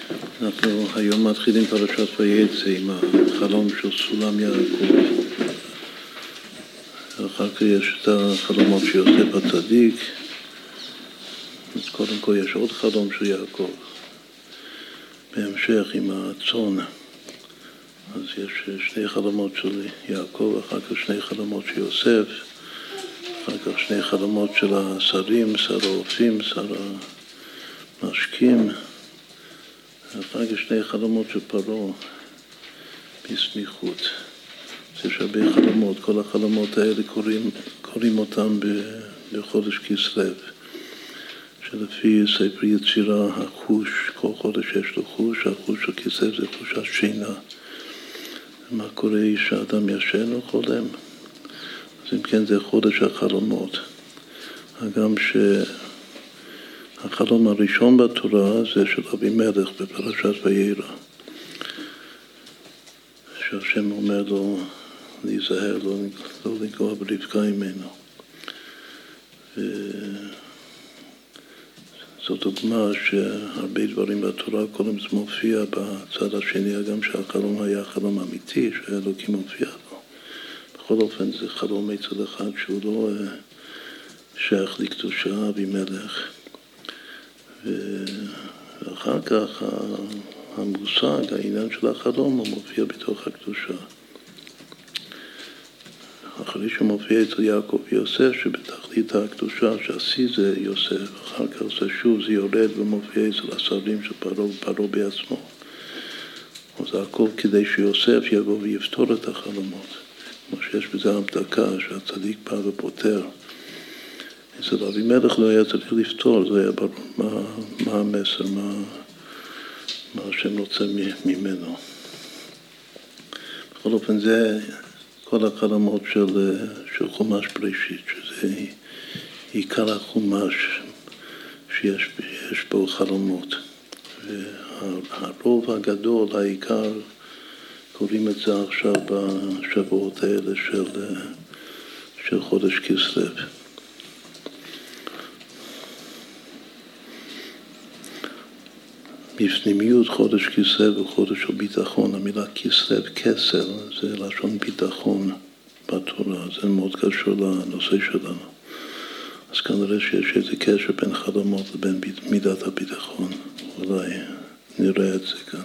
אנחנו היום מתחילים פרשת ויצא עם החלום של סולם יעקב. אחר כך יש את החלומות שיוסף הצדיק. קודם כל יש עוד חלום של יעקב. בהמשך עם הצאן. אז יש שני חלומות של יעקב, אחר כך שני חלומות של יוסף, אחר כך שני חלומות של השרים, שר האופים, שר המשקים, אחר כך שני חלומות של פרעה בסמיכות. יש הרבה חלומות, כל החלומות האלה קוראים אותם בחודש כסלו, שלפי ספר יצירה החוש, כל חודש יש לו חוש, החוש של כסלו זה חוש השינה. מה קורה שאדם ישן או חולם? אז אם כן זה חודש החלומות. גם שהחלום הראשון בתורה זה של אבימלך בפרשת וירא. שהשם אומר לו להיזהר, לא לגוע ברבקה ממנו. זאת דוגמה שהרבה דברים בתורה, קודם זה מופיע בצד השני, גם שהחלום היה חלום אמיתי, שהאלוקים מופיע לו. בכל אופן זה חלום מצד אחד שהוא לא שייך לקדושה, אבימלך. ואחר כך המושג, העניין של החלום, הוא מופיע בתוך הקדושה. אחרי שמופיע אצל יעקב ויוסף, שבתכלית הקדושה, שהשיא זה יוסף, אחר כך זה שוב, זה יורד ומופיע אצל השרים של פרעה בעצמו. אז יעקב כדי שיוסף יבוא ויפתור את החלומות. כמו שיש בזה המתקה, שהצדיק בא ופותר. אצל אבימלך לא היה צריך לפתור, זה היה ברור מה המסר, מה השם רוצה ממנו. בכל אופן זה כל החלומות של חומש בראשית, שזה עיקר החומש שיש בו חלומות. והרוב הגדול, העיקר, קוראים את זה עכשיו בשבועות האלה של חודש כסלו. בפנימיות חודש כסלו וחודש של ביטחון, המילה כסלו, כסל, זה לשון ביטחון בתורה, זה מאוד קשור לנושא שלנו. אז כנראה שיש איזה קשר בין חלומות לבין מידת הביטחון, אולי נראה את זה כאן.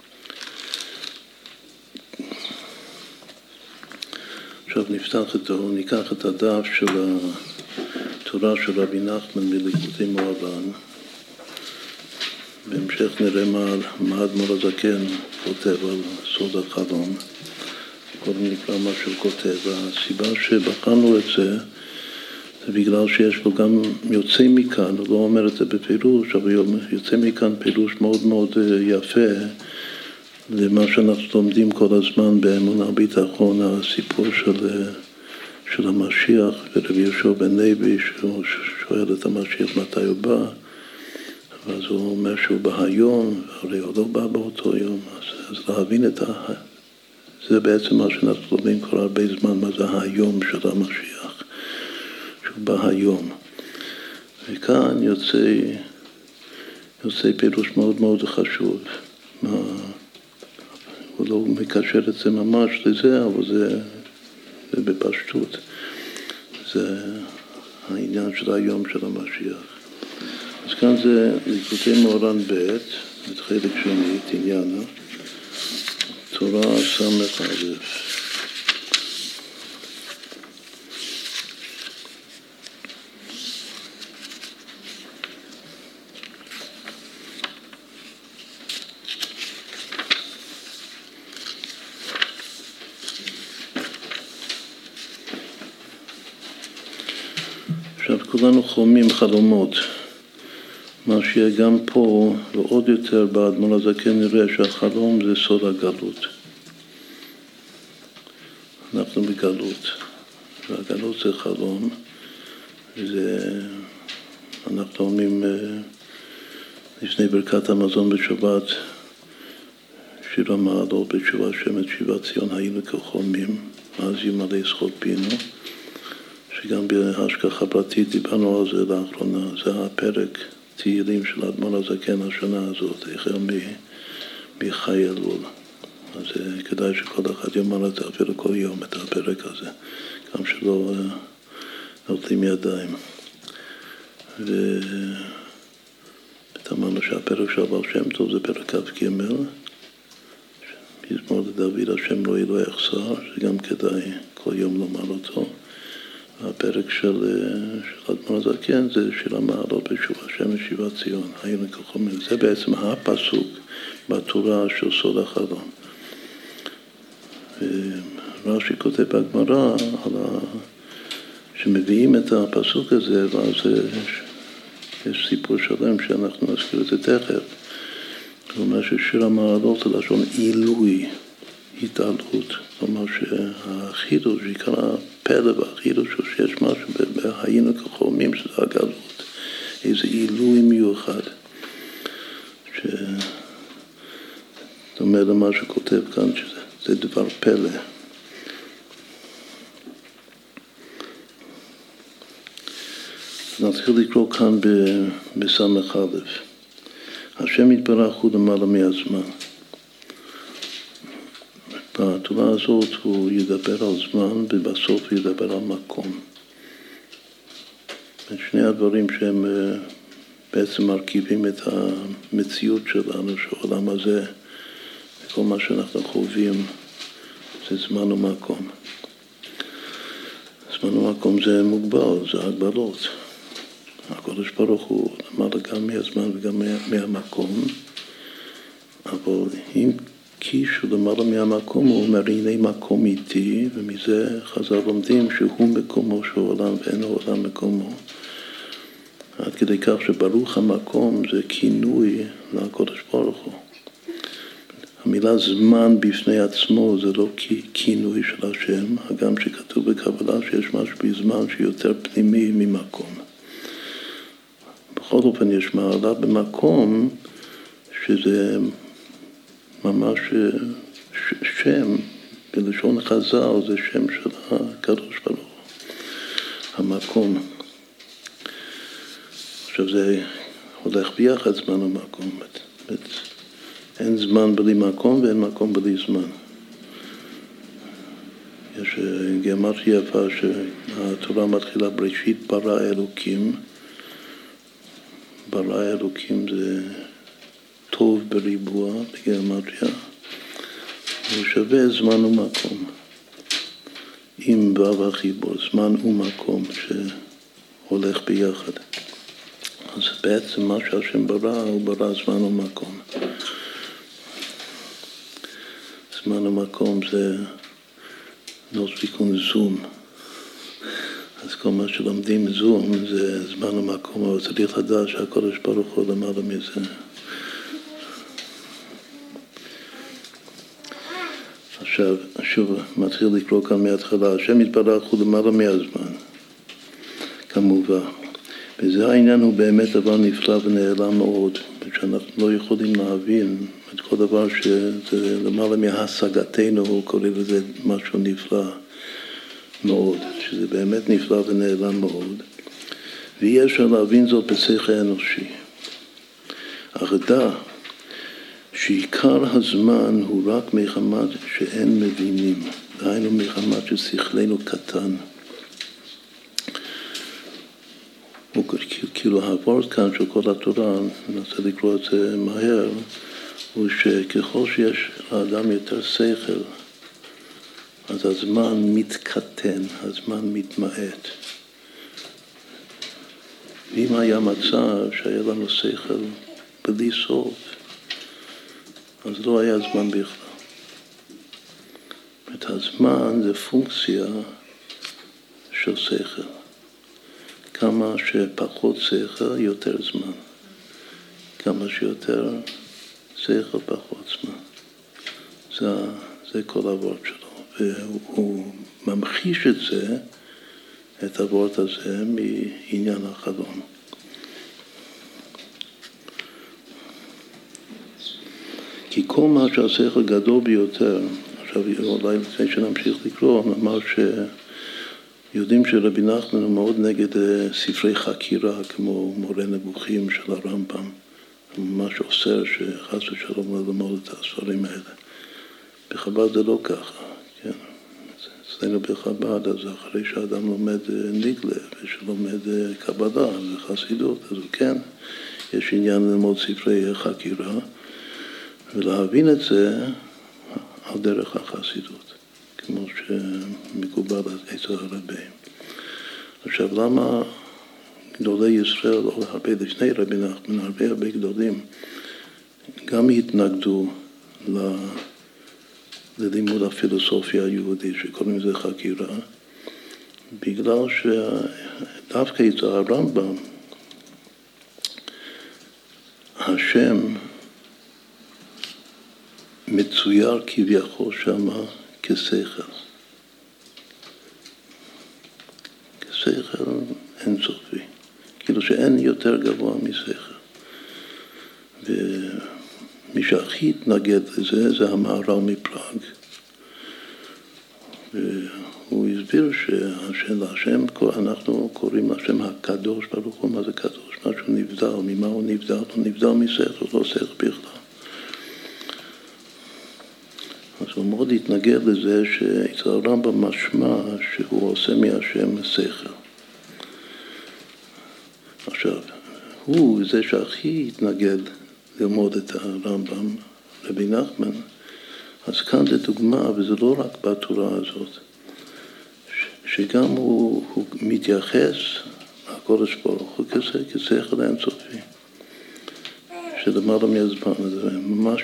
עכשיו ניקח את הדף של התורה של רבי נחמן מליקוטי מוהר"ן. בהמשך נראה מה האדמו"ר הזקן כותב על סוד החלום. קודם נקרא מה שהוא כותב. הסיבה שבחרנו את זה, זה בגלל שיש לו גם יוצא מכאן, הוא לא אומר את זה בפירוש, אבל יוצא מכאן פירוש מאוד מאוד יפה למה שאנחנו לומדים כל הזמן באמונה ביטחון, הסיפור של המשיח ורבי יהושע בן לוי, שהוא שואל את המשיח מתי הוא בא, אז הוא אומר שהוא בא היום, הרי הוא לא בא באותו יום, אז להבין זה בעצם מה שאנחנו לומדים כל הרבה זמן, מה זה היום של המשיח, שהוא בא היום. וכאן יוצא פירוש מאוד מאוד חשוב. הוא לא מקשר את זה ממש לזה, אבל זה בפשטות. זה העניין של היום של המשיח. אז כאן זה ליקוטי מוהר"ן ב', את חלק שני, תניאנה, תורה סמך א'. עכשיו כולנו חולמים חלומות. מה שיהיה גם פה, ועוד יותר באדמו"ר הזקן נראה שהחלום זה סוד הגלות. אנחנו בגלות, והגלות זה חלום, אנחנו אומרים לפני ברכת המזון בשבת, שיר המעלות בתשובה שם את שיבת ציון היינו כחולמים, אז ימלא שחוק פינו, שגם בהשגחה פרטית דיברנו על זה לאחרונה, זה הפרק תהילים של האדמו"ר הזקן השנה הזאת, החל מחי אלול. אז כדאי שכל אחד יאמר את זה אפילו כל יום, את הפרק הזה, גם שלא נוטלים ידיים. ותאמרנו שהפרק של הבעל שם טוב זה פרק כ"ג, מזמור לדוד השם לא אלוהי יחסר, שגם כדאי כל יום לומר אותו. הפרק של האדמו"ר הזקן זה שיר המעלות בשוב השם ושיבת ציון, היינו כחומים. זה בעצם הפסוק בתורה של סוד החלום. רש"י כותב בגמרא שמביאים את הפסוק הזה, ואז יש סיפור שלם שאנחנו נזכיר את זה תכף. זאת אומרת ששיר המעלות זה לשון עילוי, התעלות. זאת אומרת שהחידוש, עיקר הפלא והחידוש הוא שיש משהו בהיינו כחולמים, שזה הגלות, איזה עילוי מיוחד. זאת אומרת למה שכותב כאן, שזה דבר פלא. נתחיל לקרוא כאן בסמך א'. השם יתברך הוא למעלה מהזמן. בתורה הזאת הוא ידבר על זמן ובסוף הוא ידבר על מקום. שני הדברים שהם בעצם מרכיבים את המציאות שלנו, שהעולם הזה, כל מה שאנחנו חווים, זה זמן ומקום. זמן ומקום זה מוגבל, זה הגבלות. הקדוש ברוך הוא למעלה גם מהזמן וגם מהמקום, אבל אם קישו למעלה מהמקום, הוא אומר, הנה מקום איתי, ומזה חז"ל לומדים שהוא מקומו של עולם ואין העולם מקומו. עד כדי כך שברוך המקום זה כינוי לקדוש ברוך הוא. המילה זמן בפני עצמו זה לא כינוי של השם, הגם שכתוב בקבלה שיש משהו בזמן שיותר פנימי ממקום. בכל אופן יש מעלה במקום שזה ממש שם, בלשון חז"ל זה שם של הקדוש ברוך הוא, המקום. עכשיו זה הולך ביחד זמן ומקום, אין זמן בלי מקום ואין מקום בלי זמן. יש גימטריה יפה שהתורה מתחילה בראשית ברא אלוקים. ברא אלוקים זה טוב בריבוע בגימטריה, הוא שווה זמן ומקום. עם וו החיבור, זמן ומקום שהולך ביחד. אז בעצם מה שהשם ברא, הוא ברא זמן ומקום. זמן ומקום זה נוספיקון זום. אז כל מה שלומדים זום זה זמן ומקום, אבל צריך לדעת שהקדוש ברוך הוא למעלה מזה. עכשיו, שוב, מתחיל לקרוא כאן מההתחלה. השם יתברך הוא למעלה מהזמן, כמובן. וזה העניין הוא באמת דבר נפלא ונעלם מאוד, שאנחנו לא יכולים להבין את כל דבר שזה למעלה מהשגתנו, הוא קורא לזה משהו נפלא מאוד, שזה באמת נפלא ונעלם מאוד. ואי אפשר להבין זאת בשכל האנושי. אך דע שעיקר הזמן הוא רק מחמת שאין מבינים, דהיינו מחמת ששכלנו קטן. כאילו העבוד כאן של כל התורה, ננסה לקרוא את זה מהר, הוא שככל שיש לאדם יותר שכל, אז הזמן מתקטן, הזמן מתמעט. ואם היה מצב שהיה לנו שכל בלי סוף, אז לא היה זמן בכלל. את הזמן זה פונקציה של שכל. כמה שפחות שכל, יותר זמן. כמה שיותר שכל, פחות זמן. זה כל העבוד שלו. והוא ממחיש את זה, את העבוד הזה, מעניין החלום. כי כל מה שהשכל גדול ביותר, עכשיו אולי לפני שנמשיך לקרוא, נאמר יודעים שרבי נחמן הוא מאוד נגד ספרי חקירה, כמו מורה נבוכים של הרמב"ם. הוא ממש אוסר שחס ושלום לא ללמוד את הספרים האלה. בחב"ד זה לא ככה, כן. אצלנו בחב"ד, אז אחרי שאדם לומד ניגלה ושלומד קבלה וחסידות, אז הוא כן, יש עניין ללמוד ספרי חקירה, ולהבין את זה על דרך החסידות, כמו שמקובל אצל הרבים. עכשיו, למה גדולי ישראל, או הרבה לפני רבי נחמן, הרבה גדולים, גם התנגדו ללימוד הפילוסופיה היהודית, שקוראים לזה חקירה, בגלל שדווקא אצל הרמב"ם, השם מצויר כביכול שמה כשכל. כשכל אינסופי. כאילו שאין יותר גבוה משכל. ומי שהכי התנגד לזה, זה המהר"ל מפראג. והוא הסביר שהשם, אנחנו קוראים לשם הקדוש ברוך הוא, מה זה קדוש? משהו נבדל, ממה הוא נבדל? הוא נבדל משכל, לא שכל בכלל. אז הוא מאוד התנגד לזה שאצל הרמב"ם משמע שהוא עושה מהשם שכל. עכשיו, הוא זה שהכי התנגד ללמוד את הרמב"ם, רבי נחמן, אז כאן זה דוגמה, וזה לא רק בתורה הזאת, שגם הוא מתייחס לקודש ברוך הוא כשכל אינסופי, שלמעלה מהזמן הזה, ממש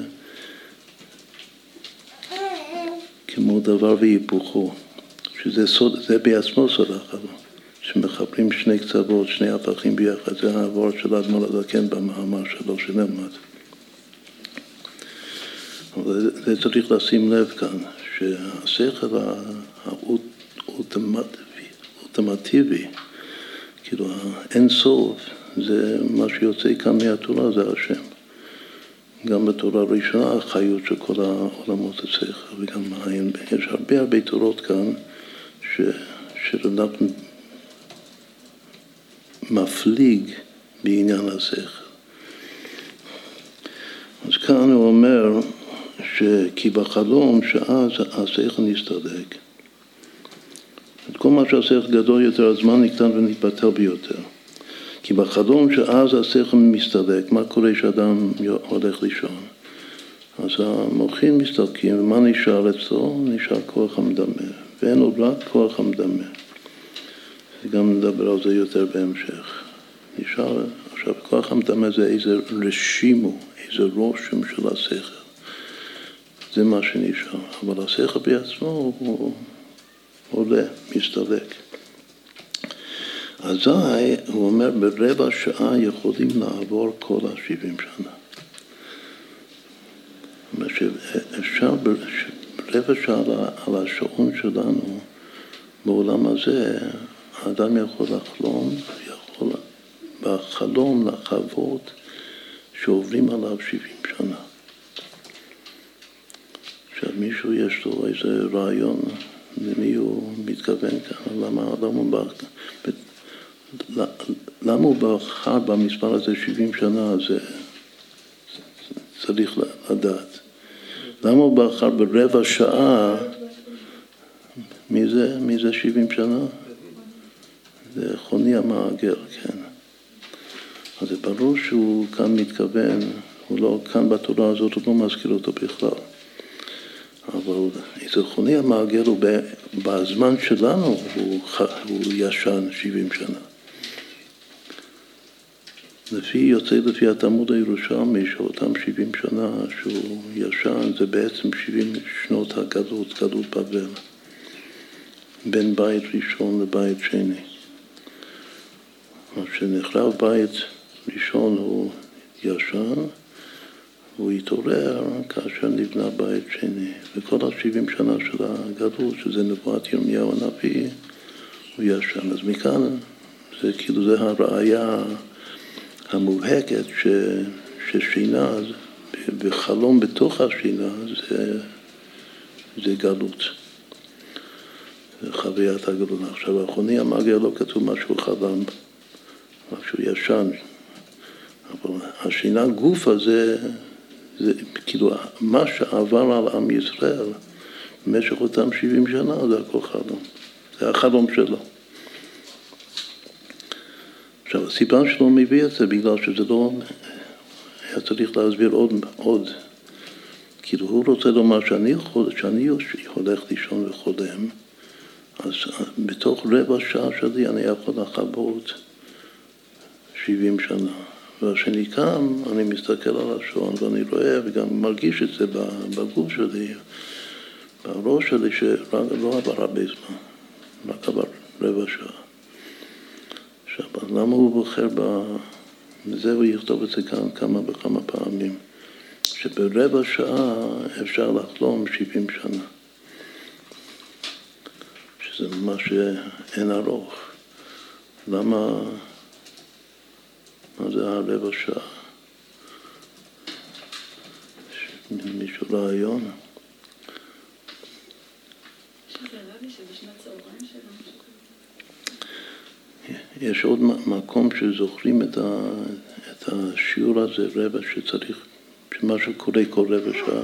כמו דבר והיפוכו, שזה סוד, זה בעצמו סוד החלום, שמחברים שני קצוות, שני הפכים ביחד, זה העבור של האדמו"ר הזקן במאמר שלו שנלמד. אבל זה צריך לשים לב כאן, שהשכל האולטימטיבי, כאילו האין סוף, זה מה שיוצא כאן מהתורה, זה השם. גם בתורה הראשונה, החיות של כל העולמות השכל, וגם יש הרבה תורות כאן, שרבי מפליג בעניין השכל. אז כאן הוא אומר כי בחלום שאז השכל נסתלק. את כל מה שהשכל גדול יותר, הזמן נקטן ונתבטל ביותר. כי בחלום שאז השכל מסתלק, מה קורה שאדם הולך לישון? אז המוחים מסתלקים, ומה נשאר אצלו? נשאר כוח המדמה, ואין עוד רק כוח המדמה. גם נדבר על זה יותר בהמשך. נשאר, עכשיו, כוח המדמה זה איזה רשימו, איזה רושם של השכל. זה מה שנשאר. אבל השכל בעצמו הוא עולה, מסתלק. אזי, הוא אומר, ברבע שעה יכולים לעבור כל 70 שנה. זאת אומרת שאפשר ברבע שעה על השעון שלנו, בעולם הזה, האדם יכול לחלום, יכול בחלום לחוות שעוברים עליו 70 שנה. עכשיו מישהו יש לו איזה רעיון, למי הוא מתכוון כאן, למה הוא בחר במספר הזה 70 שנה, זה צריך לדעת. למה הוא בחר ברבע שעה, מי זה 70 שנה? זה חוני המעגל, כן. אז זה ברור שהוא כאן מתכוון, הוא לא, כאן בתורה הזאת הוא לא מזכיר אותו בכלל. אבל איזה חוני המעגל הוא בזמן שלנו הוא ישן 70 שנה. לפי התלמוד הירושלמי, שאותם 70 שנה שהוא ישן, זה בעצם 70 שנות הגלות, גלות בבל. בין בית ראשון לבית שני. כשנחרב בית ראשון הוא ישן, הוא התעורר כאשר נבנה בית שני. וכל ה-70 שנה של הגלות, שזה נבואת ירמיהו הנביא, הוא ישן. אז מכאן, זה כאילו זה הראיה המובהקת ששינה, וחלום בתוך השינה זה גלות. חוויית הגאולה. עכשיו, האחרוני המאגר לא כתוב משהו חלם, משהו ישן, אבל השינה גוף הזה, זה כאילו מה שעבר על עם ישראל במשך אותם 70 שנה, זה הכל חלום. זה החלום שלו. עכשיו, הסיבה שלו מביא את זה בגלל שזה לא, היה צריך להסביר עוד. כאילו הוא רוצה לומר שאני הולך לישון וחולם, אז בתוך רבע שעה שלי אני יכול לחוות 70 שנה. והשני קם, אני מסתכל על השעון ואני רואה וגם מרגיש את זה בגוף שלי, בראש שלי, שלא עבר הרבה זמן, רק עבר רבע שעה. עכשיו, למה הוא בוחר בזה? הוא יכתוב את זה כאן כמה וכמה פעמים, שברבע שעה אפשר לחלום 70 שנה. שזה ממש אין ארוך. למה? מה זה הרבע שעה? מישהו רעיון? יש עוד מקום שזוכרים את השיעור הזה, רבע שצריך, שמשהו קורה כל רבע שעה.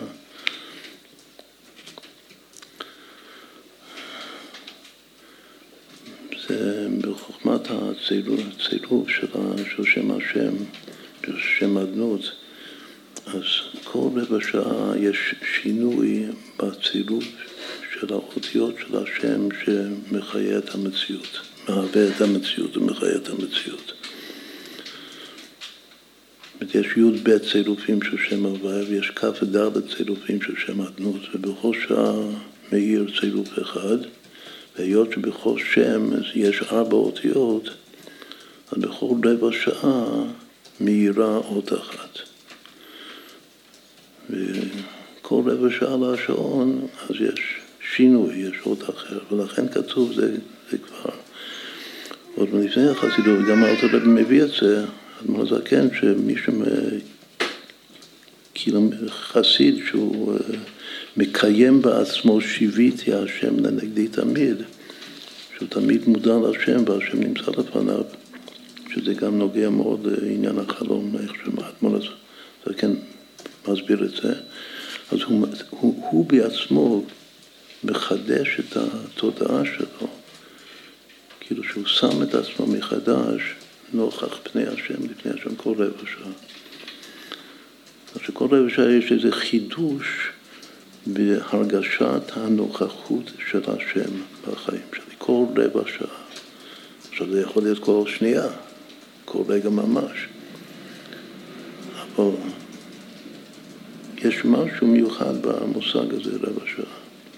זה בחוכמת הצירוף של שם השם, של שם אדנות, אז כל רבע שעה יש שינוי בצירוף של האותיות של השם שמחיה את המציאות, מהווה את המציאות ומחיה את המציאות. יש י' צירופים של שם הוויה ויש כ' וד' צירופים של שם אדנות, ובכל שעה מאיר צירוף אחד, והיות שבכל שם יש 4 אותיות, אז בכל רבע שעה מאירה אות אחת. וכל רבע שעה לשעון, אז יש שינוי, יש אות אחר, ולכן כתוב זה כבר. עוד לפני החסידות, וגם האלתר רבי מביא את זה, אדמו"ר הזקן, שמי כאילו חסיד שהוא מקיים בעצמו שיוויתי השם לנגדי תמיד, שהוא תמיד מודע להשם והשם נמצא לפניו, שזה גם נוגע מאוד לעניין החלום, איך שאדמו"ר הזקן מסביר את זה. אז הוא בעצמו מחדש את התודעה שלו, כאילו שהוא שם את עצמו מחדש נוכח פני השם, לפני השם כל רבע שעה. אז שכל רבע שעה יש איזה חידוש בהרגשת הנוכחות של השם בחיים שלי, כל רבע שעה. עכשיו זה יכול להיות כל שנייה, כל רגע ממש. אבל יש משהו מיוחד במושג הזה, רבע שעה.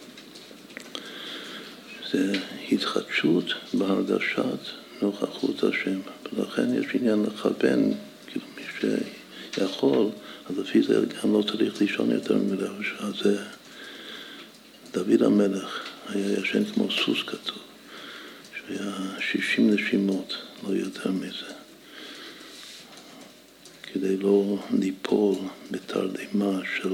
זה התחדשות בהרגשת נוכחות השם. ולכן יש עניין לכוון, כאילו מי שיכול, אז לפי זה גם לא צריך לישון יותר מרבע שעה. זה דוד המלך היה ישן כמו סוס כתוב, שהיה 60 נשימות, לא יותר מזה. כדי לא ליפול בתרדמה של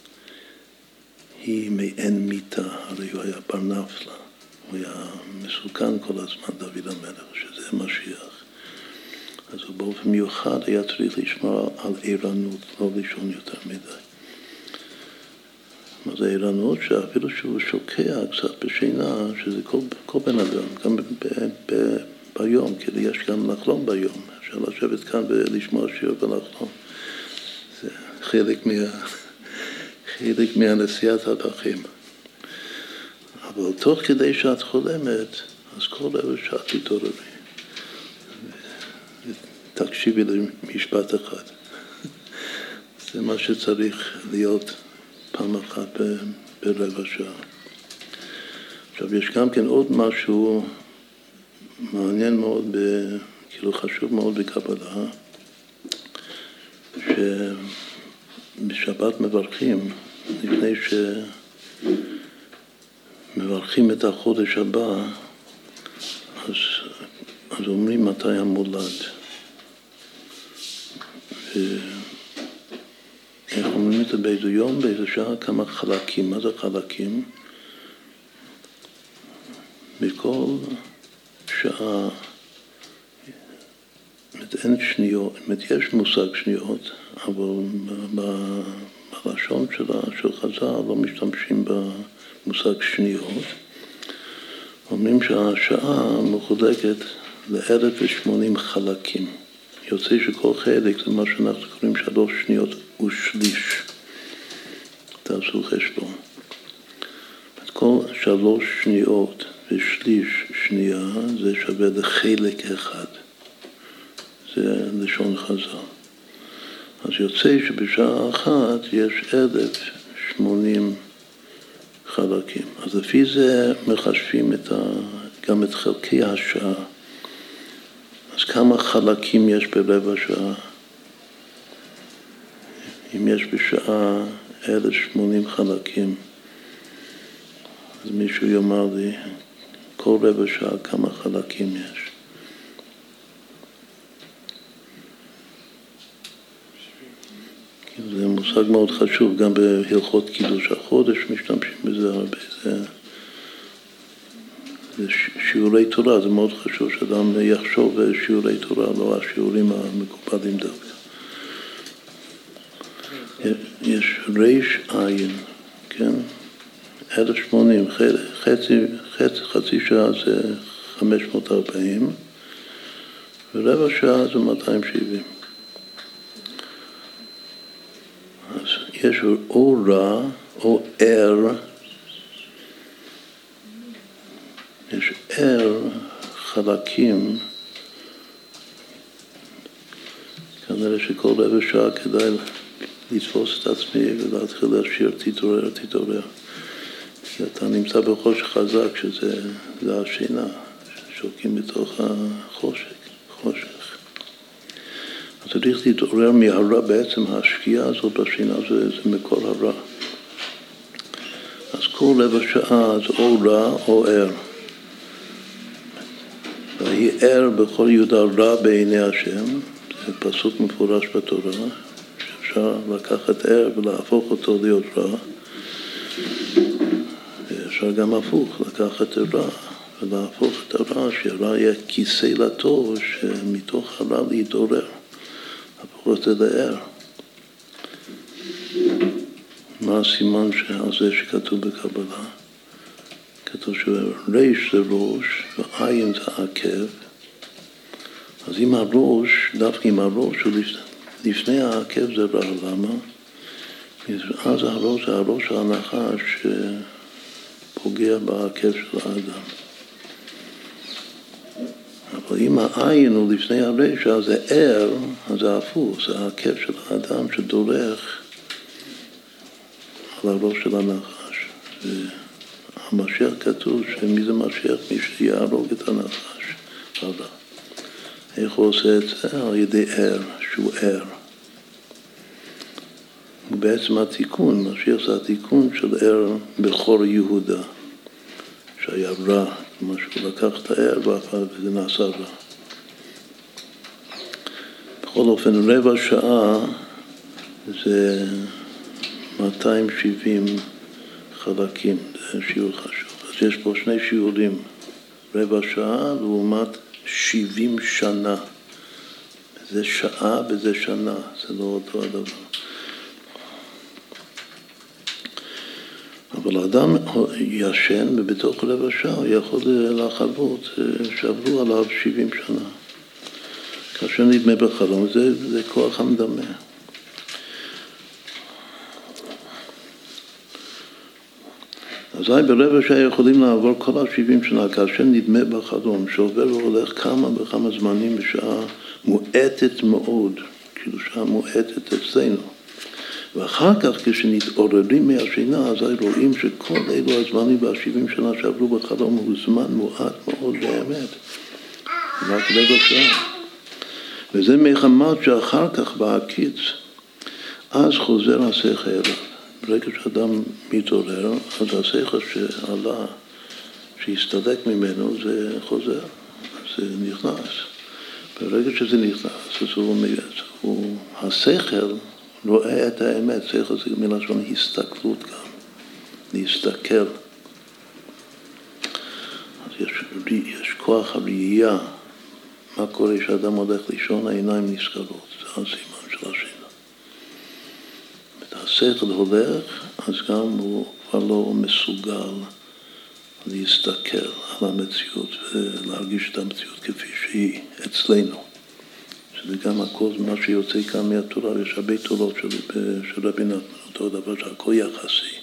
היא מעין מיטה, הרי הוא היה בר נפלה. הוא היה מסוכן כל הזמן, דוד המלך, שזה משיח. אז הוא באופן מיוחד היה צריך לשמור על ערנות, לא לישון יותר מדי. מה זה ערנות? שאפילו שהוא שוקע קצת בשינה, שזה כל בן אדם, גם ביום, כי יש גם לחלום ביום. אפשר לשבת כאן ולשמוע שיר ולחלום. זה חלק מהנסיעת הדרכים. אבל תוך כדי שאת חולמת, אז כל רבע שעה תתעוררי. תקשיבי למשפט אחד. זה מה שצריך להיות פעם אחת ברבע שעה. עכשיו, יש גם כן עוד משהו מעניין מאוד, כאילו חשוב מאוד בקבלה, שבשבת מברכים, לפני שמברכים את החודש הבא, אז אומרים מתי המולד. איך אומרים את זה באיזה יום, באיזה שעה, כמה חלקים. מה זה חלקים? מכל שעה, אין שניות, יש מושג שניות, אבל בלשון של חז"ל לא משתמשים במושג שניות. אומרים שהשעה מחולקת ל-1080 חלקים. יוצא שכל חלק זה מה שאנחנו קוראים 3 שניות ושליש. תעשו חשבון. כל 3 שניות ושליש שנייה זה שווה לחלק אחד. זה לשון חז"ל. אז יוצא שבשעה אחת יש 1080 חלקים. אז לפי זה מחשבים גם את חלקי השעה. אז כמה חלקים יש ברבע שעה? אם יש בשעה 1080 חלקים, אז מישהו יאמר לי, כל רבע שעה כמה חלקים יש? זה מושג מאוד חשוב, גם בהלכות קידוש החודש משתמשים בזה הרבה. זה שיעורי תורה, זה מאוד חשוב שאדם יחשוב בשיעורי תורה, לא השיעורים המקובלים דווקא. יש ריש עין, כן? 1080, חצי שעה זה 540, ורבע שעה זה 270. אז יש או רע או ער, יש ער חלקים, כנראה שכל רבע שעה כדאי לתפוס את עצמי ולהתחיל לשיר תתעורר. כי אתה נמצא בחושך חזק, שזה השינה, שוקים בתוך החושך. אז צריך להתעורר מהרע, בעצם השקיעה הזאת בשינה זה מקור הרע. אז כל רבע שעה זה או רע או ער. והיא ער בכל יהודה רע בעיני השם, זה פסוק מפורש בתורה, שאפשר לקחת ער ולהפוך אותו להיות רע. ואפשר גם הפוך, לקחת רע ולהפוך את הרע, שהרע יהיה כיסא לטוב, שמתוך הרע להתעורר. הפוך את זה לער. מה הסימן על זה שכתוב בקבלה? כתוב שריש זה ראש ועין זה עקב. אז אם הראש, דווקא אם הראש הוא לפני העקב זה רע, למה? אז הראש זה הראש הנחש שפוגע בעקב של האדם. אבל אם העין הוא לפני הריש, אז זה ער, אז זה הפוך, זה העקב של האדם שדורך על הראש של הנחש. המשיח כתוב שמי זה משיח? מי שיהרוג את הנחש. הרע. איך הוא עושה את זה? על ידי ער, שהוא ער. בעצם התיקון, משיח זה התיקון של ער בכור יהודה, שהיה רע, כמו שהוא לקח את הער וזה נעשה רע. בכל אופן, רבע שעה זה 270 חלקים, זה שיעור חשוב. אז יש פה 2 שיעורים, רבע שעה לעומת 70 שנה. זה שעה וזה שנה, זה לא אותו הדבר. אבל האדם ישן ובתוך רבע שעה הוא יכול לחוות שעברו עליו 70 שנה. כאשר נדמה בחלום, זה כוח המדמה. אזי ברבע שעה יכולים לעבור כל ה-70 שנה, כאשר נדמה בחלום, שעובר והולך כמה וכמה זמנים בשעה מועטת מאוד, כאילו שעה מועטת אצלנו. ואחר כך כשנתעוררים מהשינה, אז רואים שכל אלו הזמנים וה-70 שנה שעברו בחלום הוא זמן מועט מאוד באמת. רק רבע שעה. וזה מחמת שאחר כך בהקיץ, אז חוזר השכל אליו. ברגע שאדם מתעורר, אז השכל שעלה, שהסתלק ממנו, זה חוזר, זה נכנס. ברגע שזה נכנס, אז השכל רואה את האמת, שכל זה מלשון הסתכלות גם, להסתכל. יש כוח הראייה, מה קורה כשאדם הולך לישון, העיניים נסגרות, זה הסימן של השינה. השכל הולך, אז גם הוא כבר לא מסוגל להסתכל על המציאות ולהרגיש את המציאות כפי שהיא אצלנו. שזה גם הכל, מה שיוצא כאן מהתורה, יש הרבה תורות של רבי נחמן, אותו דבר שהכל יחסי.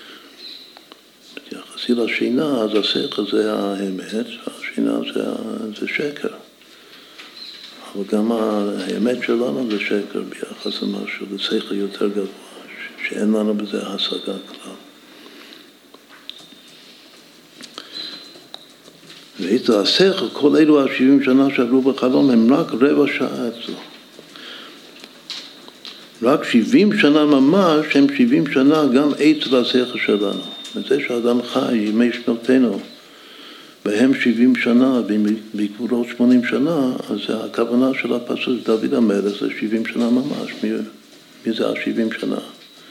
יחסי לשינה, אז השכל זה האמת, והשינה זה שקר. אבל גם האמת שלנו זה שקר ביחס למשהו, זה שכל יותר גבוה, שאין לנו בזה השגה כלל. ואת השכל, כל אלו ה-70 שנה שעברו בחלום, הם רק רבע שעה אצלו. רק 70 שנה ממש, הם 70 שנה גם אצל השכל שלנו. וזה שאדם חי ימי שנותינו, בהם 70 שנה, בגבולות 80 שנה, אז הכוונה של הפסוק, דוד המלך, זה 70 שנה ממש. מי זה ה-70 שנה?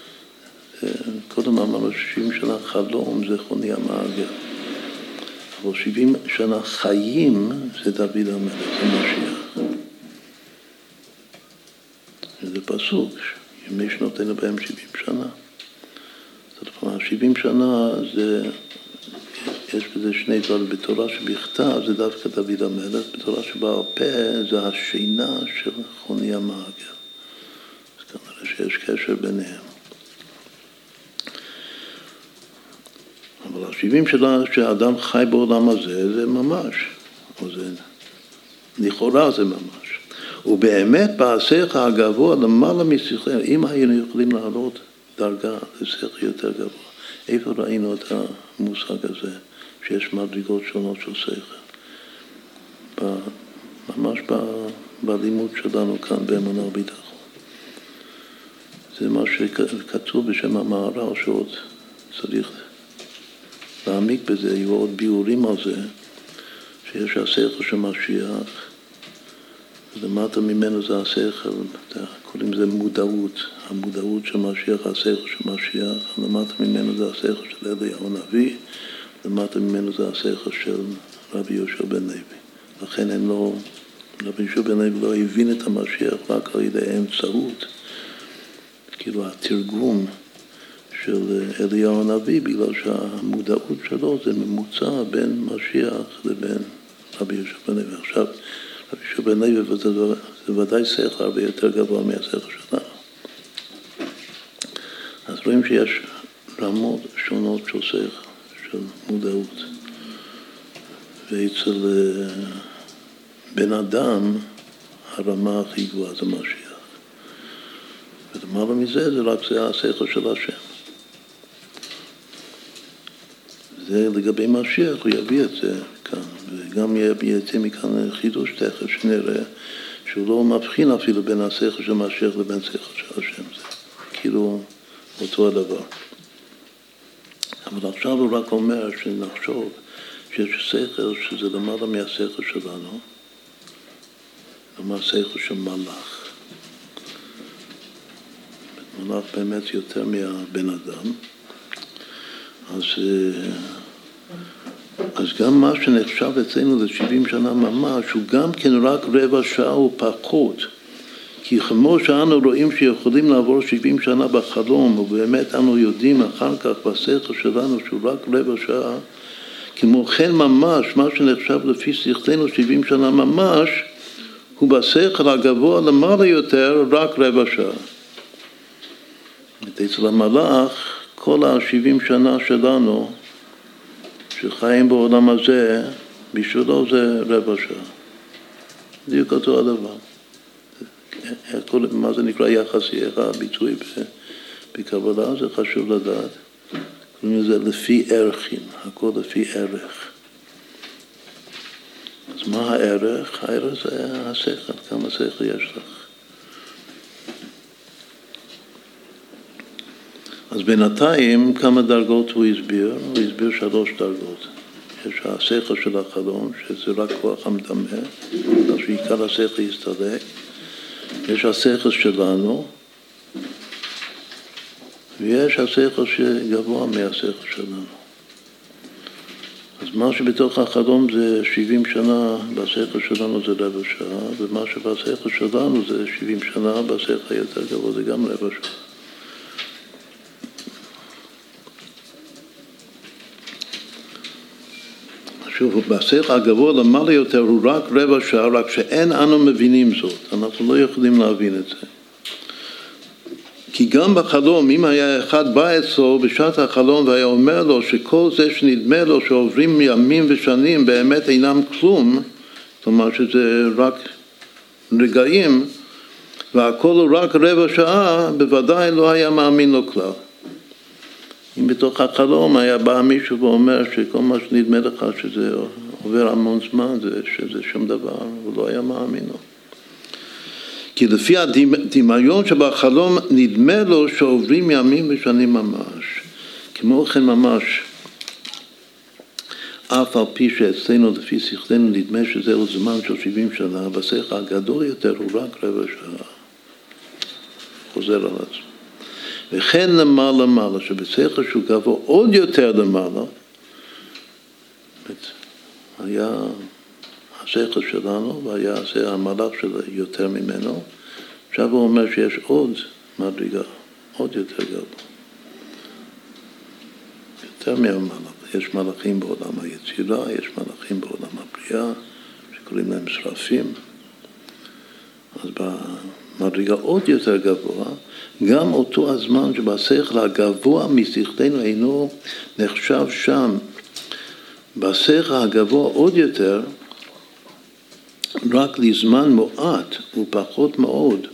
קודם אמרנו 70 שנה חלום, זה חוני המעגל. אבל 70 שנה חיים זה דוד המלך, זה משיח. זה פסוק, ימי שנותינו בהם 70 שנה. זאת אומרת, 70 שנה זה, יש בזה שני דברים, בתורה שבכתב זה דווקא דוד המלך, בתורה שבעל פה זה השינה של חוני המעגל. אז כנראה שיש קשר ביניהם. אבל ה-70 שנה שהאדם חי בעולם הזה, זה ממש, או זה, לכאורה זה ממש. ובאמת בהשכל הגבוה למעלה משכל, אם היינו יכולים לעלות דרגה לשכל יותר גבוה, איפה ראינו את המושג הזה, שיש מדרגות שונות של שכל? ממש בלימוד שלנו כאן באמונה וביטחון. זה מה שכתוב בשם המהר"ל, שעוד צריך להעמיק בזה, יהיו עוד ביאורים על זה, שיש השכל של משיח, ולמטה ממנו זה השכל, קוראים לזה מודעות, המודעות של משיח, השכל של משיח, למטה ממנו זה השכל של אליהו הנביא, למטה ממנו זה השכל של רבי יהושע בן לוי. לכן רבי יהושע בן לוי לא הבין את המשיח רק על ידי האמצעות, כאילו התרגום של אליהו הנביא, בגלל שהמודעות שלו זה ממוצע בין משיח לבין רבי יהושע בן לוי. עכשיו, רבי יהושע בן לוי זה ודאי שכל הרבה יותר גבוה מהשכל שלנו. אז רואים שיש רמות שונות של שכל, של מודעות. ואצל בן אדם הרמה הכי גבוהה זה משיח. ולמעלה מזה זה רק זה השכל של השם. זה לגבי משיח, הוא יביא את זה כאן, וגם יצא מכאן חידוש תכף שנראה שהוא לא מבחין אפילו בין השכל של משיח לבין שכל של השם, זה כאילו אותו הדבר. אבל עכשיו הוא רק אומר שנחשוב שיש שכל שזה למעלה מהשכל שלנו, למעלה שכל של מלאך. מלאך באמת יותר מהבן אדם. אז גם מה שנחשב אצלנו ל-70 שנה ממש, הוא גם כן רק רבע שעה או פחות. כי כמו שאנו רואים שיכולים לעבור 70 שנה בחלום, ובאמת אנו יודעים אחר כך בשכל שלנו שהוא רק רבע שעה, כמו כן ממש, מה שנחשב לפי שכלנו 70 שנה ממש, הוא בשכל הגבוה למעלה יותר רק רבע שעה. אצל המלאך, כל ה-70 שנה שלנו, שחיים בעולם הזה, בשבילו זה רבע שעה. בדיוק אותו הדבר. מה זה נקרא יחסי, איך הביטוי בקבלה, זה חשוב לדעת. קוראים לזה לפי ערכים, הכל לפי ערך. אז מה הערך? הערך זה השכל, כמה שכל יש לך. אז בינתיים כמה דרגות הוא הסביר? הוא הסביר 3 דרגות. יש השכל של החלום, שזה רק כוח המדמה, שעיקר השכל יסתלק. יש השכל שלנו, ויש השכל שגבוה מהשכל שלנו. אז מה שבתוך החלום זה 70 שנה, בשכל שלנו זה רבע שעה, ומה שבשכל שלנו זה 70 שנה, בשכל היותר גבוה זה גם רבע שעה. שוב, בשכל הגבוה למעלה יותר הוא רק רבע שעה, רק שאין אנו מבינים זאת. אנחנו לא יכולים להבין את זה. כי גם בחלום, אם היה אחד בא אצלו בשעת החלום והיה אומר לו שכל זה שנדמה לו שעוברים ימים ושנים באמת אינם כלום, כלומר שזה רק רגעים, והכל הוא רק רבע שעה, בוודאי לא היה מאמין לו כלל. אם בתוך החלום היה בא מישהו ואומר שכל מה שנדמה לך שזה עובר המון זמן, שזה שום דבר, הוא לא היה מאמין לו. כי לפי הדמיון שבחלום נדמה לו שעוברים ימים ושנים ממש. כמו כן ממש, אף על פי שאצלנו לפי שכלנו נדמה שזהו זמן של 70 שנה, בשכל הגדול יותר הוא רק רבע שעה. חוזר על עצמו. וכן למעלה, שבשכל שהוא גבוה עוד יותר למעלה, היה השכל שלנו, והיה זה המלאך שלו יותר ממנו. עכשיו הוא אומר שיש עוד מדרגה, עוד יותר גבוה. יותר מהמלאך. יש מלאכים בעולם היצירה, יש מלאכים בעולם הבריאה, שקוראים להם שרפים. אז במדרגה עוד יותר גבוה, גם אותו הזמן שבשכל הגבוה משכלנו אינו נחשב שם, בשכל הגבוה עוד יותר, רק לזמן מועט ופחות מאוד.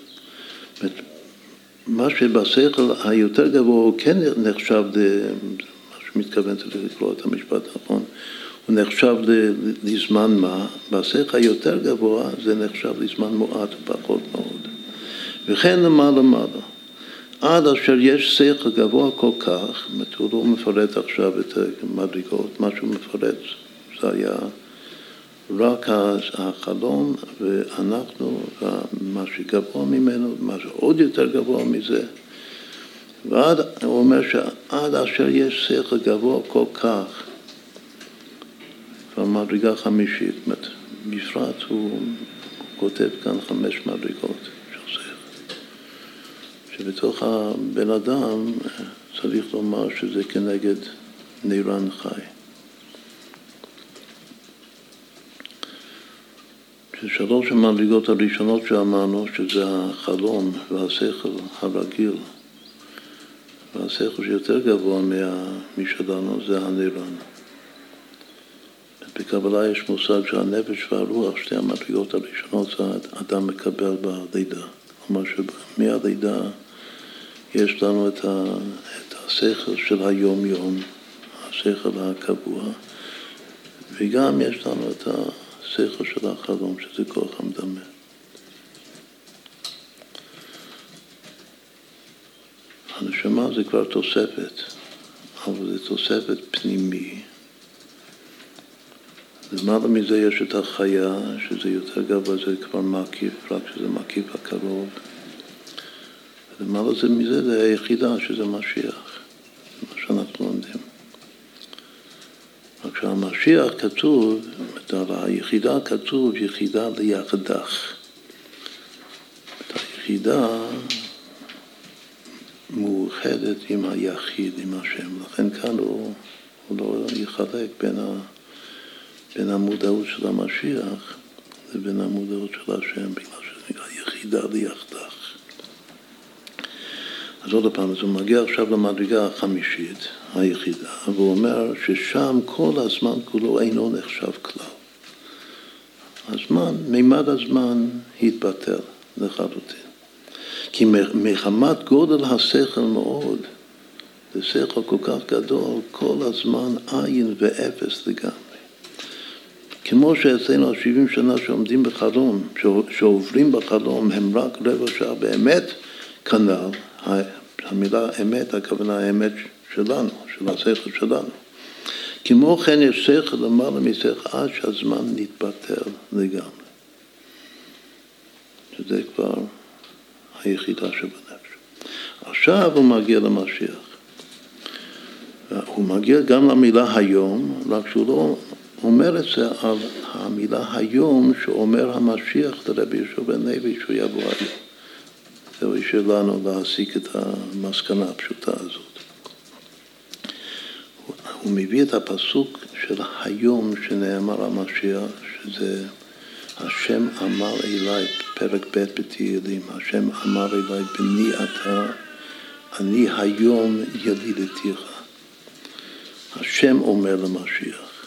מה שבשכל היותר גבוה הוא כן נחשב, מה שמתכוון לקרוא את המשפט האחרון, הוא נחשב לזמן מה, בשכל היותר גבוה זה נחשב לזמן מועט ופחות מאוד. וכן למעלה, עד אשר יש שכל גבוה כל כך, הוא לא מפרט עכשיו את המדרגות, מה שהוא מפרט זה היה רק החלום ואנחנו, מה שגבוה ממנו, מה שעוד יותר גבוה מזה. ועד, הוא אומר שעד אשר יש שכל גבוה כל כך, במדרגה חמישית, בפרט הוא כותב כאן 5 מדרגות של שכל. שבתוך הבן אדם צריך לומר שזה כנגד נירן חי. ששלוש המדרגות הראשונות שאמרנו, שזה החלום והשכל הרגיל, והשכל שיותר גבוה משלנו זה הנירן. בקבלה יש מושג שהנפש והרוח, שתי המדרגות הראשונות, זה האדם מקבל בלידה. כלומר שמהלידה יש לנו את השכל של היום-יום, השכל הקבוע, וגם יש לנו את השכל של החלום, שזה כוח המדמה. הנשמה זה כבר תוספת, אבל זה תוספת פנימי. למעלה מזה יש את החיה, שזה יותר גבוה, זה כבר מקיף, רק שזה מקיף הקרוב. למעלה מזה זה היחידה, שזה משיח, זה מה שאנחנו לומדים. רק שהמשיח כתוב, על היחידה כתוב יחידה ליחדך. היחידה מאוחדת עם היחיד, עם השם. לכן כאן הוא לא יחלק בין המודעות של המשיח לבין המודעות של השם, בגלל שזה נקרא יחידה ליחדך. אז עוד פעם, אז הוא מגיע עכשיו למדרגה החמישית, היחידה, והוא אומר ששם כל הזמן כולו אינו נחשב כלל. הזמן, מימד הזמן התבטל לחלוטין. כי מחמת גודל השכל מאוד, זה שכל כל כך גדול, כל הזמן עין ואפס לגמרי. כמו שאצלנו 70 שנה שעומדים בחלום, שעוברים בחלום, הם רק רבע שעה באמת כנ"ל, המילה אמת, הכוונה האמת שלנו, של השכל שלנו. כמו כן יש שכל למעלה משכל עד שהזמן נתבטל לגמרי. שזה כבר היחידה שבנפש. עכשיו הוא מגיע למשיח. הוא מגיע גם למילה היום, רק שהוא לא אומר את זה על המילה היום שאומר המשיח לרבי יהושע בן לוי שהוא יבוא היום. זהו שלנו להסיק את המסקנה הפשוטה הזאת. הוא מביא את הפסוק של היום שנאמר המשיח, שזה השם אמר אליי, פרק ב' בתהילים, השם אמר אליי בני אתה, אני היום ילידתיך. השם אומר למשיח,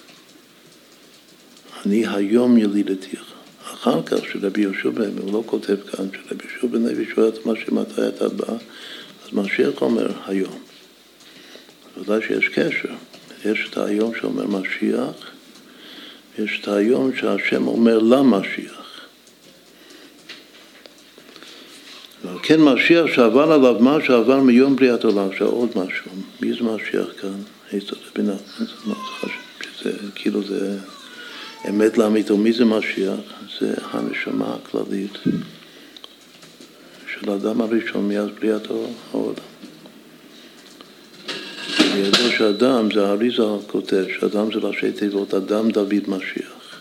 אני היום ילידתיך. אחר כך שרבי יהושע בן לוי, הוא לא כותב כאן, שרבי יהושע בן לוי שואל את משיח מתי אתה בא, אז משיח אומר היום. ודאי שיש קשר. יש את היום שאומר משיח, יש את היום שהשם אומר למשיח. כן, משיח שעבר עליו מה שעבר מיום בריאת העולם, שעוד משהו. מי זה משיח כאן? איסטר לבינה. שזה כאילו זה אמת לאמיתו. מי זה משיח? זה הנשמה הכללית של האדם הראשון מאז בריאת העולם. ידוע שאדם, זה האריזה כותב, שאדם זה ראשי תיבות, אדם דוד משיח.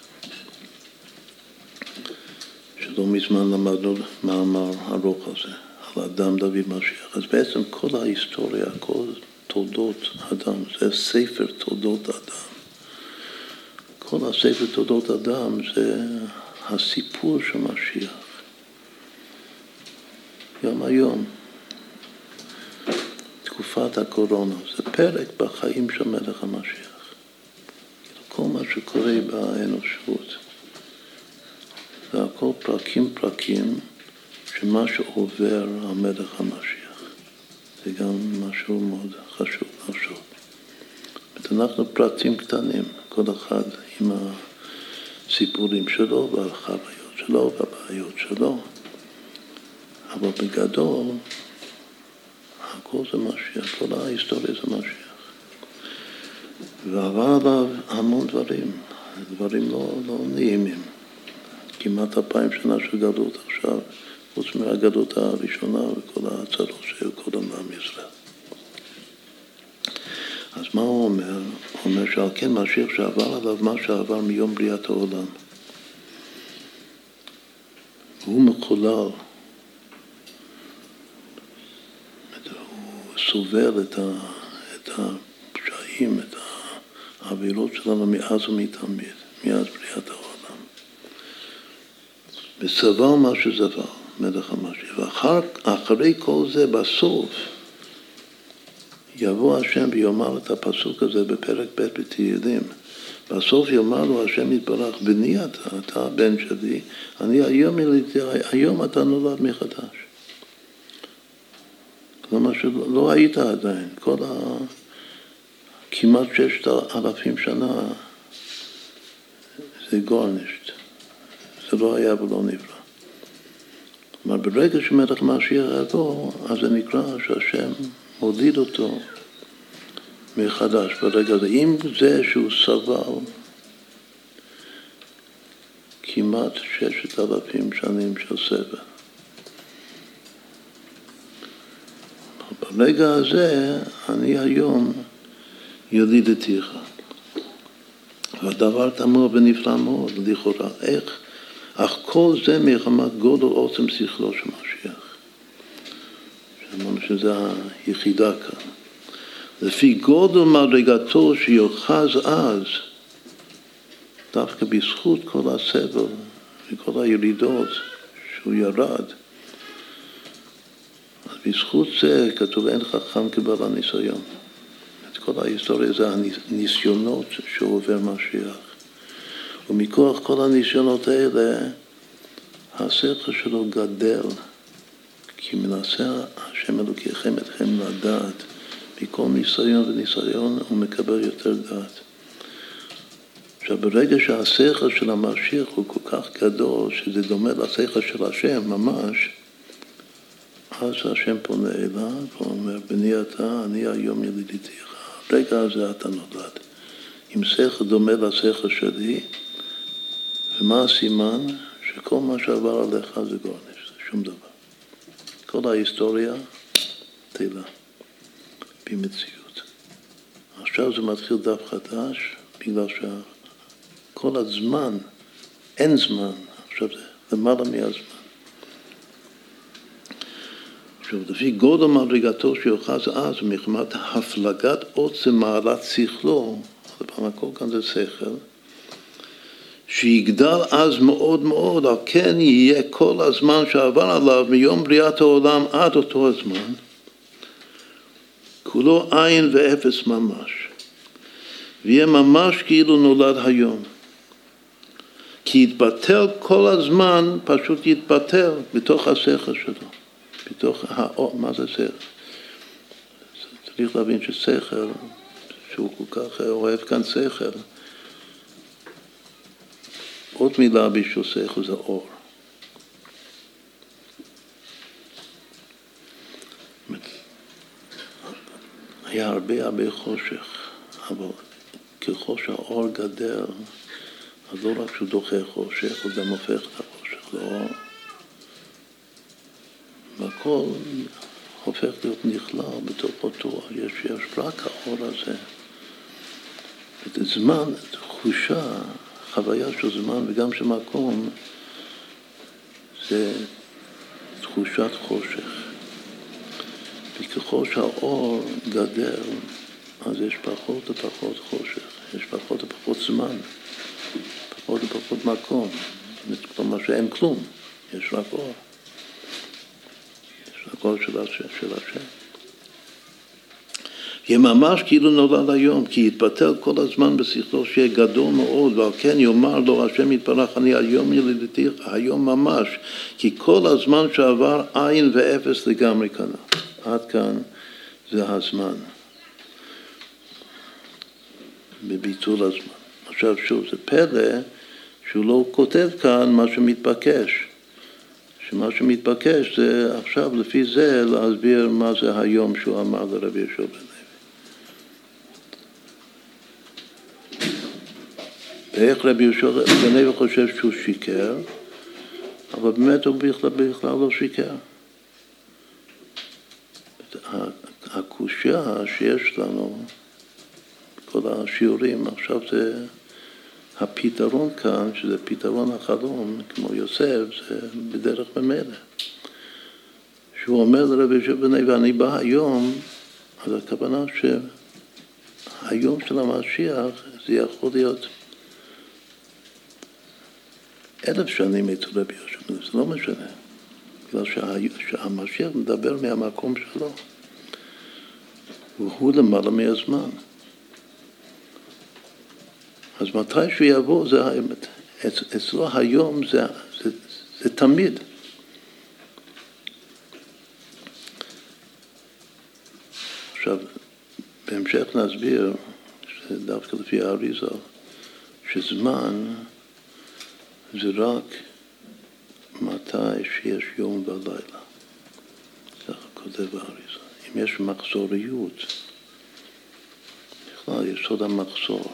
שלא מזמן למדנו מאמר ארוך הזה, על אדם דוד משיח. אז בעצם כל ההיסטוריה, כל תולדות אדם, זה ספר תולדות אדם. כל הספר תולדות אדם זה הסיפור של משיח. גם היום. תקופת הקורונה, זה פרק בחיים של מלך המשיח. כל מה שקורה באנושות, זה הכל פרקים, שמה שעובר על מלך המשיח. זה גם משהו מאוד חשוב לחשוב. אנחנו פרטים קטנים, כל אחד עם הסיפורים שלו והחוויות שלו והבעיות שלו, אבל בגדול, הכל זה משיח, כל ההיסטוריה זה משיח. ועבר עליו המון דברים לא נעימים. כמעט 2000 שנה של גלות עכשיו, חוץ מהגלות הראשונה וכל ההצלות שהיו קודם לעם ישראל. אז מה הוא אומר? הוא אומר שעל כן משיח שעבר עליו מה שעבר מיום בריאת העולם. הוא מחולל. סובל את הפשעים, את העבירות שלנו מאז ומתמיד, מאז בריאת העולם. וסבל מה שזבל, מלך המשיח. ואחרי כל זה, בסוף, יבוא השם ויאמר את הפסוק הזה בפרק ב' בתהילים. בסוף יאמר לו השם יתברך, בני אתה הבן שלי, אני היום אתה נולד מחדש. כלומר שלא היית עדיין, כל כמעט 6,000 שנה זה גורנישט, זה לא היה ולא נברא. כלומר ברגע שמלך משיח יבוא, אז זה נקרא שהשם מוליד אותו מחדש ברגע הזה. עם זה שהוא סבל כמעט 6,000 שנים של סבל. ברגע הזה אני היום ילידתיך. והדבר תמוה ונפלא מאוד, לכאורה. איך? אך כל זה מחמת גודל עוצם שכלו של משיח. שאמרנו שזה היחידה כאן. לפי גודל מדרגתו שיוחז אז, דווקא בזכות כל הסבל וכל הירידות שהוא ירד, אז בזכות זה כתוב אין חכם כבעל הניסיון. את כל ההיסטוריה זה הניסיונות שעובר משיח. ומכוח כל הניסיונות האלה, השכל שלו גדל. כי מנסה השם אלוקיכם אתכם לדעת. מכל ניסיון וניסיון הוא מקבל יותר דעת. עכשיו ברגע שהשכל של המשיח הוא כל כך גדול, שזה דומה לשכל של השם ממש, אז השם פונה אליו ואומר, בני אתה, אני היום ילידתיך. רגע הזה אתה נולד. עם שכל דומה לשכל שלי, ומה הסימן? שכל מה שעבר עליך זה גורניש, זה שום דבר. כל ההיסטוריה תהילה, במציאות. עכשיו זה מתחיל דף חדש, בגלל כל הזמן, אין זמן, עכשיו זה למעלה מהזמן. עכשיו, לפי גודל מדרגתו שיוחז אז, מחמת הפלגת עוצם מעלת שכלו, הכל כאן זה שכל, שיגדל אז מאוד מאוד, על כן יהיה כל הזמן שעבר עליו מיום בריאת העולם עד אותו הזמן, כולו עין ואפס ממש, ויהיה ממש כאילו נולד היום. כי יתבטל כל הזמן, פשוט יתבטל בתוך השכל שלו. בתוך מה זה שכל? צריך להבין ששכל, שהוא כל כך אוהב כאן שכל, עוד מילה בשביל שכל זה אור. היה הרבה חושך, אבל ככל שהאור גדל, אז לא רק שהוא דוחה חושך, הוא גם הופך את החושך לאור. והכל הופך להיות נכלל בתוך אותו, יש רק האור הזה. את זמן, את תחושה, חוויה של זמן וגם של מקום, זה תחושת חושך. וככל שהאור גדל, אז יש פחות ופחות חושך, יש פחות ופחות זמן, פחות ופחות מקום. כלומר שאין כלום, יש רק אור. יש רק אור של השם. יהיה ממש כאילו נולד היום, כי יתבטל כל הזמן בשכלו שיהיה גדול מאוד, ועל כן יאמר לו השם יתברך, אני היום ילידתיך, היום ממש, כי כל הזמן שעבר עין ואפס לגמרי כאן. עד כאן זה הזמן, בביטול הזמן. עכשיו שוב, זה פלא שהוא לא כותב כאן מה שמתבקש. שמה שמתבקש זה עכשיו לפי זה להסביר מה זה היום שהוא אמר לרבי יהושע בן לוי. ואיך רבי יהושע בן לוי חושב שהוא שיקר, אבל באמת הוא בכלל לא שיקר. הקושיה שיש לנו, כל השיעורים, עכשיו זה הפתרון כאן, שזה פתרון החלום, כמו יוסף, זה בדרך ממילא. שהוא אומר לרבי יהושע בן לוי, ואני בא היום, אז הכוונה שהיום של המשיח זה יכול להיות 1000 שנים אצל רבי יהושע בן לוי, זה לא משנה. בגלל שהמשיח מדבר מהמקום שלו. והוא למעלה מהזמן. אז מתי שהוא יבוא, זה האמת. אצלו היום זה תמיד. עכשיו, בהמשך נסביר, שדווקא לפי האריזה, שזמן זה רק מתי שיש יום ולילה. זה כותב האריזה. אם יש מחזוריות, בכלל יש סוד המחזור.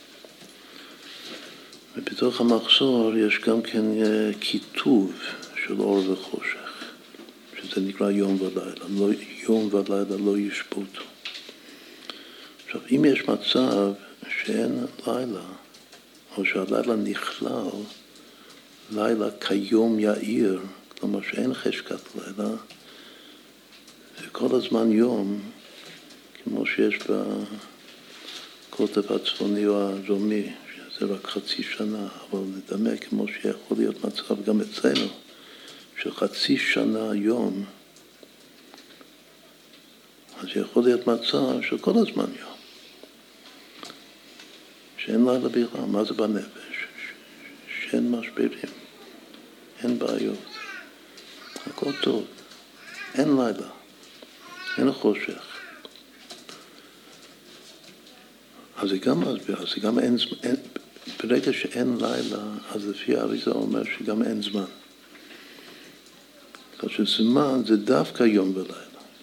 ובתוך המחזור יש גם כן כיתוב של אור וחושך, שזה נקרא יום ולילה. יום ולילה לא ישפוטו. עכשיו, אם יש מצב שאין לילה, או שהלילה נכלל, לילה כיום יאיר, כלומר שאין חשכת לילה, וכל הזמן יום, כמו שיש בקוטב הצפוני או הדרומי, שזה רק חצי שנה, אבל נדמה כמו שיכול להיות מצב גם אצלנו, שחצי שנה יום, אז יכול להיות מצב של כל הזמן יום, שאין לילה בכלל. מה זה בנפש? שאין משברים, אין בעיות, הכל טוב, אין לילה, אין חושך. אז זה גם מסביר, אז זה גם אין, ברגע שאין לילה, אז לפי האריזה אומר שגם אין זמן. כאשר זמן זה דווקא יום ולילה.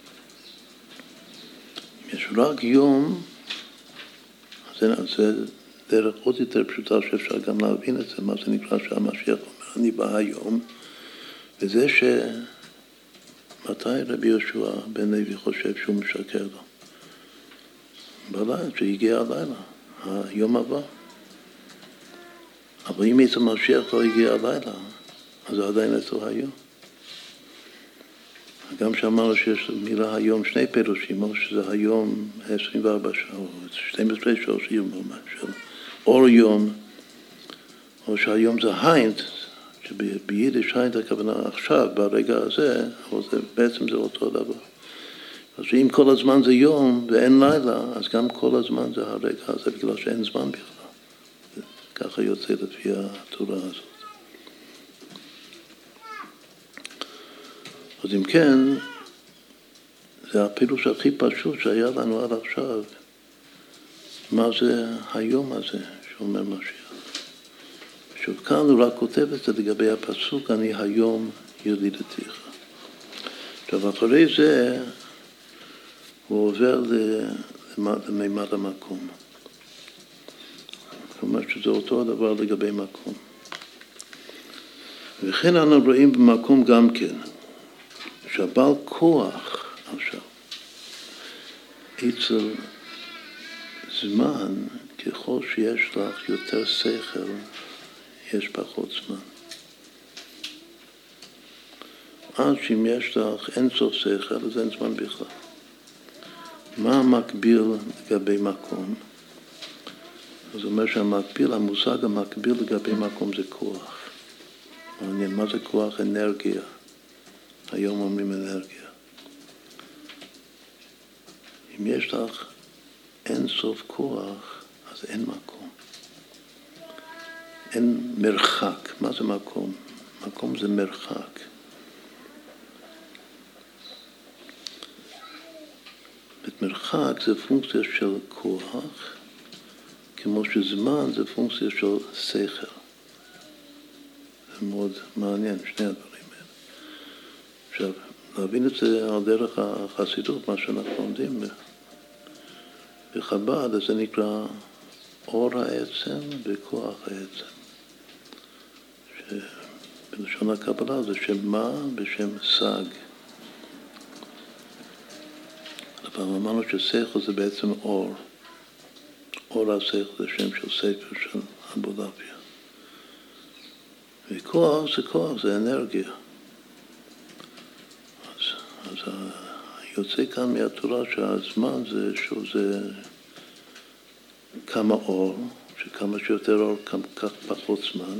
אם יש רק יום, אז זה דרך עוד יותר פשוטה שאפשר גם להבין את זה, מה זה נקרא שהמשיח אומר, אני בא היום, וזה מתי רבי יהושע בן לוי חושב שהוא משקר לו? בלילה, שהגיע הלילה, היום הבא. אבל אם אצל משיח לא הגיע הלילה, אז זה עדיין אצל היום. גם שאמרנו שיש מילה היום שני פירושים, או שזה היום 24 שעות, 12 שעות של אור יום, או שהיום זה היינט, שביידיש היינט הכוונה עכשיו, ברגע הזה, אבל בעצם זה אותו דבר. אז אם כל הזמן זה יום ואין לילה, אז גם כל הזמן זה הרגע הזה, בגלל שאין זמן בכלל. ככה יוצא לפי התורה הזאת. אז אם כן, זה הפילוש הכי פשוט שהיה לנו עד עכשיו. מה זה היום הזה שאומר משיח? שוב, כאן הוא רק כותב את זה לגבי הפסוק, אני היום ילידתיך. עכשיו, אחרי זה הוא עובר למימד המקום. כלומר שזה אותו הדבר לגבי מקום. וכן אנחנו רואים במקום גם כן, שהבעל כוח עכשיו, אצל זמן, ככל שיש לך יותר שכל, יש פחות זמן. עד שאם יש לך אין סוף שכל, אז אין זמן בכלל. מה המקביל לגבי מקום? אז אומר שהמקביל, המושג המקביל לגבי מקום זה כוח. מעניין, מה זה כוח? אנרגיה. היום אומרים אנרגיה. אם יש לך אין סוף כוח, אז אין מקום. אין מרחק. מה זה מקום? מקום זה מרחק. מרחק זה פונקציה של כוח, כמו שזמן זה פונקציה של שכל. זה מאוד מעניין, שני הדברים האלה. עכשיו, להבין את זה על דרך החסידות, מה שאנחנו לומדים בחב"ד, זה נקרא אור העצם וכוח העצם. שבלשון הקבלה זה שם מה בשם סג. אבל אמרנו ששכל זה בעצם אור. אור השכל זה שם של ספר של אבולעפיה. וכוח זה כוח, זה אנרגיה. אז יוצא כאן מהתורה שהזמן זה כמה אור, שכמה שיותר אור כך פחות זמן,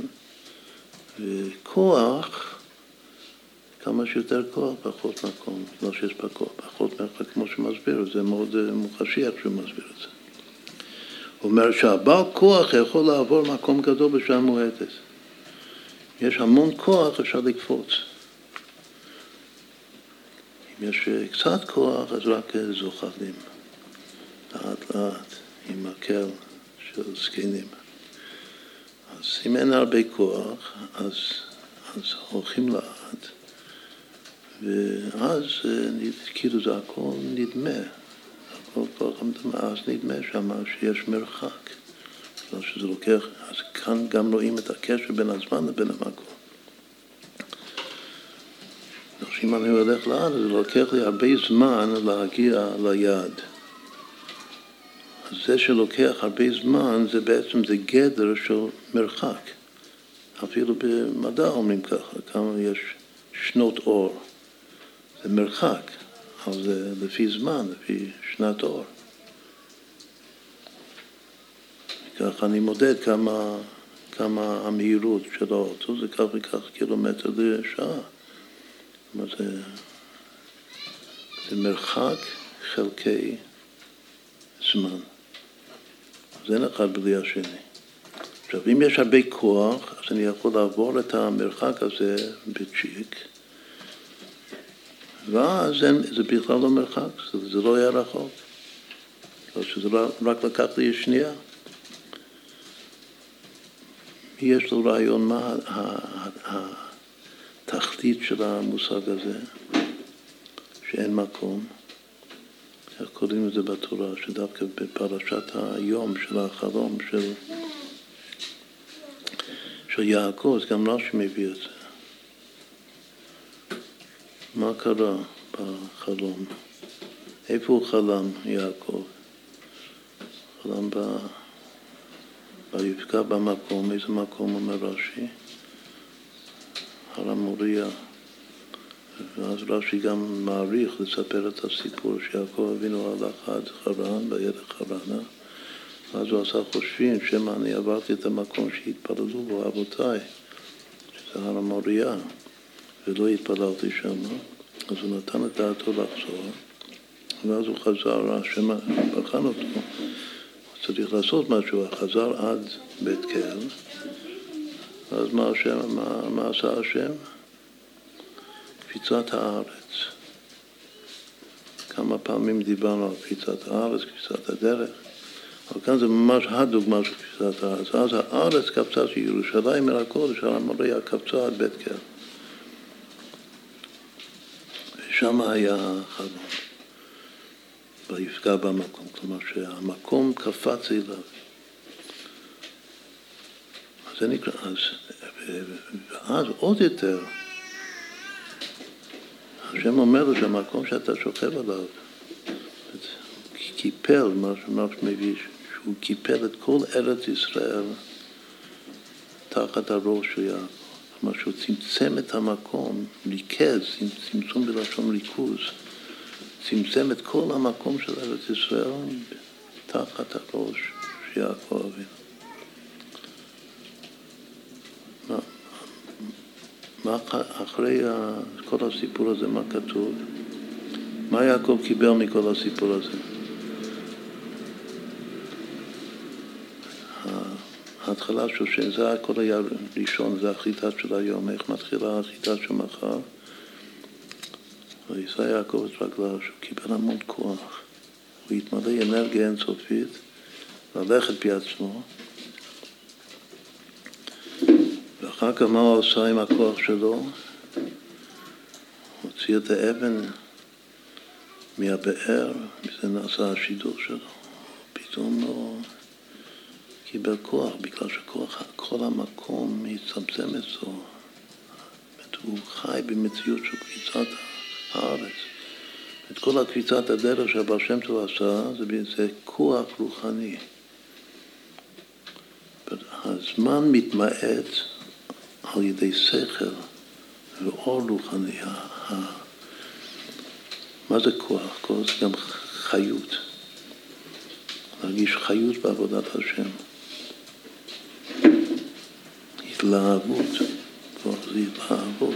וכוח, כמה שיותר כוח פחות מקום, לא שיש פחות מרחק כמו שמסביר, זה מאוד מוחשי איך שהוא מסביר את זה. הוא אומר שהבעל כוח יכול לעבור מקום גדול בשעה מועטת. יש המון כוח, אפשר לקפוץ. אם יש קצת כוח, אז רק זוחלים. לאט לאט, עם מקל של זקנים. אז אם אין הרבה כוח, אז הולכים לאט. ואז כאילו זה הכל נדמה. אז נדמה שמה שיש מרחק. בגלל שזה לוקח, אז כאן גם רואים את הקשר בין הזמן לבין המקום. אם אני הולך לאט, זה לוקח לי הרבה זמן להגיע ליעד. אז זה שלוקח הרבה זמן, זה בעצם זה גדר של מרחק. אפילו במדע אומרים ככה, כמה יש שנות אור. זה מרחק, אבל זה לפי זמן, לפי שנת אור. ככה אני מודד כמה המהירות של האוטו, זה כך וכך קילומטר לשעה. זה מרחק חלקי זמן. אז אין אחד בלי השני. עכשיו, אם יש הרבה כוח, אז אני יכול לעבור את המרחק הזה בצ'יק, ואז זה בכלל לא מרחק, זה לא היה רחוק. שזה רק לקח לי שנייה. יש לו רעיון מה התכלית של המושג הזה, שאין מקום. איך קוראים את זה בתורה, שדווקא בפרשת היום של החלום של יעקב, אז גם רש"י מביא את זה. מה קרה בחלום? איפה הוא חלם, יעקב? חלם ויפגע במקום, איזה מקום אומר רש"י? הר המוריה. ואז רש"י גם מעריך לספר את הסיפור שיעקב אבינו הלך עד חרן, בערך חרנה. אז הוא עשה חושבים שמא אני עברתי את המקום שהתפללו בו אבותיי, שזה הר המוריה, ולא התפללתי שם. אז הוא נתן את דעתו לחזור, ואז הוא חזר, השם בחן אותו, הוא צריך לעשות משהו, חזר עד בית קל. אז מה עשה השם? קפיצת הארץ. כמה פעמים דיברנו על קפיצת הארץ, קפיצת הדרך, אבל כאן זה ממש הדוגמה של קפיצת הארץ. אז הארץ קפצה שירושלים אל הקודש, הר המוריה קפצה עד בית קל. ושם היה חלום. ויפגע במקום, כלומר שהמקום קפץ אליו. אז זה נקרא, ואז עוד יותר, השם אומר לו שהמקום שאתה שוכב עליו, קיפל, מה שמביא, שהוא קיפל את כל ארץ ישראל תחת הראש של יעקב. כלומר שהוא צמצם את המקום, ריכז, צמצום בלשון ריכוז, צמצם את כל המקום של ארץ ישראל תחת הראש של יעקב אבינו. אחרי כל הסיפור הזה, מה כתוב? מה יעקב קיבל מכל הסיפור הזה? ההתחלה של זה הכל היה ראשון, זה החיטה של היום, איך מתחילה החיטה של מחר. וישא יעקב את רגליו, שהוא קיבל המון כוח, הוא התמלא אנרגיה אינסופית, ללכת בעצמו, ואחר כך מה הוא עושה עם הכוח שלו? הוא הוציא את האבן מהבאר, וזה נעשה השידור שלו. פתאום הוא קיבל כוח, בגלל שכוח, כל המקום הצטמצם אצלו. הוא חי במציאות של קפיצת הארץ. את כל הקפיצת הדרך שהבר שם טוב עשה, זה כוח רוחני. הזמן מתמעט על ידי שכל ואור רוחני. מה זה כוח? כוח זה גם חיות. להרגיש חיות בעבודת השם. התלהבות. כוח זה התלהבות.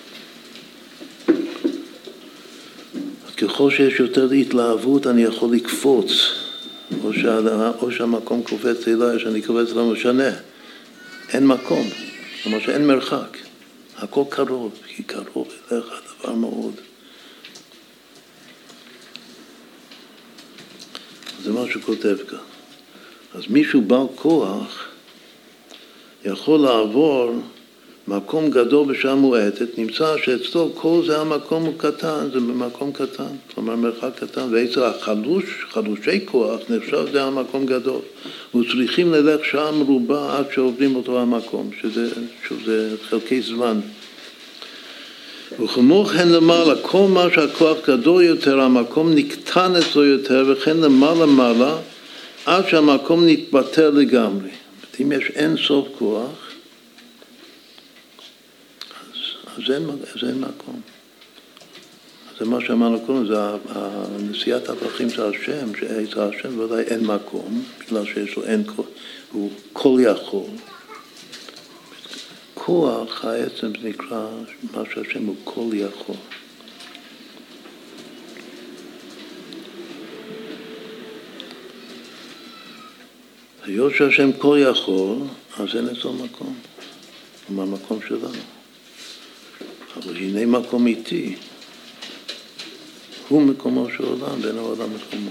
ככל שיש יותר התלהבות, אני יכול לקפוץ. או שהמקום קופץ אליי, שאני קופץ לא משנה. אין מקום. זאת אומרת שאין מרחק. הכל קרוב, כי קרוב אליך, דבר מאוד. זה מה שהוא כותב כאן. אז מישהו בעל כוח יכול לעבור מקום גדול בשעה מועטת, נמצא שאצלו כל זה המקום הוא קטן, זה במקום קטן, כלומר מרחק קטן, ואצל חלושי כוח נחשב זה המקום גדול. וצריכים ללך שעה מרובה עד שעוברים אותו המקום, שזה חלקי זמן. וכמו כן למעלה, כל מה שהכוח גדול יותר, המקום נקטן אצלו יותר, וכן למעלה, עד שהמקום נתבטל לגמרי. אם יש אין סוף כוח, אז אין מקום. זה מה שאמרנו קודם, זה נשיאת הפכים של השם, שאצל השם ודאי אין מקום, בגלל שיש לו אין כוח, הוא כל יכול. כוח העצם נקרא מה שהשם הוא כל יכול. היות שהשם כל יכול, אז אין אצלו מקום. הוא מהמקום שלנו. אבל הנה מקום איתי. הוא מקומו של עולם, בין העולם מקומו.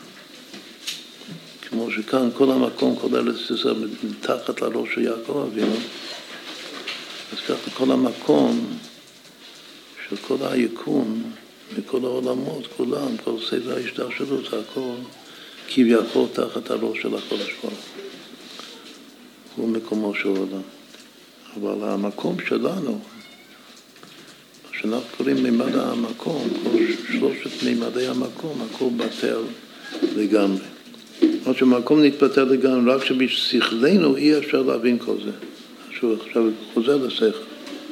כמו שכאן כל המקום, כל ארץ ישראל מתחת לראש של יעקב אבינו, אז ככה כל המקום של כל היקום, מכל העולמות, כולם, כל סדר ההשתלשלות, זה הכל כביכול תחת הראש של הקודש ברוך הוא מקומו של עולם. אבל המקום שלנו, שאנחנו קוראים מימד המקום, כל שלושת מימדי המקום, הכל בטל לגמרי. או שמקום נתפטר לגמרי, רק שבשכלנו אי אפשר להבין כל זה. עכשיו חוזר לשכל.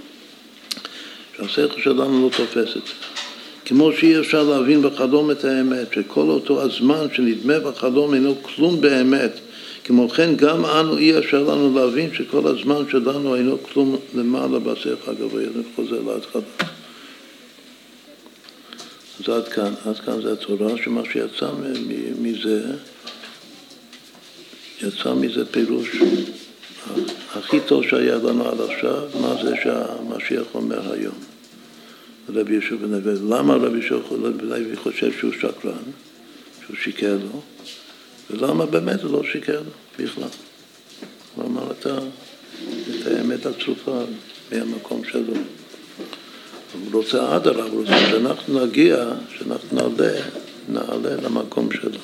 שהשכל שלנו לא תופס את זה. כמו שאי אפשר להבין בחלום את האמת, שכל אותו הזמן שנדמה בחלום אינו כלום באמת, כמו כן גם אנו אי אפשר לנו להבין שכל הזמן שלנו אינו כלום למעלה בשכל הגבוה. זה חוזר להתחלה. אז עד כאן זה התורה, שמה שיצא מזה, יצא מזה פירוש הכי טוב שהיה לנו עד עכשיו, מה זה שהמשיח אומר היום. רבי יהושע בן לוי. למה רבי יהושע בן לוי חושב שהוא שקרן, שהוא שיקר לו, ולמה באמת הוא לא שיקר לו בכלל. הוא אמר את האמת הצרופה מהמקום שלו. הוא רוצה אדרבה, הוא רוצה שאנחנו נגיע, שאנחנו נעלה למקום שלו.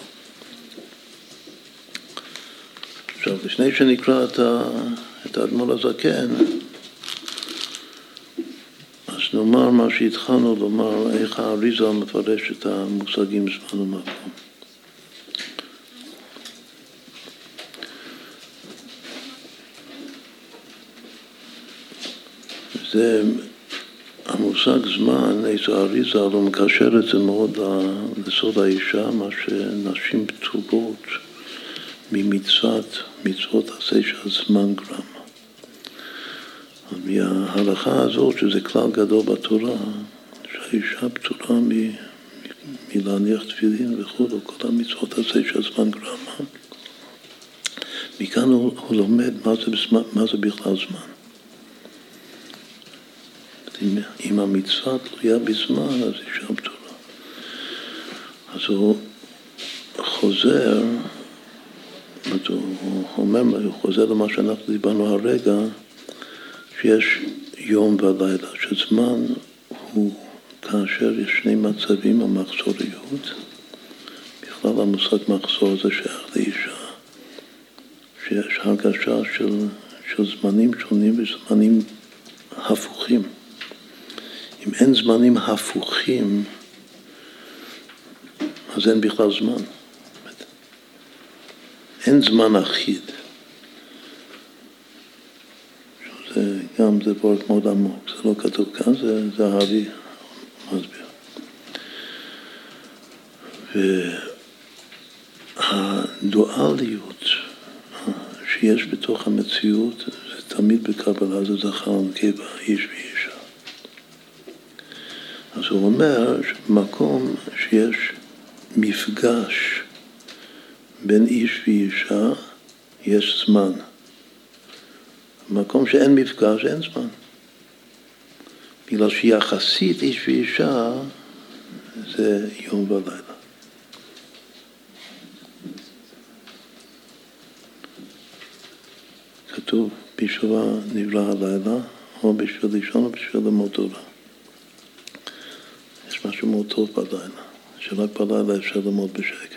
עכשיו, לפני שנקרא את האדמו"ר הזקן, אז נאמר מה שהתחלנו לומר, איך האריז"ל מפרש את המושגים זמן ומקום. זה המושג זמן, איזה האריז"ל, הוא מקשר את זה מאוד לסוד האישה, מה שנשים פטורות מצוות עשה שהזמן גרם. מההלכה הזאת, שזה כלל גדול בתורה, שהאישה פטורה מלהניח תפילין וכו', כל המצוות עשה שהזמן גרם. מכאן הוא לומד מה זה בכלל זמן. אם המצווה תלויה בזמן, אז אישה פטורה. אז הוא חוזר, הוא חוזר למה שאנחנו דיברנו הרגע, שיש יום ולילה, שזמן הוא כאשר יש שני מצבים, המחזוריות. בכלל המושג מחזור זה שייך לאישה, שיש הרגשה של זמנים שונים וזמנים הפוכים. אם אין זמנים הפוכים, אז אין בכלל זמן. אין זמן אחיד. זה גם זה פורק מאוד עמוק, זה לא כתוב כאן, זה הארי מסביר. והדואליות שיש בתוך המציאות, זה תמיד בקבלה, זה זכר ונקבה, איש ואישה. אז הוא אומר שבמקום שיש מפגש בין איש ואישה, יש זמן. במקום שאין מפגש, אין זמן. בגלל שיחסית איש ואישה זה יום ולילה. כתוב, בשבילה נברא הלילה, או בשביל לישון או בשביל ללמוד תורה. יש משהו מאוד טוב בלילה, שרק בלילה אפשר ללמוד בשקט.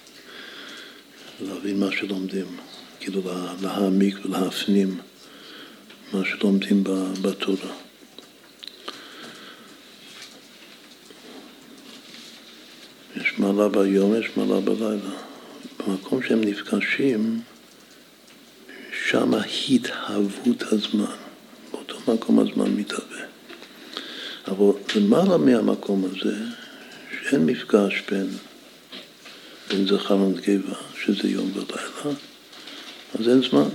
להבין מה שלומדים, כאילו להעמיק ולהפנים מה שלומדים בתורה. יש מעלה ביום, יש מעלה בלילה. במקום שהם נפגשים, שם התהוות הזמן. באותו מקום הזמן מתהווה. אבל למעלה מהמקום הזה, שאין מפגש בין זכר ונקבה, שזה יום ולילה, אז אין זמן.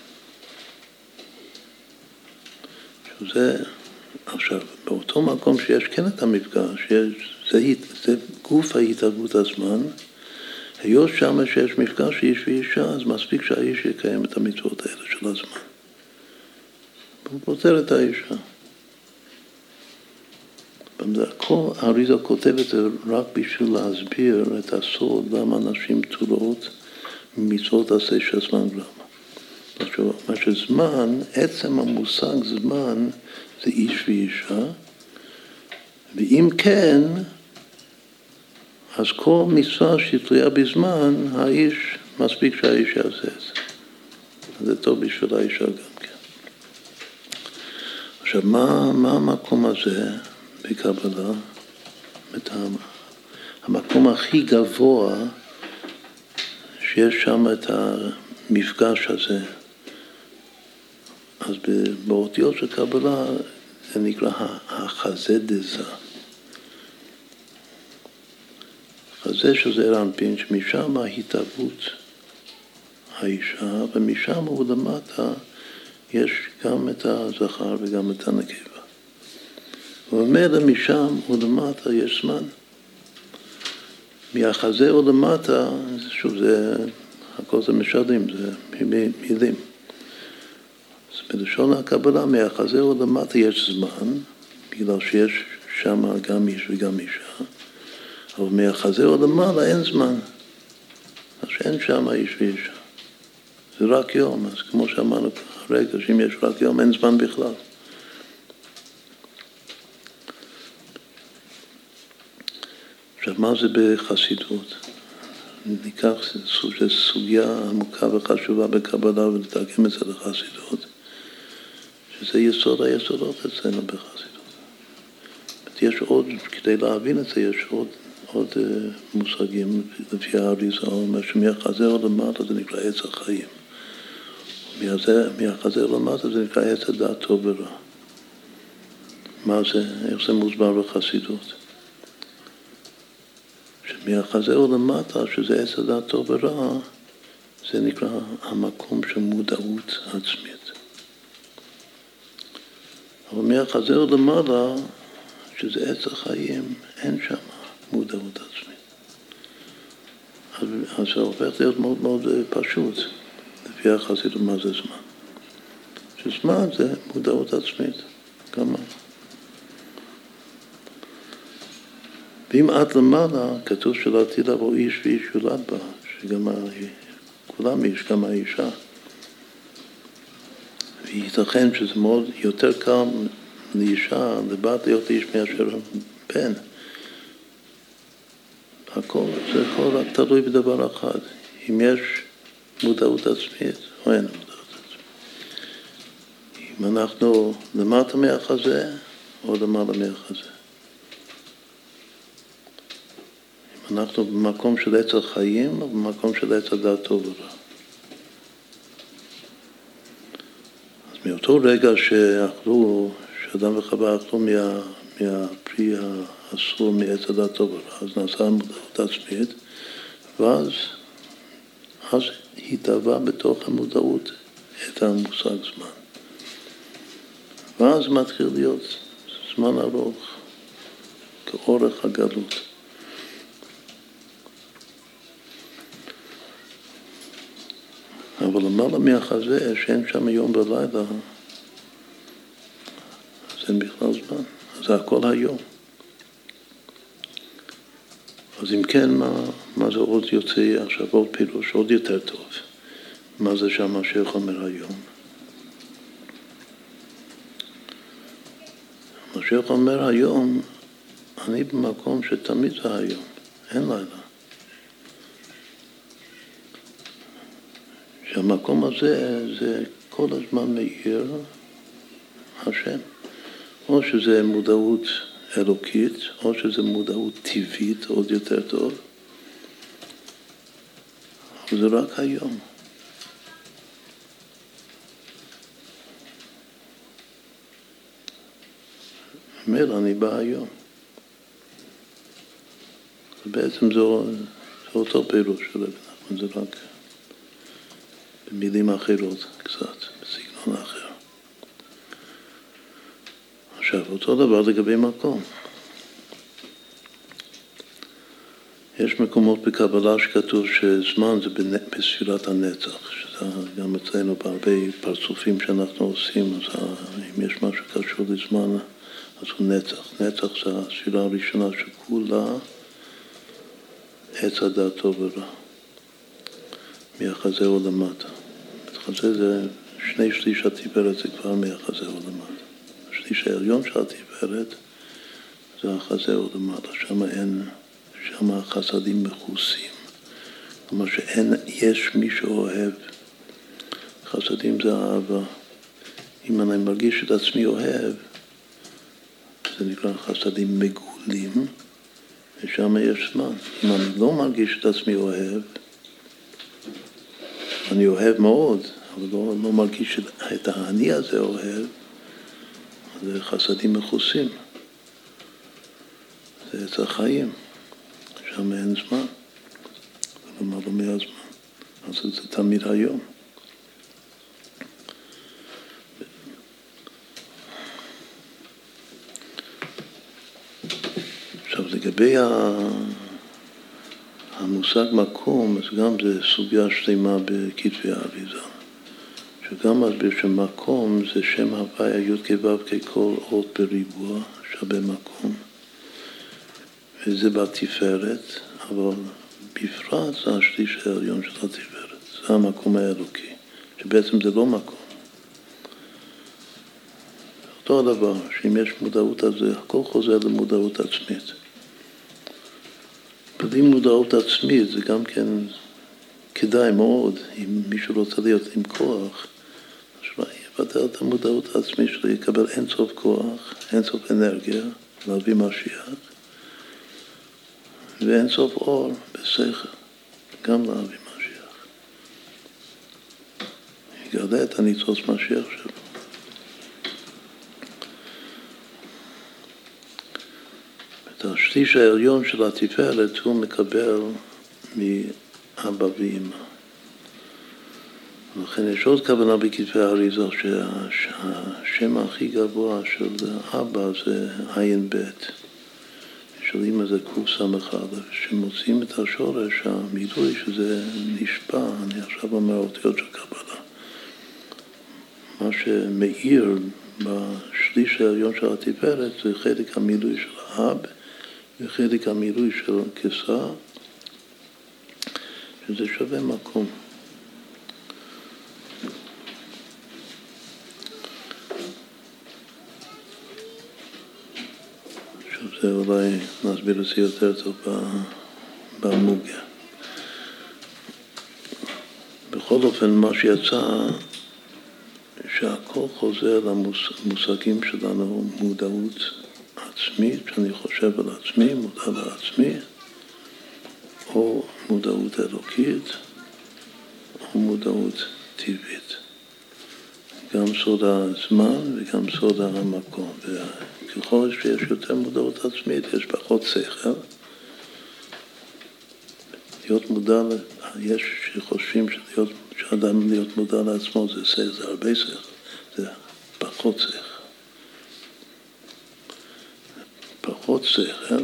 שזה, עכשיו, באותו מקום שיש כן את המפגש, זה גוף ההתהוות הזמן, היות שם שיש מפגש איש ואישה, אז מספיק שהאיש יקיים את המצוות האלה של הזמן. הוא פותר את האישה. כל האריז"ל כותב את זה רק בשביל להסביר את הסוד למה נשים פטורות ממצוות עשה שהזמן גרם. עכשיו, מה שזמן, עצם המושג זמן זה איש ואישה, ואם כן, אז כל מצווה שתלויה בזמן, האיש, מספיק שהאיש יעשה את זה. זה טוב בשביל האישה גם כן. עכשיו, מה המקום הזה בקבלה? המקום הכי גבוה שיש שם את המפגש הזה. אז באותיות של קבלה זה נקרא החזה דזה. חזה שזה רנפין, שמשם ההתהוות האישה, ומשם ולמטה יש גם את הזכר וגם את הנקבה. וממילא משם ולמטה יש זמן. מהחזה ולמטה, שוב, זה, הכל זה משלים, זה מילים. אז בלשון הקבלה, מהחזה ולמטה יש זמן, בגלל שיש שם גם איש וגם אישה, אבל מהחזה ולמעלה אין זמן, אז אין שם איש ואישה. זה רק יום, אז כמו שאמרנו הרגע, שאם יש רק יום, אין זמן בכלל. עכשיו, מה זה בחסידות? ניקח סוגיה עמוקה וחשובה בקבלה ולתרגם את זה לחסידות, שזה יסוד היסודות אצלנו בחסידות. יש עוד, כדי להבין את זה, יש עוד מושגים לפי האריזה, מה שמהחזה למטה זה נקרא עץ החיים. מהחזה למטה זה נקרא עץ הדעת טוב ורע. מה זה? איך זה מוסבר בחסידות? שמהחזה למטה, שזה עץ הדעת טוב ורע, זה נקרא המקום של מודעות עצמית. אבל מהחזה למעלה, שזה עץ החיים, אין שם מודעות עצמית. אז זה הופך להיות מאוד מאוד פשוט, לפי החסידות מה זה זמן. שזמן זה מודעות עצמית, כמה. ואם עד למעלה, כתוב שלעתיד לבוא איש ואיש יולד בה, שגם כולם איש, גם האישה. וייתכן שזה מאוד יותר קל לאישה, לבת להיות איש מאשר בן. הכל, זה הכל רק תלוי בדבר אחד. אם יש מודעות עצמית או אין מודעות עצמית. אם אנחנו למטה מהחזה או למעלה מהחזה. אם אנחנו במקום של עץ החיים או במקום של עץ הדעת טוב ורע. אז מאותו רגע שאכלו, שאדם וחווה אכלו מהפרי האסור מעץ הדעת טוב ורע, אז נעשה מודעות עצמית, ואז התהווה בתוך המודעות את המושג זמן. ואז מתחיל להיות זמן ארוך, כאורך הגלות. אבל למעלה מהחזה, שאין שם יום ולילה, אז אין בכלל זמן. אז זה הכל היום. אז אם כן, מה זה עוד יוצא עכשיו, עוד פירוש, עוד יותר טוב? מה זה שהמשיח אומר היום? המשיח אומר היום, אני במקום שתמיד זה היום, אין לילה. שהמקום הזה זה כל הזמן מאיר השם. או שזה מודעות אלוקית, או שזה מודעות טבעית, עוד יותר טוב. אבל זה רק היום. אומר, אני בא היום. בעצם זה אותו פירוש של רבי נחמן, זה רק במילים אחרות קצת, בסגנון אחר. עכשיו, אותו דבר לגבי מקום. יש מקומות בקבלה שכתוב שזמן זה בספירת הנצח, שזה גם אצלנו בהרבה פרצופים שאנחנו עושים, אז אם יש משהו קשור לזמן, אז הוא נצח. נצח זה הספירה הראשונה שכולה עץ הדעת טוב ורע, מהחזה או למטה. החזה זה 2/3 התפארת, זה כבר מהחזה או למטה. השליש העליון של התפארת זה החזה או למטה, שם החסדים מכוסים. כלומר יש מי שאוהב. חסדים זה אהבה. אם אני מרגיש את עצמי אוהב, זה נקרא חסדים מגולים, ושם יש זמן. אם אני לא מרגיש את עצמי אוהב, שאני אוהב מאוד, אבל לא מרגיש את האני הזה אוהב, זה חסדים מכוסים. זה עץ החיים, שם אין זמן, כלומר לא מהזמן, אז זה תמיד היום. עכשיו לגבי המושג מקום, אז גם זה סוגיה שלמה בכתבי האריזה, שגם מסביר שמקום זה שם הוויה י' כו' ככל אות בריבוע שווה מקום, וזה בתפארת, אבל בפרט זה השליש העליון של התפארת, זה המקום האלוקי, שבעצם זה לא מקום. אותו הדבר, שאם יש מודעות על זה, הכל חוזר למודעות עצמית. בלי מודעות עצמית זה גם כן כדאי מאוד, אם מישהו רוצה להיות עם כוח, שלא יבטל את המודעות העצמית שלו, יקבל אינסוף כוח, אינסוף אנרגיה, להביא משיח, ואינסוף אור בשכל, גם להביא משיח. יגלה את הניצוץ משיח שלו. את השליש העליון של התפארת הוא מקבל מאבא ואמא. ולכן יש עוד כוונה בכתבי האריזה שהשם הכי גבוה של אבא זה עין בית. של אמא זה קוף סמך א', שמוצאים את השורש המילוי שזה נשפע, אני עכשיו אומר אותיות של קבלה. מה שמאיר בשליש העליון של התפארת זה חלק המילוי של האב וחלק המילוי של כסה, שזה שווה מקום. עכשיו זה אולי נסביר את זה יותר טוב במוגיה. בכל אופן מה שיצא שהכל חוזר למושגים שלנו, מודעות עצמית, שאני חושב על עצמי, מודע לעצמי, או מודעות אלוקית, או מודעות טבעית. גם סוד הזמן וגם סוד המקום. וככל שיש יותר מודעות עצמית, יש פחות שכל. להיות מודע, יש שחושבים שאדם להיות מודע לעצמו זה שכל, זה הרבה שכל, זה פחות שכל. פחות שכל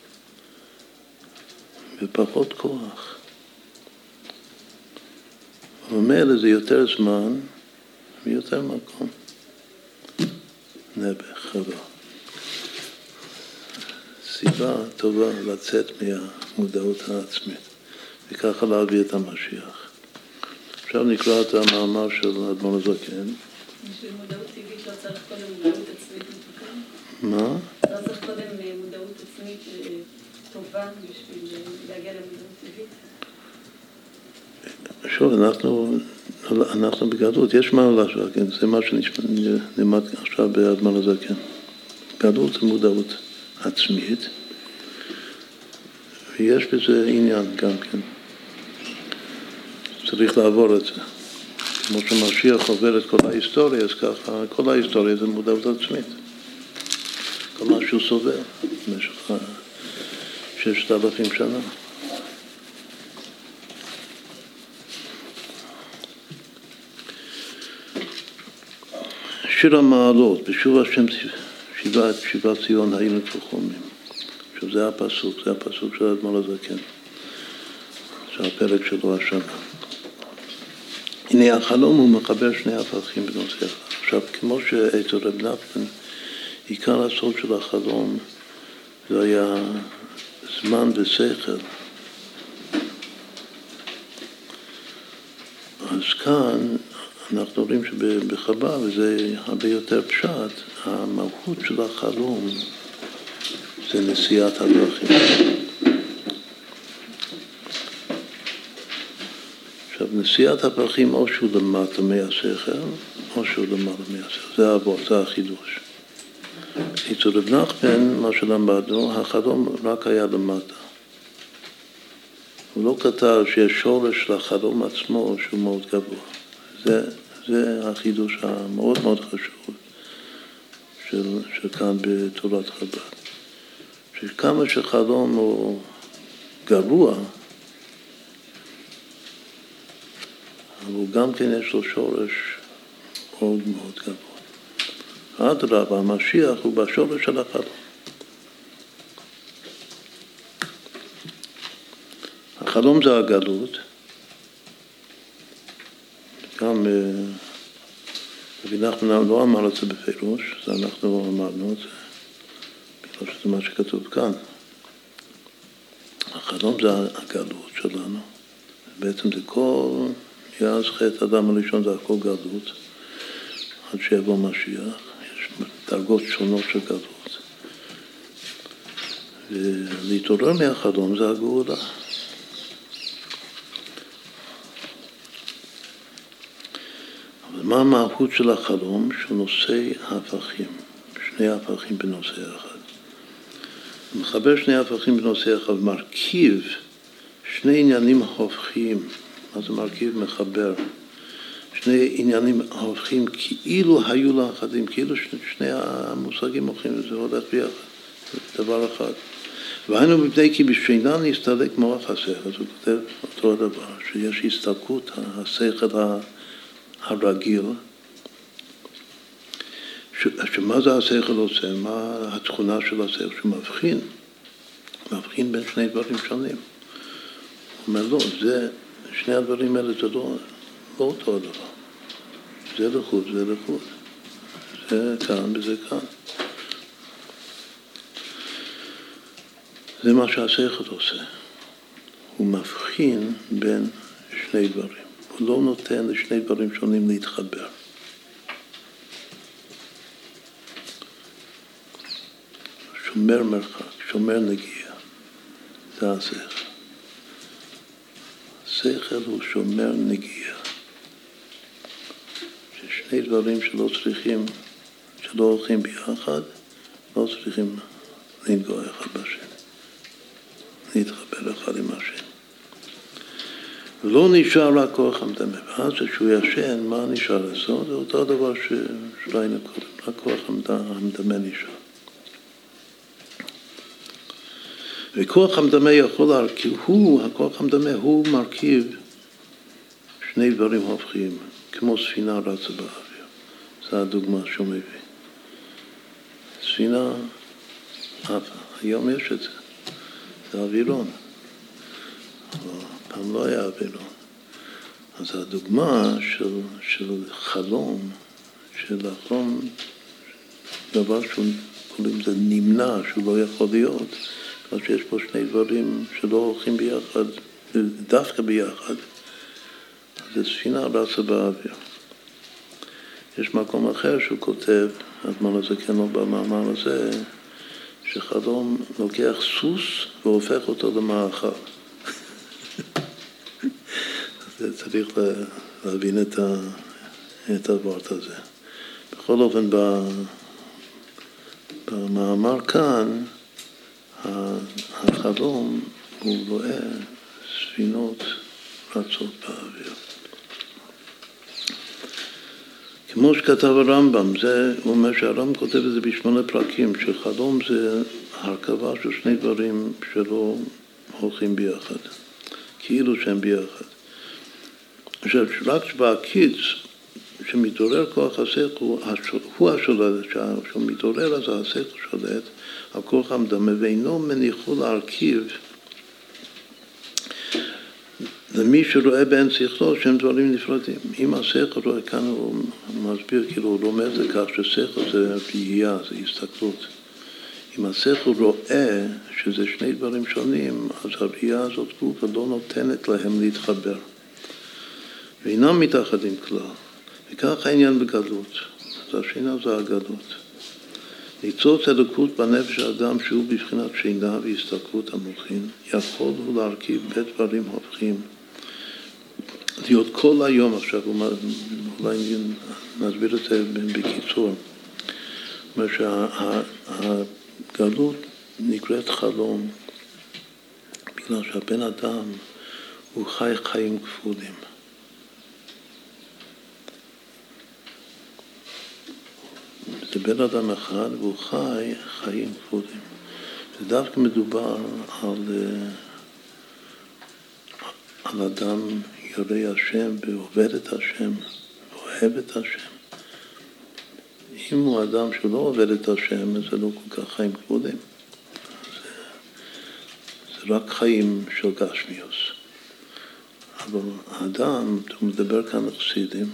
ופחות כוח. ומילא זה יותר זמן ויותר מקום. נעבך, חבל. סיבה טובה לצאת מהמודעות העצמית, וככה להביא את המשיח. עכשיו נקרא את המאמר של אדמו"ר הזקן. בשביל מודעות טבעית לא צריך קודם מודעות עצמית מתוקה? מה? לא צריך קודם מודעות עצמית טובה בשביל להגיע למודעות טבעית? שוב, אנחנו בגדלות, יש מה לעשות, זה מה שנלמד עכשיו באדמו"ר הזקן. גדלות זה מודעות עצמית, ויש בזה עניין גם כן. צריך לעבור את זה. כמו שמשיח עובר את כל ההיסטוריה, אז ככה, כל ההיסטוריה זה מודעות עצמית. כל מה שהוא סובל במשך 6,000 שנה. שיר המעלות, בשוב השם שיבת ציון היינו כחומים. עכשיו זה הפסוק של אדמו"ר הזקן. זה הפרק שלו השנה. הנה החלום הוא מחבר שני הפכים בנושא אחד. עכשיו, כמו שאצל רב נחמן, עיקר הסוד של החלום זה היה זמן ושכל. אז כאן אנחנו רואים שבחב"ד, וזה הרבה יותר פשט, המהות של החלום זה נשיאת הדרכים. עכשיו, נשיאת הפרחים או שהוא למטה מהשכל, או שהוא למעלה מהשכל. זה העבור, זה החידוש. אצל רב נחמן, מה שלמדנו, החלום רק היה למטה. הוא לא כתב שיש שורש לחלום עצמו שהוא מאוד גבוה. זה החידוש המאוד מאוד חשוב של כאן בתורת חב"ד. שכמה שחלום הוא גבוה, אבל הוא גם כן יש לו שורש מאוד מאוד גבוה. אדרבה, המשיח הוא בשורש של החלום. החלום זה הגלות. גם רבי נחמן לא אמר את זה בפירוש, זה אנחנו אמרנו את זה, בגלל שזה מה שכתוב כאן. החלום זה הגלות שלנו. בעצם זה כל, מאז חטא אדם הראשון זה הכל גלות, עד שיבוא משיח. יש דרגות שונות של גלות. ולהתעורר מהחלום זה הגאולה. מה המהות של החלום? שהוא נושא הפכים, שני הפכים בנושא אחד. הוא מחבר שני הפכים בנושא אחד, מרכיב שני עניינים הופכיים. מה זה מרכיב? מחבר. שני עניינים הופכים כאילו היו לאחדים, כאילו שני המושגים הופכים, זה הולך ביחד, זה דבר אחד. והיינו מפני כי בשינה נסתלק מוח השכל, אז הוא כותב אותו הדבר, שיש הסתלקות השכל הרגיל, שמה זה השכל עושה? מה התכונה של השכל? שהוא מבחין בין שני דברים שונים. הוא אומר, לא, שני הדברים האלה זה לא אותו הדבר. זה לחוד, זה לחוד. זה כאן וזה כאן. זה מה שהשכל עושה. הוא מבחין בין שני דברים. הוא לא נותן לשני דברים שונים להתחבר. שומר מרחק, שומר נגיעה. זה השכל. השכל הוא שומר נגיעה. ששני דברים שלא הולכים ביחד, לא צריכים לנגוע אחד בשני. להתחבר אחד עם השני. לא נשאר רק כוח המדמה, ואז כשהוא ישן, מה נשאר לעשות? זה אותו דבר שראינו קודם, רק כוח המדמה נשאר. וכוח המדמה יכול להרכיב, הכוח המדמה הוא מרכיב שני דברים הופכים, כמו ספינה רצה באוויר. זו הדוגמה שהוא מביא. ספינה עפה, היום יש את זה, זה אווירון. פעם לא היה אווירון. אז הדוגמה של חלום, של החלום, דבר שהוא קוראים לזה נמנע, שהוא לא יכול להיות, אז שיש פה שני דברים שלא הולכים ביחד, דווקא ביחד, אז זה ספינה רצה באוויר. יש מקום אחר שהוא כותב, אדמו"ר הזקן לו במאמר הזה, שחלום לוקח סוס והופך אותו למאכל. צריך להבין את הדבר הזה. בכל אופן, במאמר כאן, החלום הוא רואה ספינות רצות באוויר. כמו שכתב הרמב"ם, הוא אומר שהרמב"ם כותב את זה ב8 פרקים, שחלום זה הרכבה של שני דברים שלא הולכים ביחד, כאילו שהם ביחד. עכשיו, רק בהקיץ, שמתעורר כוח השכל, הוא השולט, כשהוא מתעורר אז השכל שולט, הכוח המדמה, ואינו מניחו להרכיב למי שרואה בין שכלו שהם דברים נפרדים. אם השכל רואה, כאן הוא מסביר, כאילו הוא רומז לכך ששכל זה ראייה, זה הסתכלות. אם השכל רואה שזה שני דברים שונים, אז הראייה הזאת גופה לא נותנת להם להתחבר. ואינם מתאחדים כלל. וכך העניין בגלות. אז השינה זה הגלות. ניצוץ אלוקות בנפש האדם שהוא בבחינת שינה והסתכלות המוחין, יכול הוא להרכיב בית דברים הופכים. להיות כל היום, עכשיו אולי נסביר את זה בקיצור. זאת אומרת שהגלות נקראת חלום, בגלל שהבן אדם הוא חי חיים כפולים. זה בן אדם אחד והוא חי חיים כפולים. זה דווקא מדובר על אדם ירא השם ועובד את השם, אוהב את השם. אם הוא אדם שלא עובד את השם, זה לא כל כך חיים כפולים. זה רק חיים של גשמיוס. אבל האדם, הוא מדבר כאן לחסידים,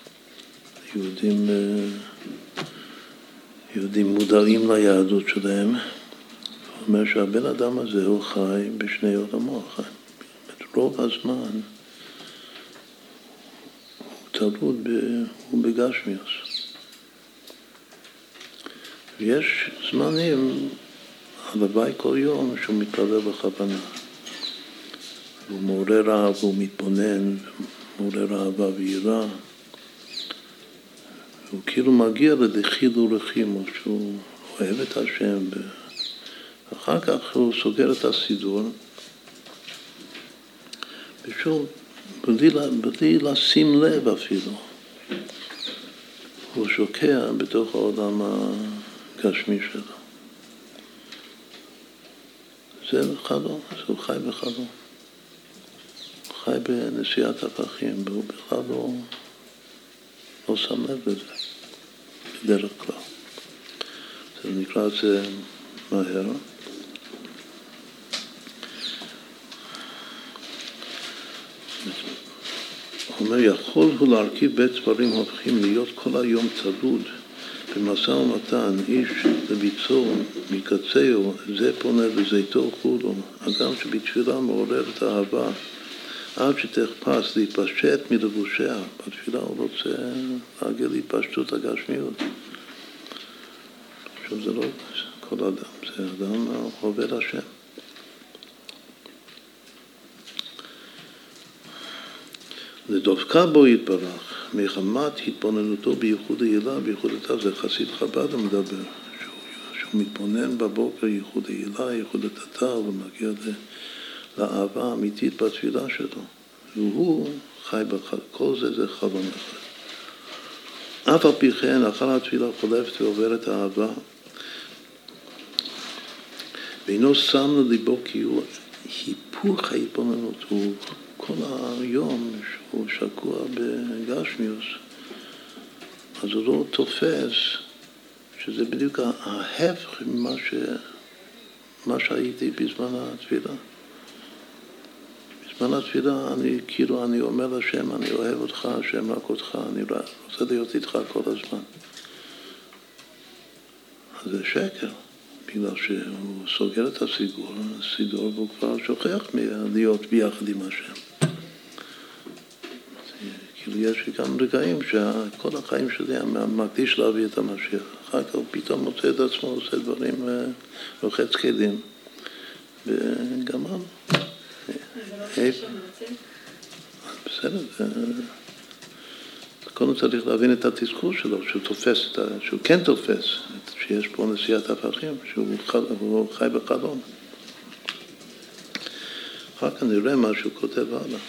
יהודים מודעים ליהדות שלהם, הוא אומר שהבן אדם הזה הוא חי בשני עולמות, חי. רוב הזמן הוא תלוד בגשמיוס. ויש זמנים, הלוואי כל יום, שהוא מתפלל בכוונה. הוא מעורר רעב, הוא מתבונן, מעורר אהבה ויראה. הוא כאילו מגיע לדחיל ורחימו, שהוא אוהב את השם. אחר כך הוא סוגר את הסידור, ושוב, בלי לשים לב אפילו. הוא שוקע בתוך העולם הגשמי שלו. זה חלום, הוא חי בחלום. הוא חי בנסיעת הפכים, והוא בכלל לא שם לב לזה, בדרך כלל. זה נקרא את זה מהר. הוא אומר, יכול הוא להרכיב בית דברים הופכים להיות כל היום צלוד במשא ומתן, איש לביצו מקצהו, זה פונה לזיתו חולו, אדם שבתפילה מעורר את האהבה, עד שתחפש להתפשט מלבושיה. בתפילה הוא רוצה להגיע להתפשטות הגשמיות. עכשיו זה לא כל אדם, זה אדם עובד השם. לדופקה בו יתברך, מחמת התבוננותו בייחוד הילה, בייחוד התא, זה חסיד חב"ד המדבר, שהוא מתבונן בבוקר ייחוד הילה, ייחוד התא, ומגיע לאהבה האמיתית בתפילה שלו. והוא חי בחלום, כל זה חלום אחד. אף על פי כן, אחר התפילה חולפת ועוברת האהבה, ואינו שם לליבו כי הוא היפוך ההתבוננות, הוא כל היום שהוא שקוע בגשמיוס, אז הוא לא תופס שזה בדיוק ההפך ממה שהייתי בזמן התפילה. בזמן התפילה אני אומר לשם, אני אוהב אותך, השם רק אותך, אני רוצה להיות איתך כל הזמן. אז זה שקר, בגלל שהוא סוגר את הסידור והוא כבר שוכח להיות ביחד עם השם. כאילו יש גם רגעים שכל החיים שלי מקדיש להביא את המשיח. אחר כך פתאום מוצא את עצמו, עושה דברים רוחץ כלים. וגמרנו. בסדר, קודם צריך להבין את התזכור שלו, שהוא כן תופס, שיש פה נשיאת הפכים, שהוא חי בחלום. אחר כך נראה מה שהוא כותב הלאה.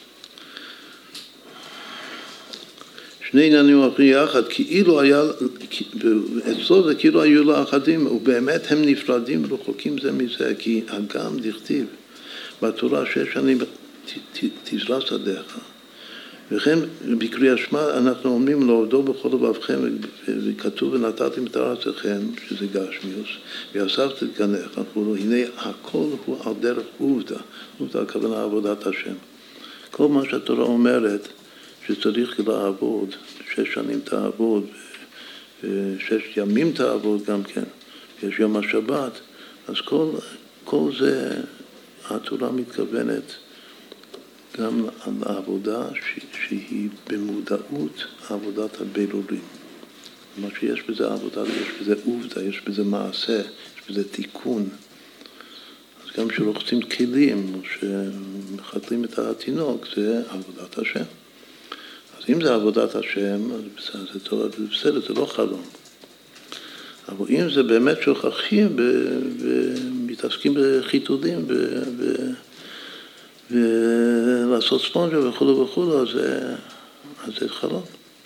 שני עניינים אחרים יחד, כאילו היה, אצלו זה כאילו היו לו אחדים, ובאמת הם נפרדים ורחוקים זה מזה, כי הגם דכתיב בתורה 6 שנים תזרע שדך. וכן בקריאת שמע אנחנו אומרים לעובדו בכל לבבכם, וכתוב ונתתם את ארצכם, שזה גשמיוס, ואספת את גנך, הנה הכל הוא על דרך עובדה, עובדה הכוונה עבודת השם. כל מה שהתורה אומרת שצריך לעבוד, 6 שנים תעבוד, 6 ימים תעבוד גם כן, יש יום השבת, אז כל זה התורה מתכוונת גם על העבודה שהיא במודעות עבודת הבירורים. מה שיש בזה עבודה, יש בזה עובדה, יש בזה מעשה, יש בזה תיקון. אז גם כשרוחצים כלים או שמחתלים את התינוק, זה עבודת השם. אז אם זה עבודת השם, אז זה טוב, בסדר, זה לא חלום. אבל אם זה באמת שוכחים ומתעסקים בחיתולים ולעשות ספונג'ה וכו', אז זה חלום.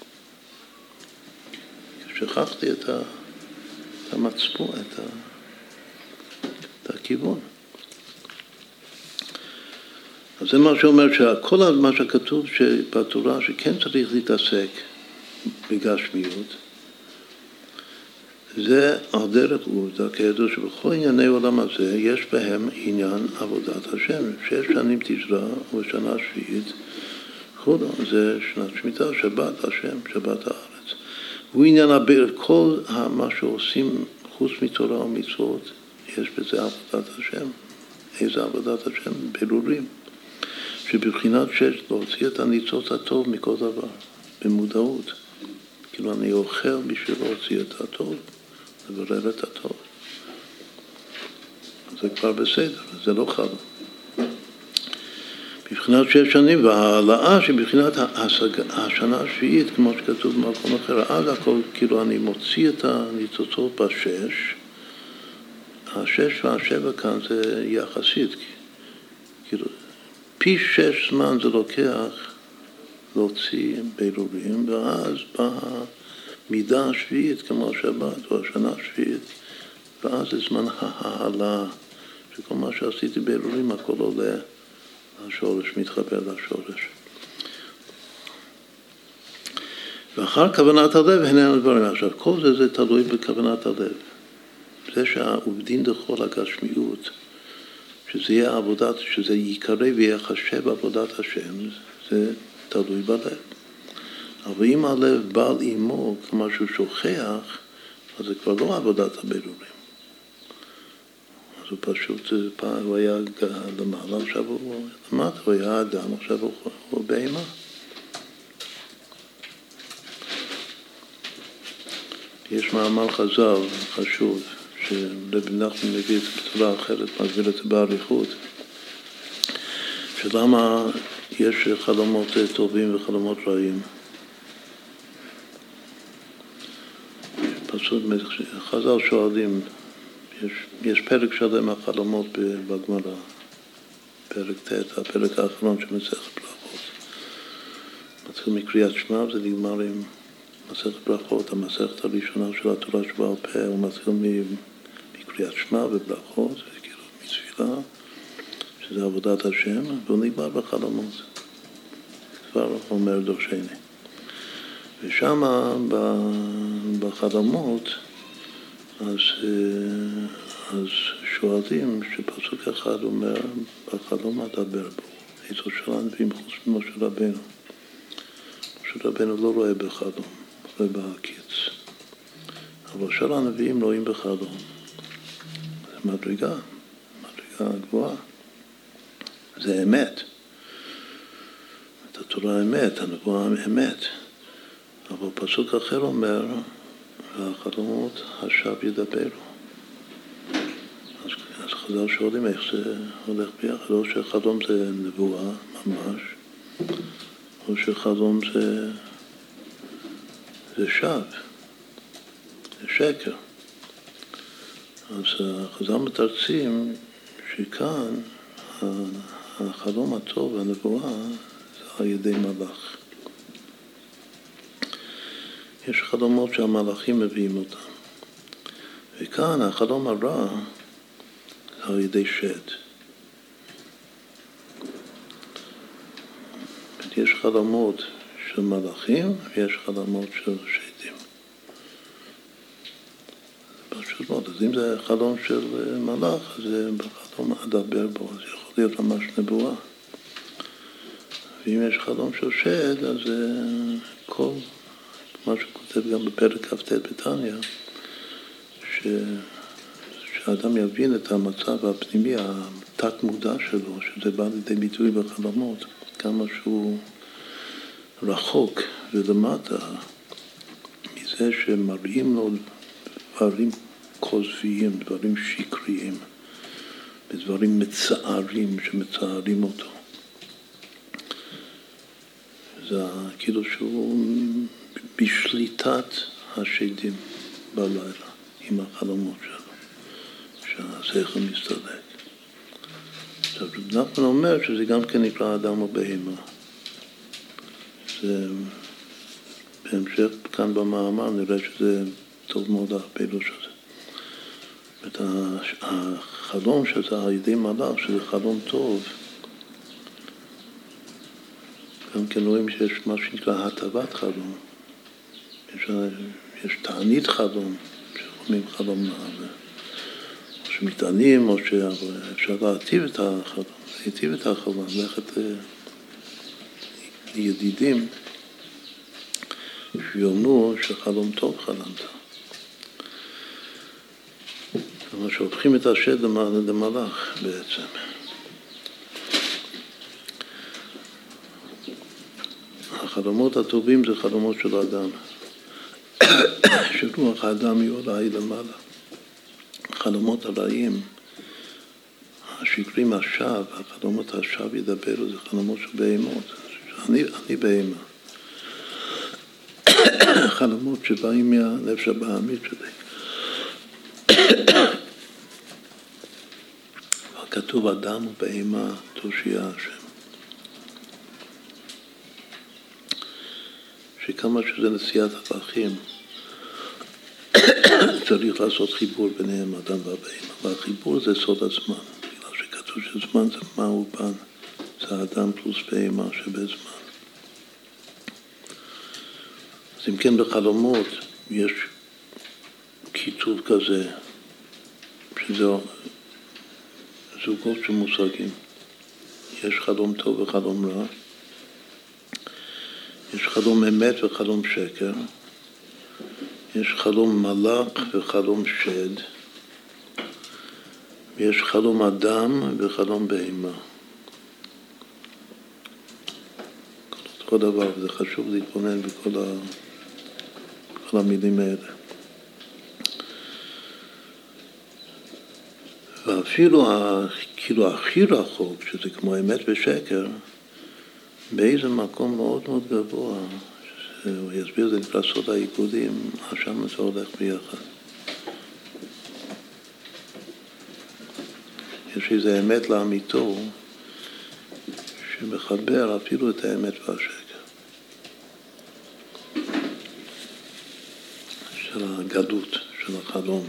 שכחתי את המצפון, את הכיוון. אז זה מה שאומר שכל מה שכתוב בתורה שכן צריך להתעסק בגשמיות, זה על דרך עובדה, כידוע שבכל ענייני עולם הזה יש בהם עניין עבודת השם. 6 שנים תשרה ובשנה שביעית, זה שנת שמיטה, שבת השם, שבת הארץ. הוא עניין כל מה שעושים חוץ מתורה ומצוות, יש בזה עבודת השם. איזה עבודת השם? ברורים. שבבחינת 6 להוציא את הניצוץ הטוב מכל דבר, במודעות. כאילו אני אוכל בשביל להוציא את הטוב, לברר את הטוב. זה כבר בסדר, זה לא חלום. בבחינת 6 שנים, וההעלאה שבבחינת השנה השביעית, כמו שכתוב במקום אחר, אז הכל, כאילו אני מוציא את הניצוצות ב6, 6 וה7 כאן זה יחסית, כאילו, פי 6 זמן זה לוקח להוציא ברורים, ואז באה מידה השביעית, כמו השבת או השנה השביעית, ואז זה זמן ההעלה, שכל מה שעשיתי ברורים, הכל עולה לשורש, מתחבר לשורש. ואחר כוונת הלב, הנה הדברים. עכשיו, כל זה תלוי בכוונת הלב. זה שהעובדין דכל הגשמיות, שזה יהיה עבודת, שזה יקרא ויחשב עבודת השם, זה תלוי בלב. אבל אם הלב בא עמו, כלומר שהוא שוכח, אז זה כבר לא עבודת הבירורים. אז הוא פשוט, פעם הוא היה למעלה, עכשיו הוא למטה, הוא היה אדם, עכשיו הוא בהמה. יש מאמר חז"ל חשוב, שרבי נחמן מביא את זה בצורה אחרת, מסביר את זה באריכות, שלמה יש חלומות טובים וחלומות רעים. פשוט חז"ל שואלים, יש פרק שלם החלומות בגמרא, פרק ט', הפרק האחרון של מסכת ברכות. מתחיל מקריאת שמע וזה נגמר עם מסכת ברכות, המסכת הראשונה של התורה שבעל פה, הוא מתחיל מקריאת שמע וברכות, וכאילו מתפילה, שזה עבודת השם, והוא נגמר בחלומות. כבר אומר דורשני. ושם בחלומות, אז שואלים שפסוק אחד אומר, בחלום אדבר בו, איזו של הנביאים חוץ ממשה רבנו. משה רבנו לא רואה בחלום, רואה בהקיץ. אבל של הנביאים רואים בחלום. זה מדרגה גבוהה. זה אמת. את התורה אמת, הנבואה אמת. אבל פסוק אחר אומר, והחלומות השב ידברו. אז חז"ל שואלים איך זה הולך ביחד, או שחלום זה נבואה ממש, או שחלום זה שב, זה שקר. אז חז"ל מתרצים שכאן החלום הטוב והנבואה זה על ידי מלאך. יש חלומות שהמלאכים מביאים אותם. וכאן החלום הרע זה על ידי שד. יש חלומות של מלאכים ויש חלומות של שדים. זה פשוט מאוד. אז אם זה חלום של מלאך, אז זה בחלום אדבר בו, אז יכול להיות ממש נבואה. ואם יש חלום של שד, אז כל מה שכותב גם בפרק כ"ט בתניא, שהאדם יבין את המצב הפנימי, התת מודע שלו, שזה בא לידי ביטוי בחלומות, כמה שהוא רחוק ולמטה מזה שמראים לו דברים כוזביים, דברים שקריים, ודברים מצערים שמצערים אותו. זה כאילו שהוא בשליטת השדים בלילה עם החלומות שלו, שהשכל מסתלק. עכשיו, נחמן אומר שזה גם כן נקרא אדם או בהמה. זה בהמשך כאן במאמר נראה שזה טוב מאוד הפילוש הזה. החלום שזה על ידי מלאך, שזה חלום טוב, גם כן רואים שיש מה שנקרא הטבת חלום. יש תענית חלום, שחולמים חלום נעלה. או שמתענים, או שאפשר להטיב את החלום, להטיב את החלום, ללכת לידידים שיאמרו שחלום טוב חלמת. כלומר שהופכים את השד למלאך בעצם. החלומות הטובים זה חלומות של האדם. שרוח האדם היא עולה למעלה. החלומות הרעים, השקרים השווא, החלומות השווא ידברו, זה חלומות של בהמות. אני בהמה. חלומות שבאים מהנפש הבהמית שלי. כתוב אדם ובהמה תושיע השם. שכמה שזה נשיאת הדרכים, צריך לעשות חיבור ביניהם, אדם והבהמה. והחיבור זה סוד הזמן, בגלל שכתוב שזמן זה מהו בן, זה אדם פלוס בהמה שבזמן. אז אם כן בחלומות יש כיתוב כזה, שזה זוגות של מושגים. יש חלום טוב וחלום רע, יש חלום אמת וחלום שקר, יש חלום מלאך וחלום שד, ויש חלום אדם וחלום בהמה. כל דבר, וזה חשוב להתבונן בכל המילים האלה. ואפילו כאילו הכי רחוק, שזה כמו אמת ושקר, באיזה מקום מאוד מאוד גבוה, הוא יסביר, זה נקרא סוד העיגולים, שם זה הולך ביחד. יש איזה אמת לאמיתו, שמחבר אפילו את האמת והשקר. של הגדות, של החלום.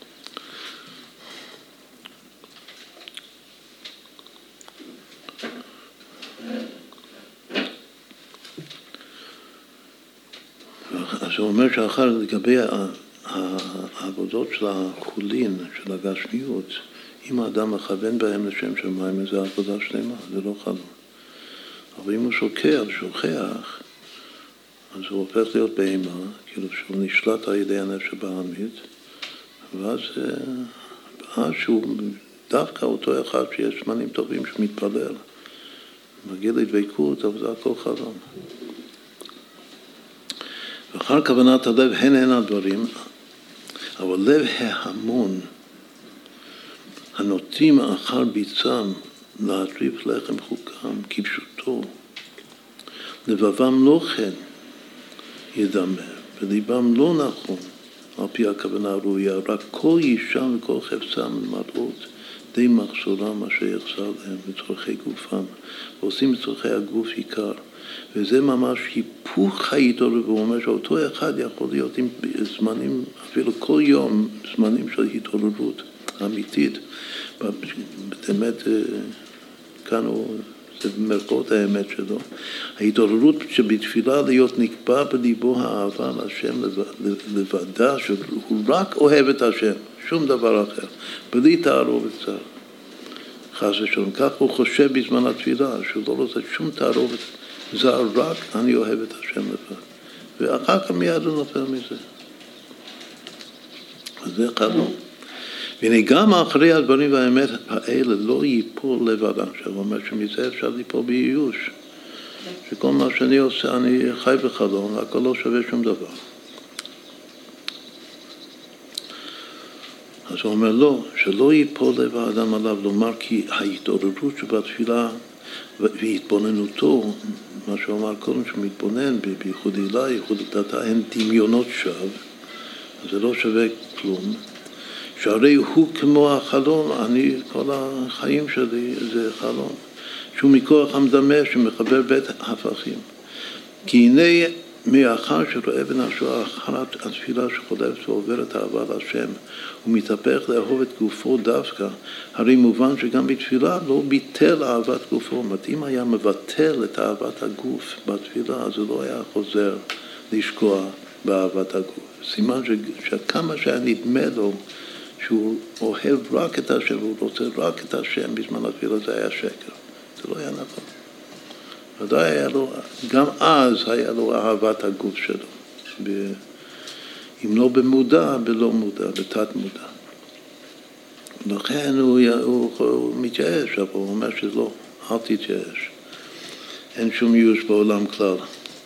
אז הוא אומר שאחר לגבי העבודות של החולין, של הגשמיות, אם האדם מכוון בהם לשם שמיים, זה עבודה שלמה, זה לא חלום. אבל אם הוא שוכח, אז הוא הופך להיות בהמה, כאילו שהוא נשלט על ידי הנפש הבהמית, ואז שהוא דווקא אותו אחד שיש זמנים טובים שמתפלל, מגיע לדבקות, אבל זה הכל חלום. ואחר כוונת הלב הן הדברים, אבל לב ההמון, הנוטים אחר ביצם להטריף לחם חוקם כפשוטו, לבבם לא כן ידמה, וליבם לא נכון, על פי הכוונה הראויה, רק כל אישם וכל חפצם למראות די מחסורם אשר יחסר להם בצורכי גופם, ועושים בצורכי הגוף עיקר. וזה ממש היפוך ההתעוררות, והוא אומר שאותו אחד יכול להיות עם זמנים, אפילו כל יום, זמנים של התעוררות אמיתית. באמת, כאן זה במרכאות האמת שלו. ההתעוררות שבתפילה להיות נקבע בליבו האהבה להשם לבדה, שהוא רק אוהב את השם, שום דבר אחר, בלי תערובת צער. חס ושלום, כך הוא חושב בזמן התפילה, שהוא לא רוצה שום תערובת זר, רק אני אוהב את השם לבד. ואחר כך מיד הוא נופל מזה. אז זה חלום. והנה גם אחרי הדברים והאמת האלה לא ייפול לבדם. עכשיו הוא אומר שמזה אפשר ליפול בייאוש. שכל מה שאני עושה, אני חי בחלום, הכל לא שווה שום דבר. אז הוא אומר לא, שלא ייפול לב האדם עליו, לומר כי ההתעוררות שבתפילה והתבוננותו, מה שהוא אמר קודם, שהוא מתבונן בייחוד הילה, ייחוד דתה, הן דמיונות שווא, אז זה לא שווה כלום. שהרי הוא כמו החלום, אני, כל החיים שלי זה חלום, שהוא מכוח המדמה שמחבר בית הפכים. כי הנה מאחר שרואה בנפשו אחר התפילה שחולפת ועוברת אהבה להשם, הוא מתהפך לאהוב את גופו דווקא, הרי מובן שגם בתפילה לא ביטל אהבת גופו. אם היה מבטל את אהבת הגוף בתפילה, אז הוא לא היה חוזר לשקוע באהבת הגוף. סימן שכמה שהיה נדמה לו שהוא אוהב רק את השם, והוא רוצה רק את השם בזמן התפילה, זה היה שקר. זה לא היה נכון. ודאי היה לו, גם אז היה לו אהבת הגוף שלו, אם לא במודע, בלא מודע, בתת מודע. לכן הוא מתייאש, אבל הוא אומר שלא, אל תתייאש. אין שום ייאוש בעולם כלל.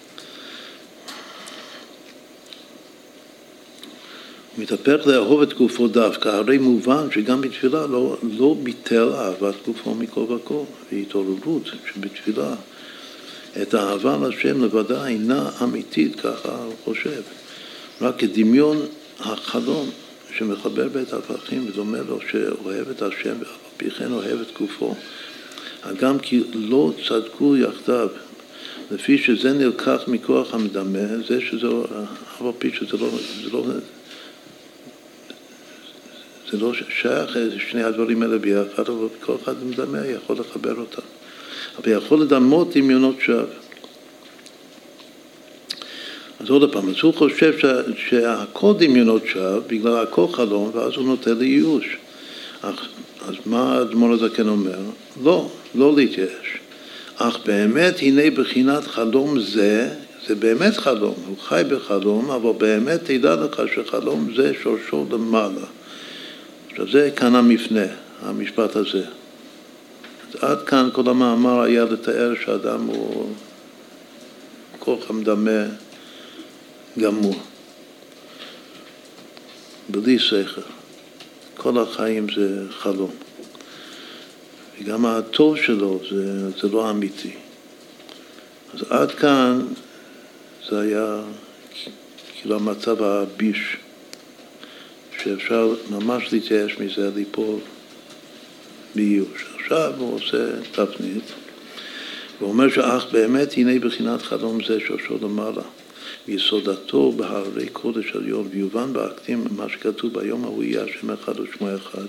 הוא מתהפך לאהוב את גופו דווקא, הרי מובן שגם בתפילה לא ביטל אהבת גופו מכל וכל, והתעוררות שבתפילה את האהבה לשם לבדה אינה אמיתית, ככה הוא חושב. רק כדמיון החלום שמחבר בית הפכים ודומה לו שאוהב את השם ואף פי כן אוהב את גופו. גם כי לא צדקו יחדיו, לפי שזה נלקח מכוח המדמה, זה שזה, אף פי שזה לא שייך שני הדברים האלה ביחד, אבל כל אחד מדמה יכול לחבר אותם. אבל יכול לדמות דמיונות שווא. אז עוד פעם, אז הוא חושב שהכל דמיונות שווא, בגלל הכל חלום, ואז הוא נוטה לייאוש. אז מה האדמו"ר הזקן אומר? לא להתייאש. אך באמת, הנה בחינת חלום זה באמת חלום. הוא חי בחלום, אבל באמת תדע לך שחלום זה שורשו למעלה. עכשיו זה כאן המפנה, המשפט הזה. עד כאן כל המאמר היה לתאר שאדם הוא כוח המדמה גמור, בלי שכל. כל החיים זה חלום. וגם הטוב שלו זה לא אמיתי. אז עד כאן זה היה כאילו המצב הביש, שאפשר ממש להתייאש מזה, ליפול בייאוש. עכשיו הוא עושה תפנית, הוא אומר שאך באמת הנה בחינת חלום זה שורשו למעלה, ויסודתו בהרי קודש עליון, ויובן בהקדים מה שכתוב ביום ההוא יהיה השם אחד ושמו אחד.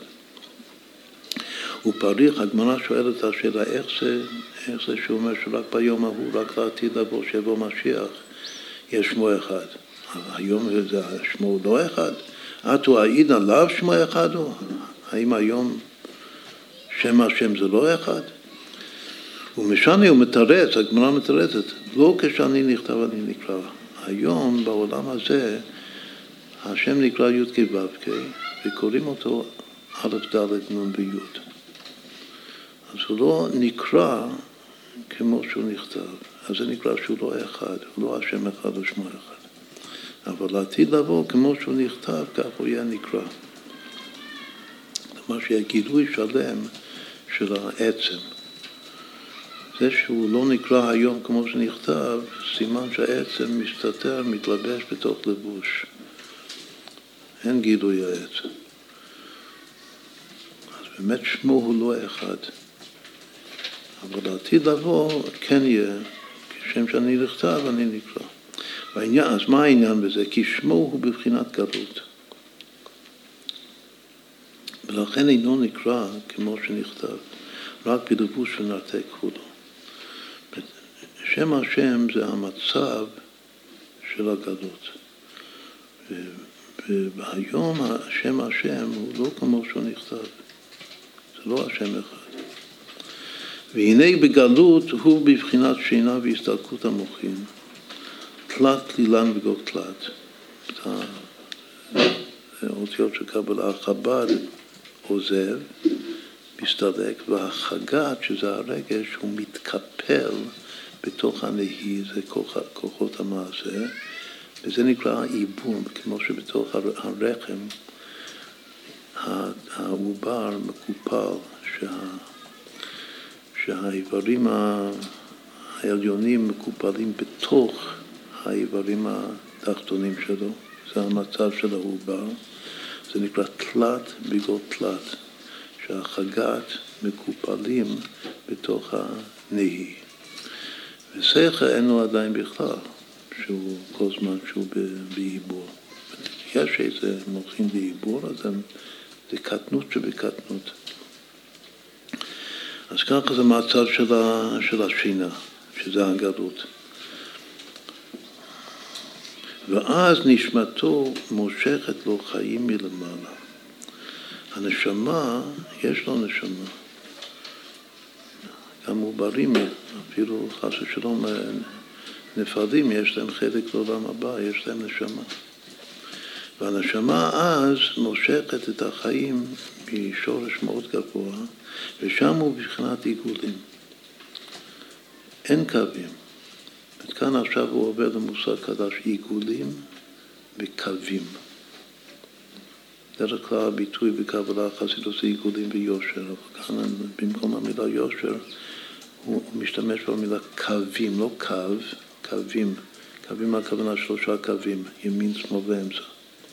ופריך, הגמרא שואלת את השאלה, איך זה שהוא אומר שרק ביום ההוא, רק לעתיד לבוא שיבוא משיח, יש שמו אחד. היום זה שמו לא אחד. עתו העיד עליו שמו אחד, או האם היום שם השם זה לא אחד? ומשנה הוא מתרץ, הגמרא מתרצת, לא כשאני נכתב אני נקרא. היום בעולם הזה השם נקרא י' כ' ו' כ' וקוראים אותו א' ד' נ' בי'. אז הוא לא נקרא כמו שהוא נכתב, אז זה נקרא שהוא לא אחד, הוא לא השם אחד או שמו אחד. אבל לעתיד לבוא כמו שהוא נכתב, כך הוא יהיה נקרא. כלומר שיהיה גילוי שלם של העצם. זה שהוא לא נקרא היום כמו שנכתב, סימן שהעצם מסתתר, מתלבש בתוך לבוש. אין גילוי העצם. אז באמת שמו הוא לא אחד. אבל לעתיד לבוא כן יהיה, כשם שאני נכתב אני נקרא. והעניין, אז מה העניין בזה? כי שמו הוא בבחינת גלות. ולכן אינו נקרא כמו שנכתב, רק בלבוש ונרתק כולו. שם השם זה המצב של הגלות. והיום שם השם הוא לא כמו שהוא נכתב. זה לא השם אחד. והנה בגלות הוא בבחינת שינה והסתלקות המוחין. תלת כלילן וגו תלת. האותיות של קבלה, חב"ד עוזב, מסתלק, והחגת, שזה הרגש, הוא מתקפל בתוך הנהי, זה כוחות המעשה, וזה נקרא עיבור, כמו שבתוך הרחם העובר מקופל, שהאיברים העליונים מקופלים בתוך האיברים התחתונים שלו, זה המצב של העובר, זה נקרא תלת בגלל תלת, שהחגת מקופלים בתוך הנהי. ושכל אין לו עדיין בכלל, שהוא כל זמן שהוא בעיבור. יש איזה מוחין בעיבור, אז זה קטנות שבקטנות. אז ככה זה מצב של השינה, שזה הגלות. ואז נשמתו מושכת לו חיים מלמעלה. הנשמה, יש לו נשמה. גם עוברים, אפילו חס ושלום נפרדים, יש להם חלק לעולם הבא, יש להם נשמה. והנשמה אז מושכת את החיים משורש מאוד גבוה, ושם הוא בבחינת עיגולים. אין קווים. כאן עכשיו הוא עובר למושג חדש, עיגולים וקווים. דרך כלל הביטוי בקבלה החסידות זה עיגולים ויושר, אבל כאן במקום המילה יושר הוא משתמש במילה קווים, לא קו, קווים. קווים הכוונה 3 קווים, ימין, שמאל ואמצע.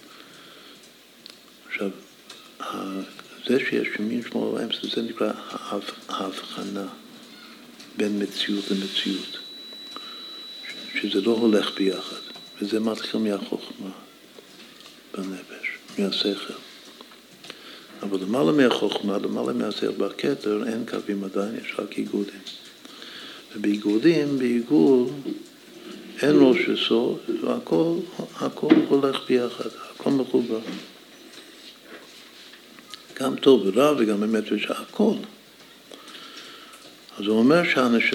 עכשיו, זה שיש ימין, שמאל ואמצע, זה נקרא ההבחנה בין מציאות למציאות. שזה לא הולך ביחד, וזה מתחיל מהחוכמה בנפש, מהשכל. אבל למעלה מהחוכמה, למעלה מהשכל, בכתר אין קווים עדיין, יש רק עיגולים. ובעיגולים, בעיגול, אין ראש וסוד, והכל הולך ביחד, הכל מחובר. גם טוב ורע וגם אמת ושהכל. אז הוא אומר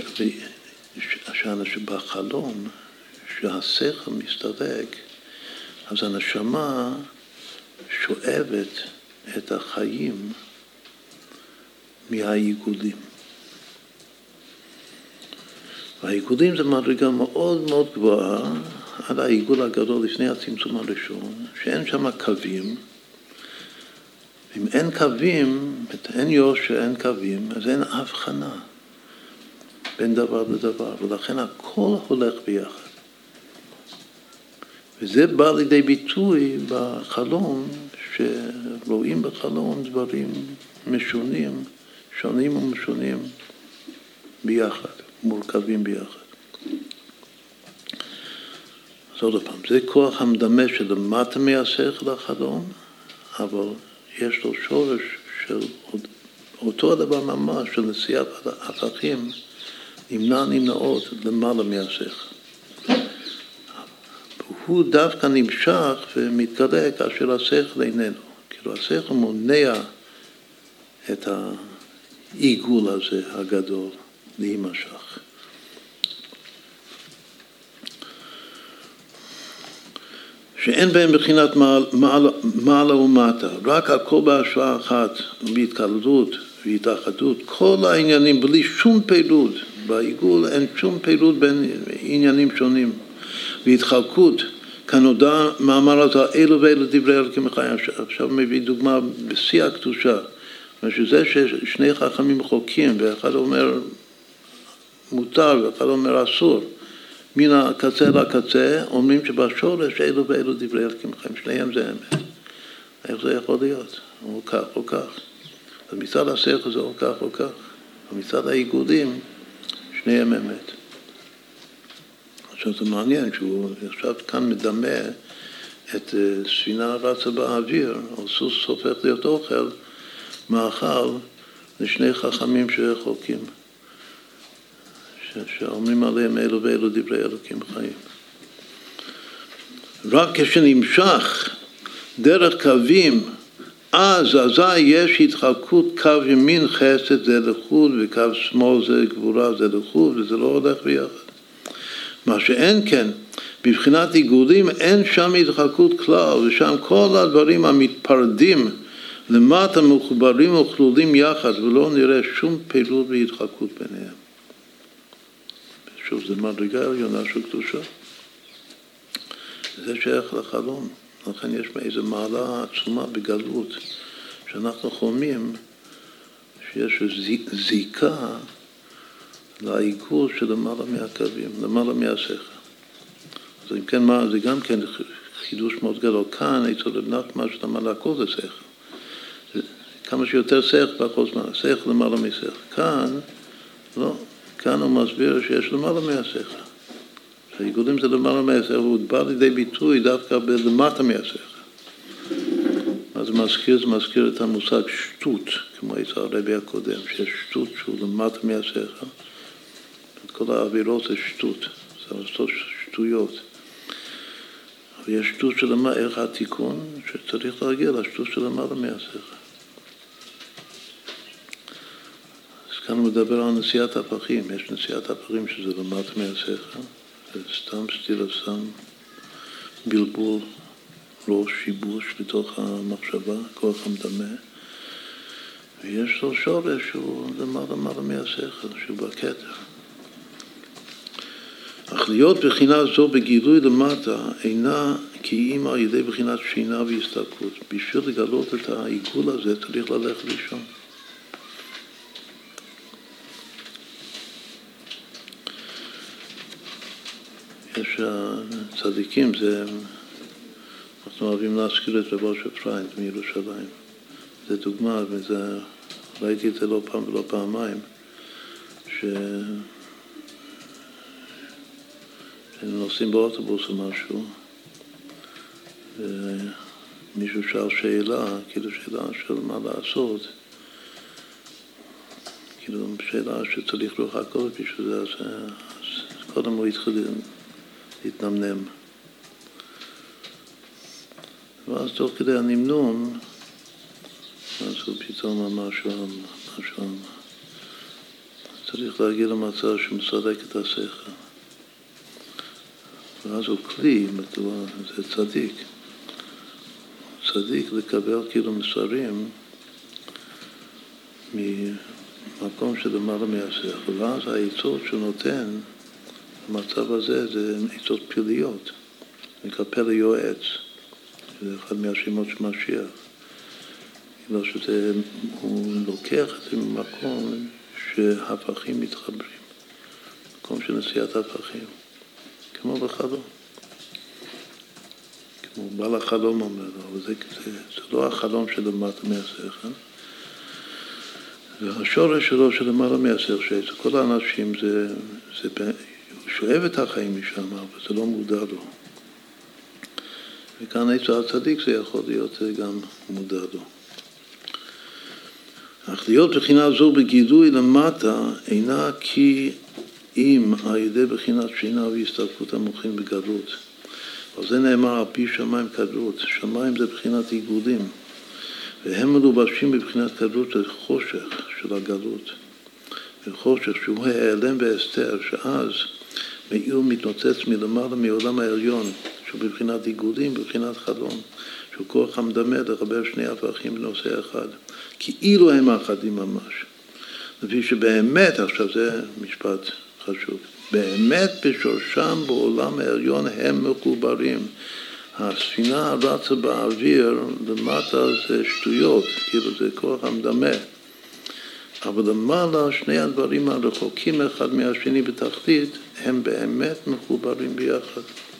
בחלום, שהשכל מסתרק, אז הנשמה שואבת את החיים מהעיגולים. והעיגולים זה מדרגה מאוד מאוד גבוהה, עד העיגול הגדול לפני הצמצום הראשון, שאין שם קווים. אם אין קווים, אין יושר, אין קווים, אז אין הבחנה בין דבר לדבר, ולכן הכל הולך ביחד. וזה בא לידי ביטוי בחלום, שרואים בחלום דברים משונים, שונים ומשונים ביחד, מורכבים ביחד. אז עוד פעם, זה כוח המדמה שלמטה מהשכל החלום, אבל יש לו שורש של אותו הדבר ממש, של נשיאת הפכים, נמנעות למעלה מהשכל. הוא דווקא נמשך ומתגלה כאשר השכל איננו. כאילו השכל מונע את העיגול הזה הגדול להימשך. שאין בהם בחינת מעלה ומטה, רק הכל בהשוואה אחת, בהתקללות והתאחדות, כל העניינים בלי שום פעילות, בעיגול אין שום פעילות בין עניינים שונים, והתחלקות, כנודע מאמר הזה, אלו ואלו דברי אלוקים החיים. עכשיו מביא דוגמה בשיא הקדושה, שזה ששני חכמים חוקים, ואחד אומר מותר ואחד אומר אסור, מן הקצה לקצה, אומרים שבשורש אלו ואלו דברי אלוקים החיים, שניהם זה אמת. איך זה יכול להיות? או כך או כך. אז מצד השכל זה או כך או כך. ומצד העיגולים, שניהם אמת. עכשיו זה מעניין שהוא עכשיו כאן מדמה את ספינה רצה באוויר, או סוס הופך להיות אוכל, מאכל לשני חכמים שחוקים. שאומרים עליהם אלו ואלו דברי אלוקים חיים. רק כשנמשך דרך קווים, אז אזי יש התחלקות קו ימין חסד זה לחוד, וקו שמאל זה גבורה זה לחוד, וזה לא הולך ביחד. מה שאין כן, בבחינת עיגולים אין שם התחלקות כלל, ושם כל הדברים המתפרדים למטה מחוברים וכלולים יחד, ולא נראה שום פעילות והתחלקות ביניהם. שוב, זה מדרגה עליונה של קדושה. זה שייך לחלום. לכן יש איזו מעלה עצומה בגלות, שאנחנו חולמים שיש זיקה לעיגול של למעלה מהקווים, למעלה מהשכל. אז אם כן, זה גם כן חידוש מאוד גדול. כאן, אצל רב נחמן שאמר הכל זה שכל. כמה שיותר שכל, פחות זמן. שכל למעלה משכל. כאן, לא. כאן הוא מסביר שיש למעלה מהשכל. שהעיגולים זה למעלה מהשכל, הוא בא לידי ביטוי דווקא למטה מהשכל. אז זה מזכיר את המושג שטות, כמו אצל הרבי הקודם, שיש שטות שהוא למטה מהשכל. כל האווירות זה שטות, זה לעשות שטויות. ויש שטות שלמה, איך התיקון שצריך להגיע לשטות שלמעלה מהשכל. אז כאן הוא מדבר על נשיאת הפכים, יש נשיאת הפכים שזה למטה מהשכל, זה סתם סתירה, סתם בלבול, ראש שיבוש בתוך המחשבה, כוח המדמה, ויש לו שורש שהוא למעלה מהשכל, שהוא בכתר. אך להיות בחינה זו בגילוי למטה אינה כי אם על ידי בחינת שינה והסתכלות. בשביל לגלות את העיגול הזה צריך ללכת לישון. יש צדיקים, אנחנו אוהבים להזכיר את רב אושר פריינד מירושלים. זה דוגמה, ראיתי את זה לא פעם ולא פעמיים, נוסעים באוטובוס או משהו, ומישהו שאל שאלה, כאילו שאלה של מה לעשות, כאילו שאלה שצריך רוח הכל בשביל זה, אז קודם הוא התחיל להתנמנם. ואז תוך כדי הנמנון, אז הוא פתאום אמר משהו, צריך להגיע למצב שמסדק את השכל. ואז הוא כלי, זה צדיק. צדיק לקבל כאילו מסרים ממקום שלמעלה מהשכל. ואז העצות שהוא נותן במצב הזה זה עצות פליליות. נקרא פלא יועץ. זה אחד מהשמות של משיח. כאילו הוא לוקח את זה ממקום שהפכים מתחברים. מקום של נשיאת הפכים. כמו בחלום. כמו בעל החלום אומר לו, אבל זה לא החלום שלמטה מהשכל. והשורש שלו שלמעלה מהשכל, שכל האנשים הוא שואב את החיים משם, אבל זה לא מודע לו. וכאן אצל הצדיק זה יכול להיות גם מודע לו. אך להיות בחינה זו בגילוי למטה אינה כי אם על ידי בחינת שינה והסתכלות המוחין בגלות. אבל זה נאמר על פי שמיים כדרות. שמיים זה בחינת עיגולים. והם מלובשים בבחינת כדרות של חושך של הגלות. וחושך שהוא העלם והסתר, שאז מאיר מתנוצץ מלמעלה מעולם העליון, שהוא בבחינת עיגולים, בבחינת חלום, שהוא כוח המדמה לחבר שני הפכים בנושא אחד. כאילו הם אחדים ממש. לפי שבאמת, עכשיו זה משפט חשוב, באמת בשורשם בעולם העליון הם מחוברים. הספינה רצה באוויר, למטה זה שטויות, כאילו זה כוח המדמה. אבל למעלה שני הדברים הרחוקים אחד מהשני בתחתית, הם באמת מחוברים ביחד.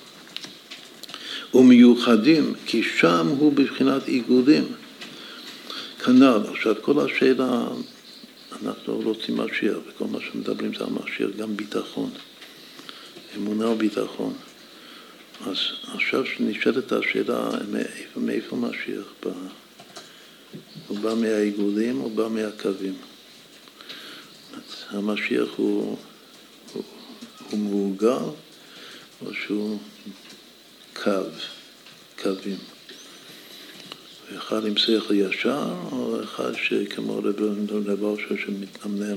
ומיוחדים, כי שם הוא בבחינת עיגולים. כנ"ל, עכשיו כל השאלה, אנחנו רוצים משיח, וכל מה שמדברים זה על משיח, גם ביטחון, אמונה וביטחון. אז עכשיו שנשאלת השאלה, מאיפה משיח בא? הוא בא מהעיגולים או בא מהקווים? המשיח הוא מעוגל או שהוא קווים? אחד עם שכל ישר, או אחד שכמו רב אושר שמתנמנם.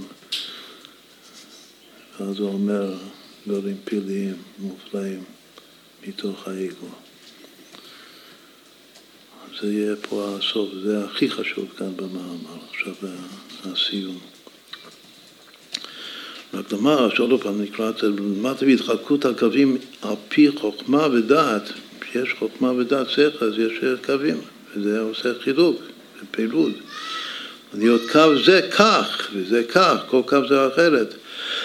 ואז הוא אומר דברים פלאיים, מופלאים, מתוך האגו. זה יהיה פה הסוף, זה הכי חשוב כאן במאמר, עכשיו הסיום. רק לומר, שעוד פעם נקרא את זה, למטה בהתחלקות הקווים על פי חוכמה ודעת, כשיש חוכמה ודעת שכל, אז יש קווים. וזה עושה חילוק, זה פעילות. להיות קו זה כך, וזה כך, כל קו זה אחרת.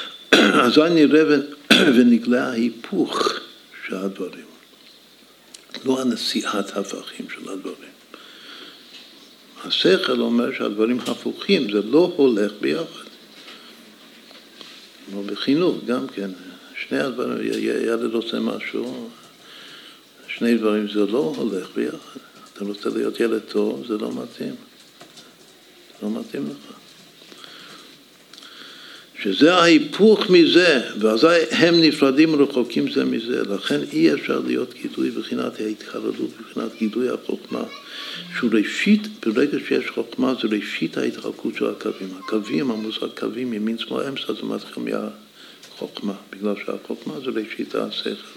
אז אני נראה ונגלה ההיפוך של הדברים. לא הנשיאת הפכים של הדברים. השכל אומר שהדברים הפוכים, זה לא הולך ביחד. כמו בחינוך גם כן, שני הדברים, ילד עושה משהו, שני דברים זה לא הולך ביחד. אתה רוצה להיות ילד טוב, זה לא מתאים. זה לא מתאים לך. שזה ההיפוך מזה, ואז הם נפרדים רחוקים זה מזה, לכן אי אפשר להיות גידוי בחינת ההתחללות, בחינת גידוי החוכמה, שהוא ראשית, ברגע שיש חוכמה זה ראשית ההתחלקות של הקווים. הקווים, המושג קווים, ימין שמאל אמצע, זה מתחיל מהחוכמה, בגלל שהחוכמה זה ראשית השכל.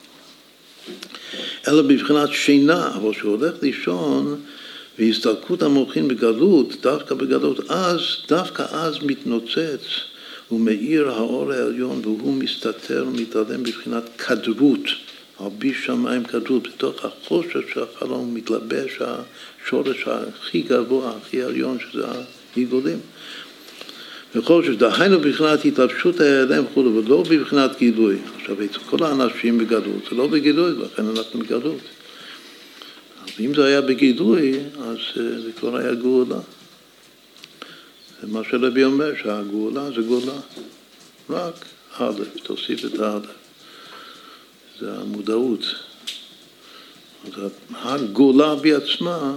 אלא בבחינת שינה, אבל שהוא הולך לישון, והסתלקות המוחין בגלות, דווקא בגלות, דווקא אז מתנוצץ, הוא מאיר האור העליון, והוא מסתתר ומתעלם בבחינת כדרות, על בי שמיים כדרות, בתוך החושך של החלום מתלבש השורש הכי גבוה, הכי עליון, שזה העיגולים. וכל שדהיינו בבחינת התלבשות העלם וכו', ולא בבחינת גילוי. עכשיו, כל האנשים בגלות, זה לא בגילוי, לכן אנחנו בגלות. אבל אם זה היה בגילוי, אז זה כבר היה גאולה. זה מה שרבי אומר, שהגאולה זה גאולה. רק א', תוסיף את א'. זה המודעות. אז הגאולה בעצמה,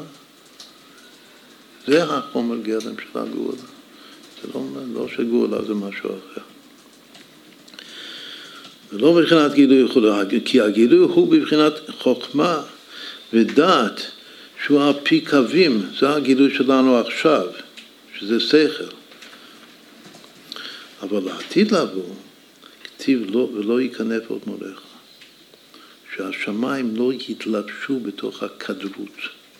זה החומר גלם של הגאולה. זה לא שגאולה זה משהו אחר. ולא בבחינת גילוי יכולה, כי הגילוי הוא בבחינת חוכמה ודעת, שהוא על פי קווים, זה הגילוי שלנו עכשיו, שזה שכל. אבל לעתיד לבוא, כתיב לא, ולא ייכנף עוד מולך. שהשמיים לא יתלבשו בתוך הכדרות.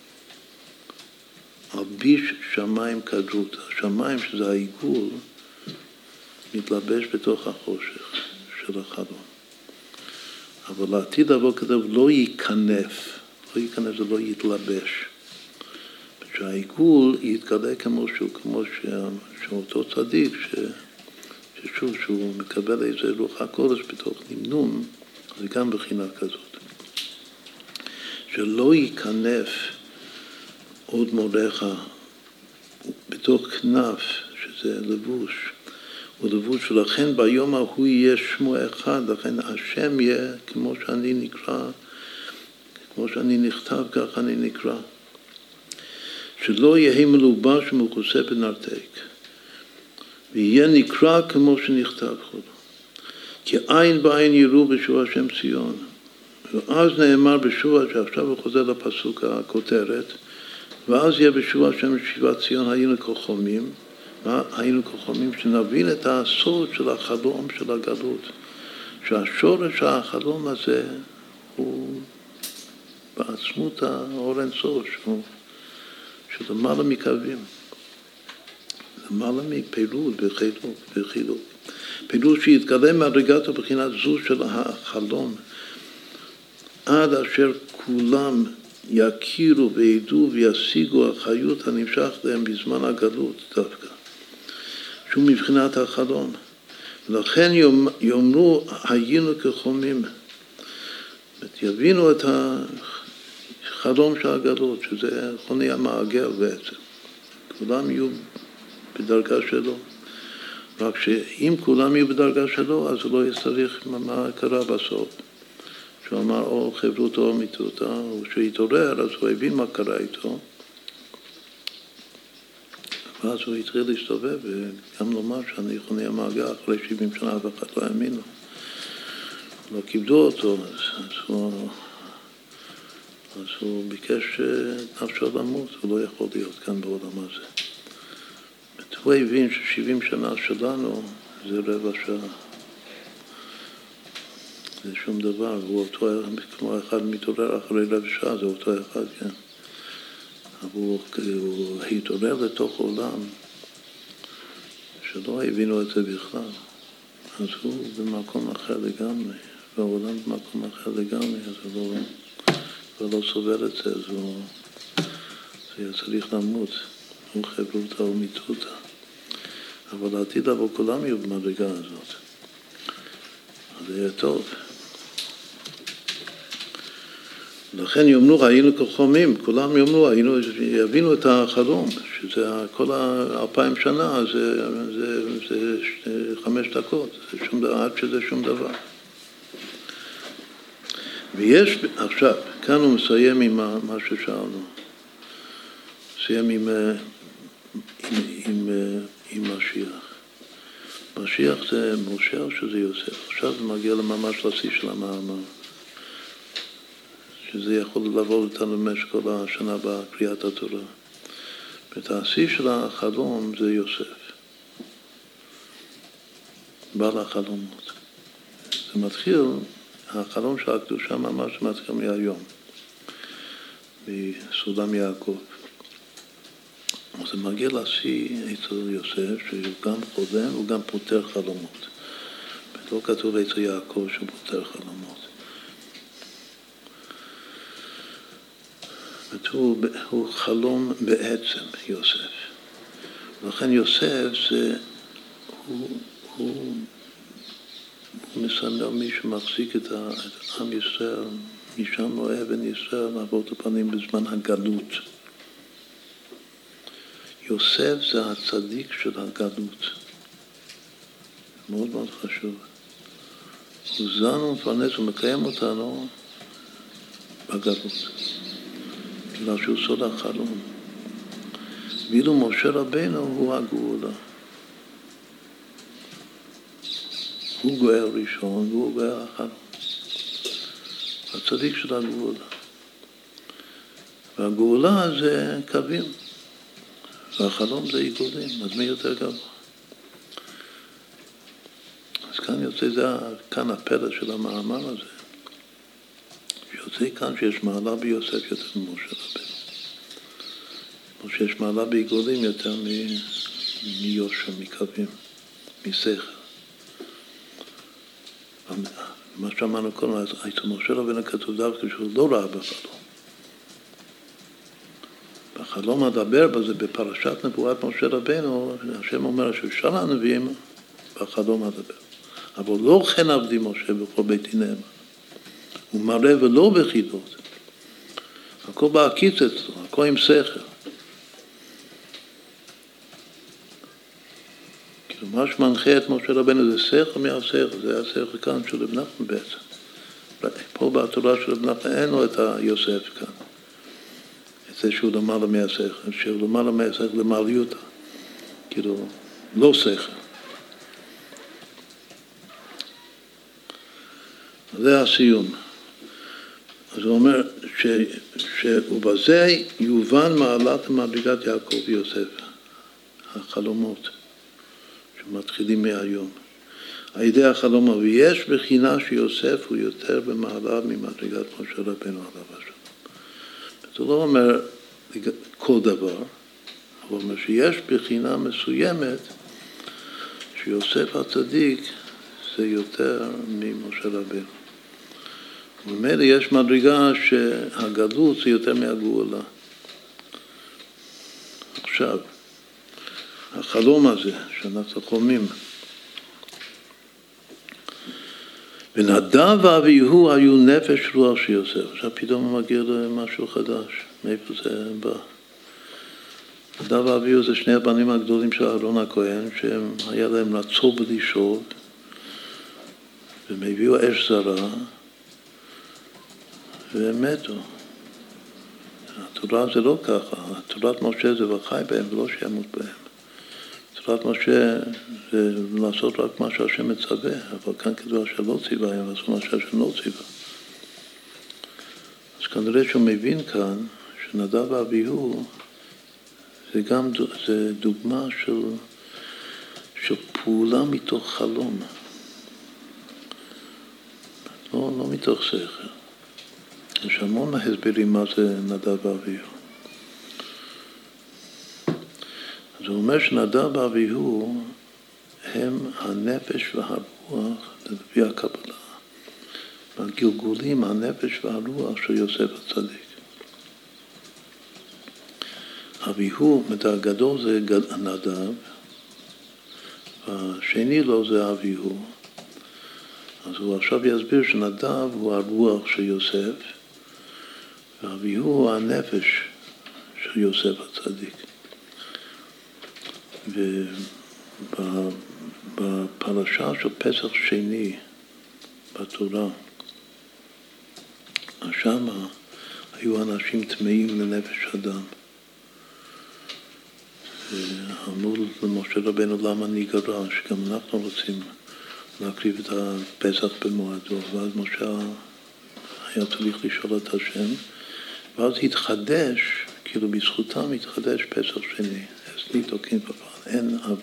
הלביש שמיים כדרות. השמיים שזה העיגול, מתלבש בתוך החושך של החלום. אבל לעתיד לבוא כתב לא ייכנף. לא ייכנף זה לא יתלבש. שהעיגול יתגלה כמו שאותו צדיק, ששוב שהוא מקבל איזה רוח הקודש בתוך נמנום, זה גם בחינה כזאת. שלא ייכנף עוד מורך בתוך כנף, שזה לבוש, הוא לבוש, ולכן ביום ההוא יהיה שמו אחד, לכן השם יהיה כמו שאני נקרא, כמו שאני נכתב, כך אני נקרא. שלא יהיה מלובש ומכוסה בנרתק, ויהיה נקרא כמו שנכתב חודו. כי עין בעין יראו בשוע השם ציון. ואז נאמר בשוע, שעכשיו הוא חוזר לפסוק הכותרת, ואז יהיה בשוע השם שיבת ציון היינו כחומים, היינו כחומים שנבין את הסוד של החלום של הגלות, שהשורש החלום הזה הוא בעצמות האור אינסוף, שלמעלה מקווים, למעלה מפעילות בחילוק. פעילות שיתגלה מדרגת הבחינה זו של החלום, עד אשר כולם יכירו וידעו וישיגו החיות הנמשך להם בזמן הגלות דווקא, שהוא מבחינת החלום. ולכן יאמרו היינו כחומים, יבינו את החלום של הגלות, שזה חוני המעגל בעצם. כולם יהיו בדרגה שלו. רק שאם כולם יהיו בדרגה שלו, אז לא יצטרך מה קרה בסוף. שהוא אמר או חברותו או מיתותא, או שהתעורר, אז הוא הבין מה קרה איתו. ואז הוא התחיל להסתובב, וגם לומר שאני חוני המעגל אחרי 70 שנה ואחת לא האמינו. לא כיבדו אותו, אז הוא ביקש נפשו למות, הוא לא יכול להיות כאן בעולם הזה. הוא הבין ש70 שנה שלנו זה רבע שעה. זה שום דבר, הוא אותו כמו אחד מתעורר אחרי רבע שעה, זה אותו אחד, כן. אבל הוא התעורר לתוך עולם שלא הבינו את זה בכלל. אז הוא במקום אחר לגמרי, והעולם במקום אחר לגמרי, אז הוא לא סובל את זה, אז הוא היה צריך למות. הוא חברותא ומיתותא. אבל לעתיד לבוא כולם יהיו במדרגה הזאת. אז זה יהיה טוב. לכן יאמרו, היינו כחומים, כולם יאמרו, יבינו את החלום, שזה כל 2000 שנה, זה 5 דקות, עד שזה שום דבר. ויש, עכשיו, כאן הוא מסיים עם מה ששאלנו, מסיים עם משיח. משיח זה משה או שזה יוסף? עכשיו זה מגיע ממש לשיא של המאמר. שזה יכול לבוא אותנו במשך כל השנה בקריאת התורה. השיא של החלום זה יוסף. בעל החלומות. זה מתחיל, החלום של הקדושה ממש מתחיל מהיום. מסולם יעקב. אז זה מגיע לשיא אצל יוסף, שהוא גם חולם וגם פותר חלומות. לא כתוב אצל יעקב שהוא פותר חלומות. הוא חלום בעצם, יוסף. ולכן יוסף זה, הוא מסמל מי שמחזיק את עם ישראל, משם לא אבן ישראל לעבור את הפנים בזמן הגלות. יוסף זה הצדיק של הגלות. מאוד מאוד חשוב. הוא זן ומפרנס ומקיים אותנו בגלות. בגלל שהוא סוד החלום. ואילו משה רבנו הוא הגאולה. הוא גואל ראשון והוא גואל החלום. הצדיק של הגאולה. והגאולה זה קווים. והחלום זה עיגולים, אז מי יותר גבוה? אז כאן יוצא, כאן הפלא של המאמר הזה. יוצא כאן שיש מעלה ביוסף יותר ממשה רבנו. או שיש מעלה בעיגולים יותר מיושר, מקווים, משכל. מה שאמרנו קודם, אצל משה רבנו כתוב דווקא שהוא לא ראה בחלום. בחלום הדבר בזה, בפרשת נבואת משה רבנו, השם אומר ששאר הנביאים בחלום הדבר. אבל לא כן עבדי משה בכל ביתי נאמן. הוא מראה ולא בחידות. הכל בעקיץ אצלו, הכל עם שכל. כאילו מה שמנחה את משה רבנו זה שכל מהשכל, זה השכל כאן של רב נחמן בעצם. פה בתורה של רב נחמן אין לו את היוסף כאן. את זה שהוא למעלה מהשכל, שהוא למעלה מהשכל למעליותה. כאילו, לא שכל. זה הסיום. אז הוא אומר ובזה יובן מעלת מדרגת יעקב ויוסף, החלומות שמתחילים מהיום. על ידי החלום, ויש בחינה שיוסף הוא יותר במעלה ממדרגת משה רבנו עליו השלום. זה לא אומר כל דבר, אבל אומר שיש בחינה מסוימת שיוסף הצדיק זה יותר ממשה רבנו. ובמילא יש מדרגה שהגלות זה יותר מהגאולה. עכשיו, החלום הזה שאנחנו חולמים, ונדב ואביהו היו נפש רוח של יוסף. עכשיו פתאום הוא מגיע למשהו חדש. מאיפה זה בא? נדב ואביהו זה שני הבנים הגדולים של אהרון הכהן, שהם היה להם רצון ולשאול, והם הביאו אש זרה, והם מתו. התורה זה לא ככה. תורת משה זה וחי בהם ולא שימות בהם. תורת משה זה לעשות רק מה שהשם מצווה, אבל כאן כתוב שלא ציווה, הם לעשות מה שהשם לא ציווה. אז כנראה שהוא מבין כאן שנדב ואביהו זה גם זה דוגמה של פעולה מתוך חלום. לא מתוך שכל. יש המון הסברים מה זה נדב ואביהו. אז הוא אומר שנדב ואביהו הם הנפש והרוח לפי הקבלה. בגלגולים הנפש והרוח של יוסף הצדיק. אביהו, הגדול זה נדב, השני לו זה אביהו. אז הוא עכשיו יסביר שנדב הוא הרוח של יוסף, ואביהו הוא הנפש של יוסף הצדיק. ובפרשה של פסח שני בתורה, שם היו אנשים טמאים לנפש אדם. אמרו למשה רבנו למה ניגרע, שגם אנחנו רוצים להקריב את הפסח במועדו, ואז משה היה צריך לשאול את השם, ואז התחדש, כאילו בזכותם התחדש פסח שני, הסנית או כן בפעם, אין עבוד.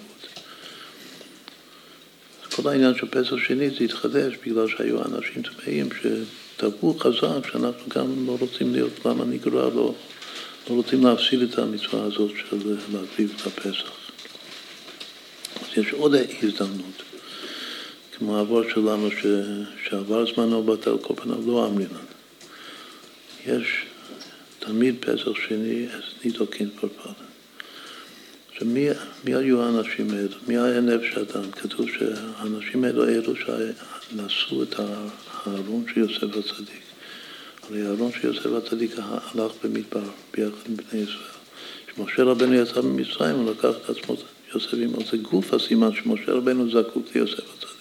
כל העניין של פסח שני זה התחדש בגלל שהיו אנשים טמאים שטבעו חזק, שאנחנו גם לא רוצים להיות למה ניגרע, לא רוצים להפסיד את המצווה הזאת של להקריב את הפסח. אז יש עוד הזדמנות. כמו העבור שלנו שעבר זמנו בטל, כל פניו לא אמרינן. יש תמיד פסח שני, הסנית או כן פרפד. עכשיו, מי היו האנשים האלו? מי היה נפש אדם? כתוב שהאנשים האלו שנשאו את הארון של יוסף הצדיק. הרי הארון של יוסף הצדיק הלך במדבר ביחד עם בני ישראל. כשמשה רבנו יצא ממצרים, הוא לקח את עצמו יוסף עמו. זה גוף הסימן שמשה רבנו זקוק ליוסף הצדיק.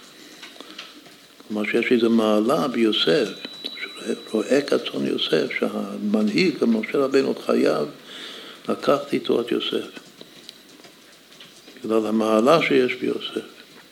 כלומר שיש איזו מעלה ביוסף, רואה כצאן יוסף, שהמנהיג, משה רבנו חייב לקחת איתו את יוסף. בגלל המעלה שיש ביוסף.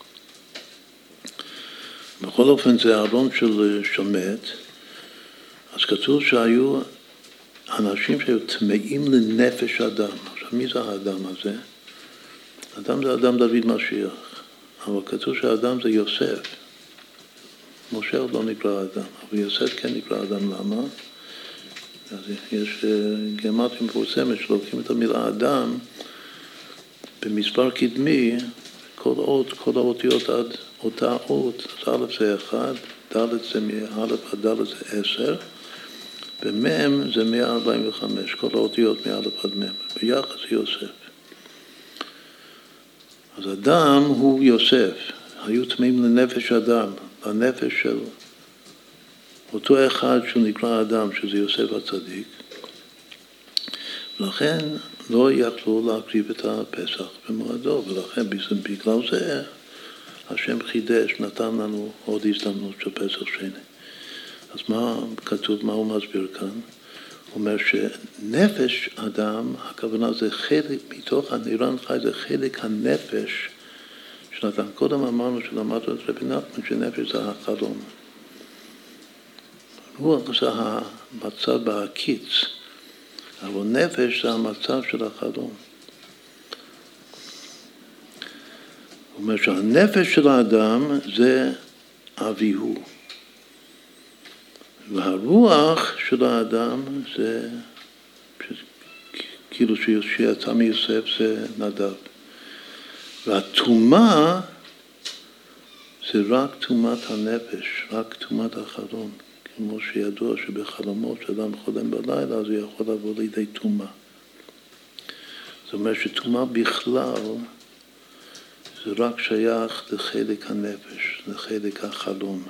בכל אופן זה הארון של שמת, אז כתוב שהיו אנשים שהיו טמאים לנפש אדם. עכשיו, מי זה האדם הזה? אדם זה אדם דוד משיח, אבל כתוב שהאדם זה יוסף. משה עוד לא נקרא אדם, אבל יוסף כן נקרא אדם. למה? אז יש גמרא מפורסמת שלוקחים את המילה אדם במספר קדמי, כל האותיות עד אותה אות, אז א' זה 1, ד' זה מא' עד ד' זה 10, ומ' זה 145, כל האותיות מא' עד מ', ביחד זה יוסף. אז אדם הוא יוסף, היו טמאים לנפש אדם, לנפש של אותו אחד שהוא נקרא אדם, שזה יוסף הצדיק, ולכן לא יכלו להקריב את הפסח במועדו, ולכן בגלל זה השם חידש, נתן לנו עוד הזדמנות של פסח שני. אז מה כתוב, מה הוא מסביר כאן? הוא אומר שנפש אדם, הכוונה זה חלק, מתוך הנירן חי זה חלק הנפש של אדם. קודם אמרנו שלמדנו את רבי נחמן שנפש זה החלום. רוח זה המצב בהקיץ, אבל נפש זה המצב של החלום. הוא אומר שהנפש של האדם זה אביהו. והרוח של האדם זה, כאילו שיצא מיוסף זה נדב. והתומה זה רק תומת הנפש, רק תומת החלום. כמו שידוע שבחלומות שאדם חולם בלילה, אז הוא יכול לבוא לידי תומה. זאת אומרת שתומה בכלל זה רק שייך לחלק הנפש, לחלק החלום.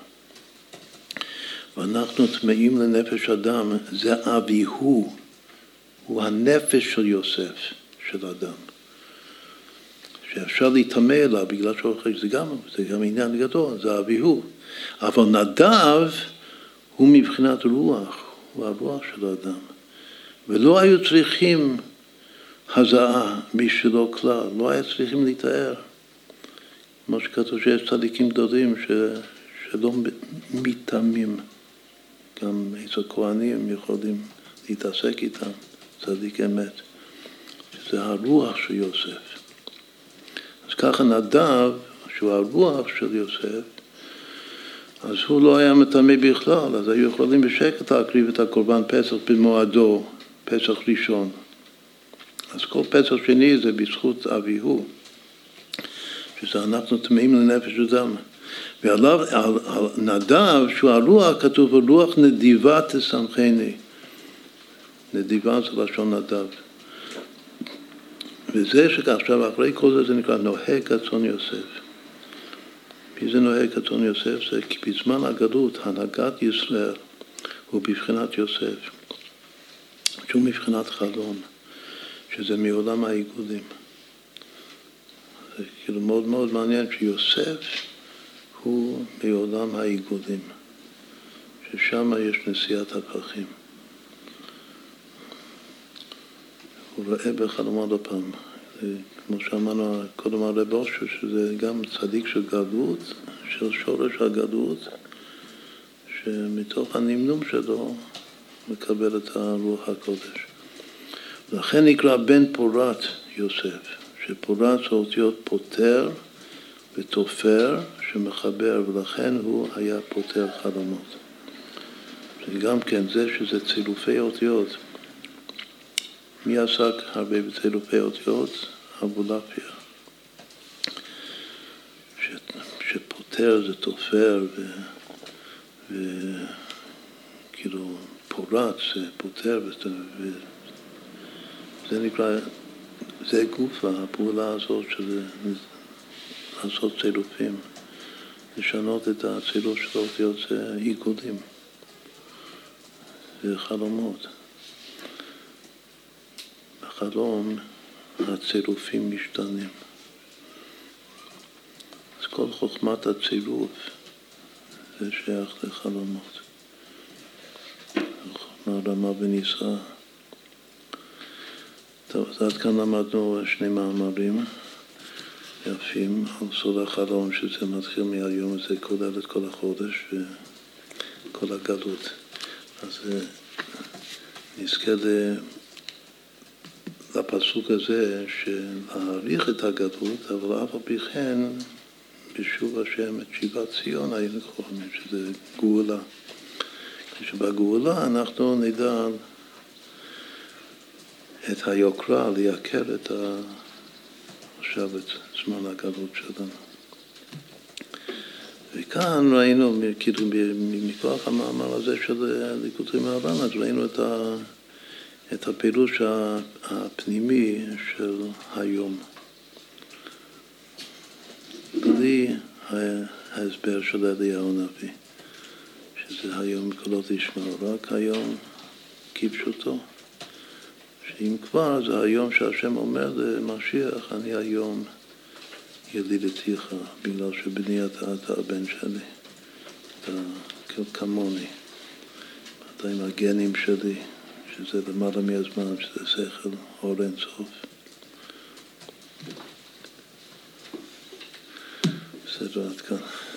ואנחנו טמאים לנפש אדם, זה אביהו, הוא הנפש של יוסף, של אדם. שאפשר להתאמה אליו, בגלל שזה גם עניין גדול, זה אביהו. אבל נדב הוא מבחינת רוח, הוא הרוח של האדם. ולא היו צריכים הזעה משלו כלל, לא היו צריכים להתאר. כמו שכתוב שיש צדיקים גדולים שלא מתאמים. גם איזה כהנים יכולים להתעסק איתם, צדיק אמת. זה הרוח של יוסף. אז ככה נדב, שהוא הרוח של יוסף, אז הוא לא היה מטמא בכלל, אז היו יכולים בשקט להקריב את הקורבן פסח במועדו, פסח ראשון. אז כל פסח שני זה בזכות אביהו, שזה אנחנו טמאים לנפש אדם. ועליו, על נדב, שהוא הרוח, כתוב, רוח נדיבה תשמחני. נדיבה זה לשון נדב. וזה שעכשיו, אחרי כל זה, זה נקרא נוהג כצאן יוסף. מי זה נוהג כצאן יוסף? זה כי בזמן הגלות, הנהגת ישראל, הוא בבחינת יוסף. שום מבחינת חלום, שזה מעולם העיגולים. זה כאילו מאוד מאוד מעניין שיוסף הוא מעולם העיגולים, ששם יש נשיאת הפכים. הוא רואה בחלומו עוד פעם, כמו שאמרנו קודם על רב אושר, שזה גם צדיק של גלות, של שורש הגלות, שמתוך הנמנום שלו מקבל את הרוח הקודש. לכן נקרא בן פורת יוסף, שפורת זה אותיות פותר ותופר שמחבר, ולכן הוא היה פותר חלומות. גם כן זה שזה צילופי אותיות. מי עסק הרבה בצילופי אותיות? אבולעפיה. שפותר זה תופר וכאילו פורט זה פותר וזה נקרא, זה גופה, הפעולה הזאת של לעשות צילופים. לשנות את הצילוף של האותיות זה עיגולים. זה חלומות. בחלום הצילופים משתנים. אז כל חוכמת הצילוף זה שייך לחלומות. רמה וניסה. טוב, אז עד כאן למדנו שני מאמרים יפים על סוד החלום, שזה מתחיל מהיום, זה כולל את כל החודש וכל הגלות. אז נזכה לפסוק הזה של להאריך את הגלות, אבל אף על פי כן בשוב השם את שיבת ציון היינו חולמים, שזה גאולה. כשבגאולה אנחנו נדע את היוקרה, לייקר עכשיו את זמן הגלות שלנו. וכאן ראינו, כאילו מכוח המאמר הזה של ליקוטי מהר"ן, אז ראינו את הפירוש הפנימי של היום. בלי ההסבר של אליהו הנביא, שזה היום קולות ישמעו, רק היום כפשוטו. שאם כבר זה היום שהשם אומר למשיח, אני היום ילידתיך, בגלל שבני אתה הבן שלי, אתה כמוני, אתה עם הגנים שלי, שזה למעלה מהזמן, שזה שכל אור אין סוף. בסדר, עד כאן.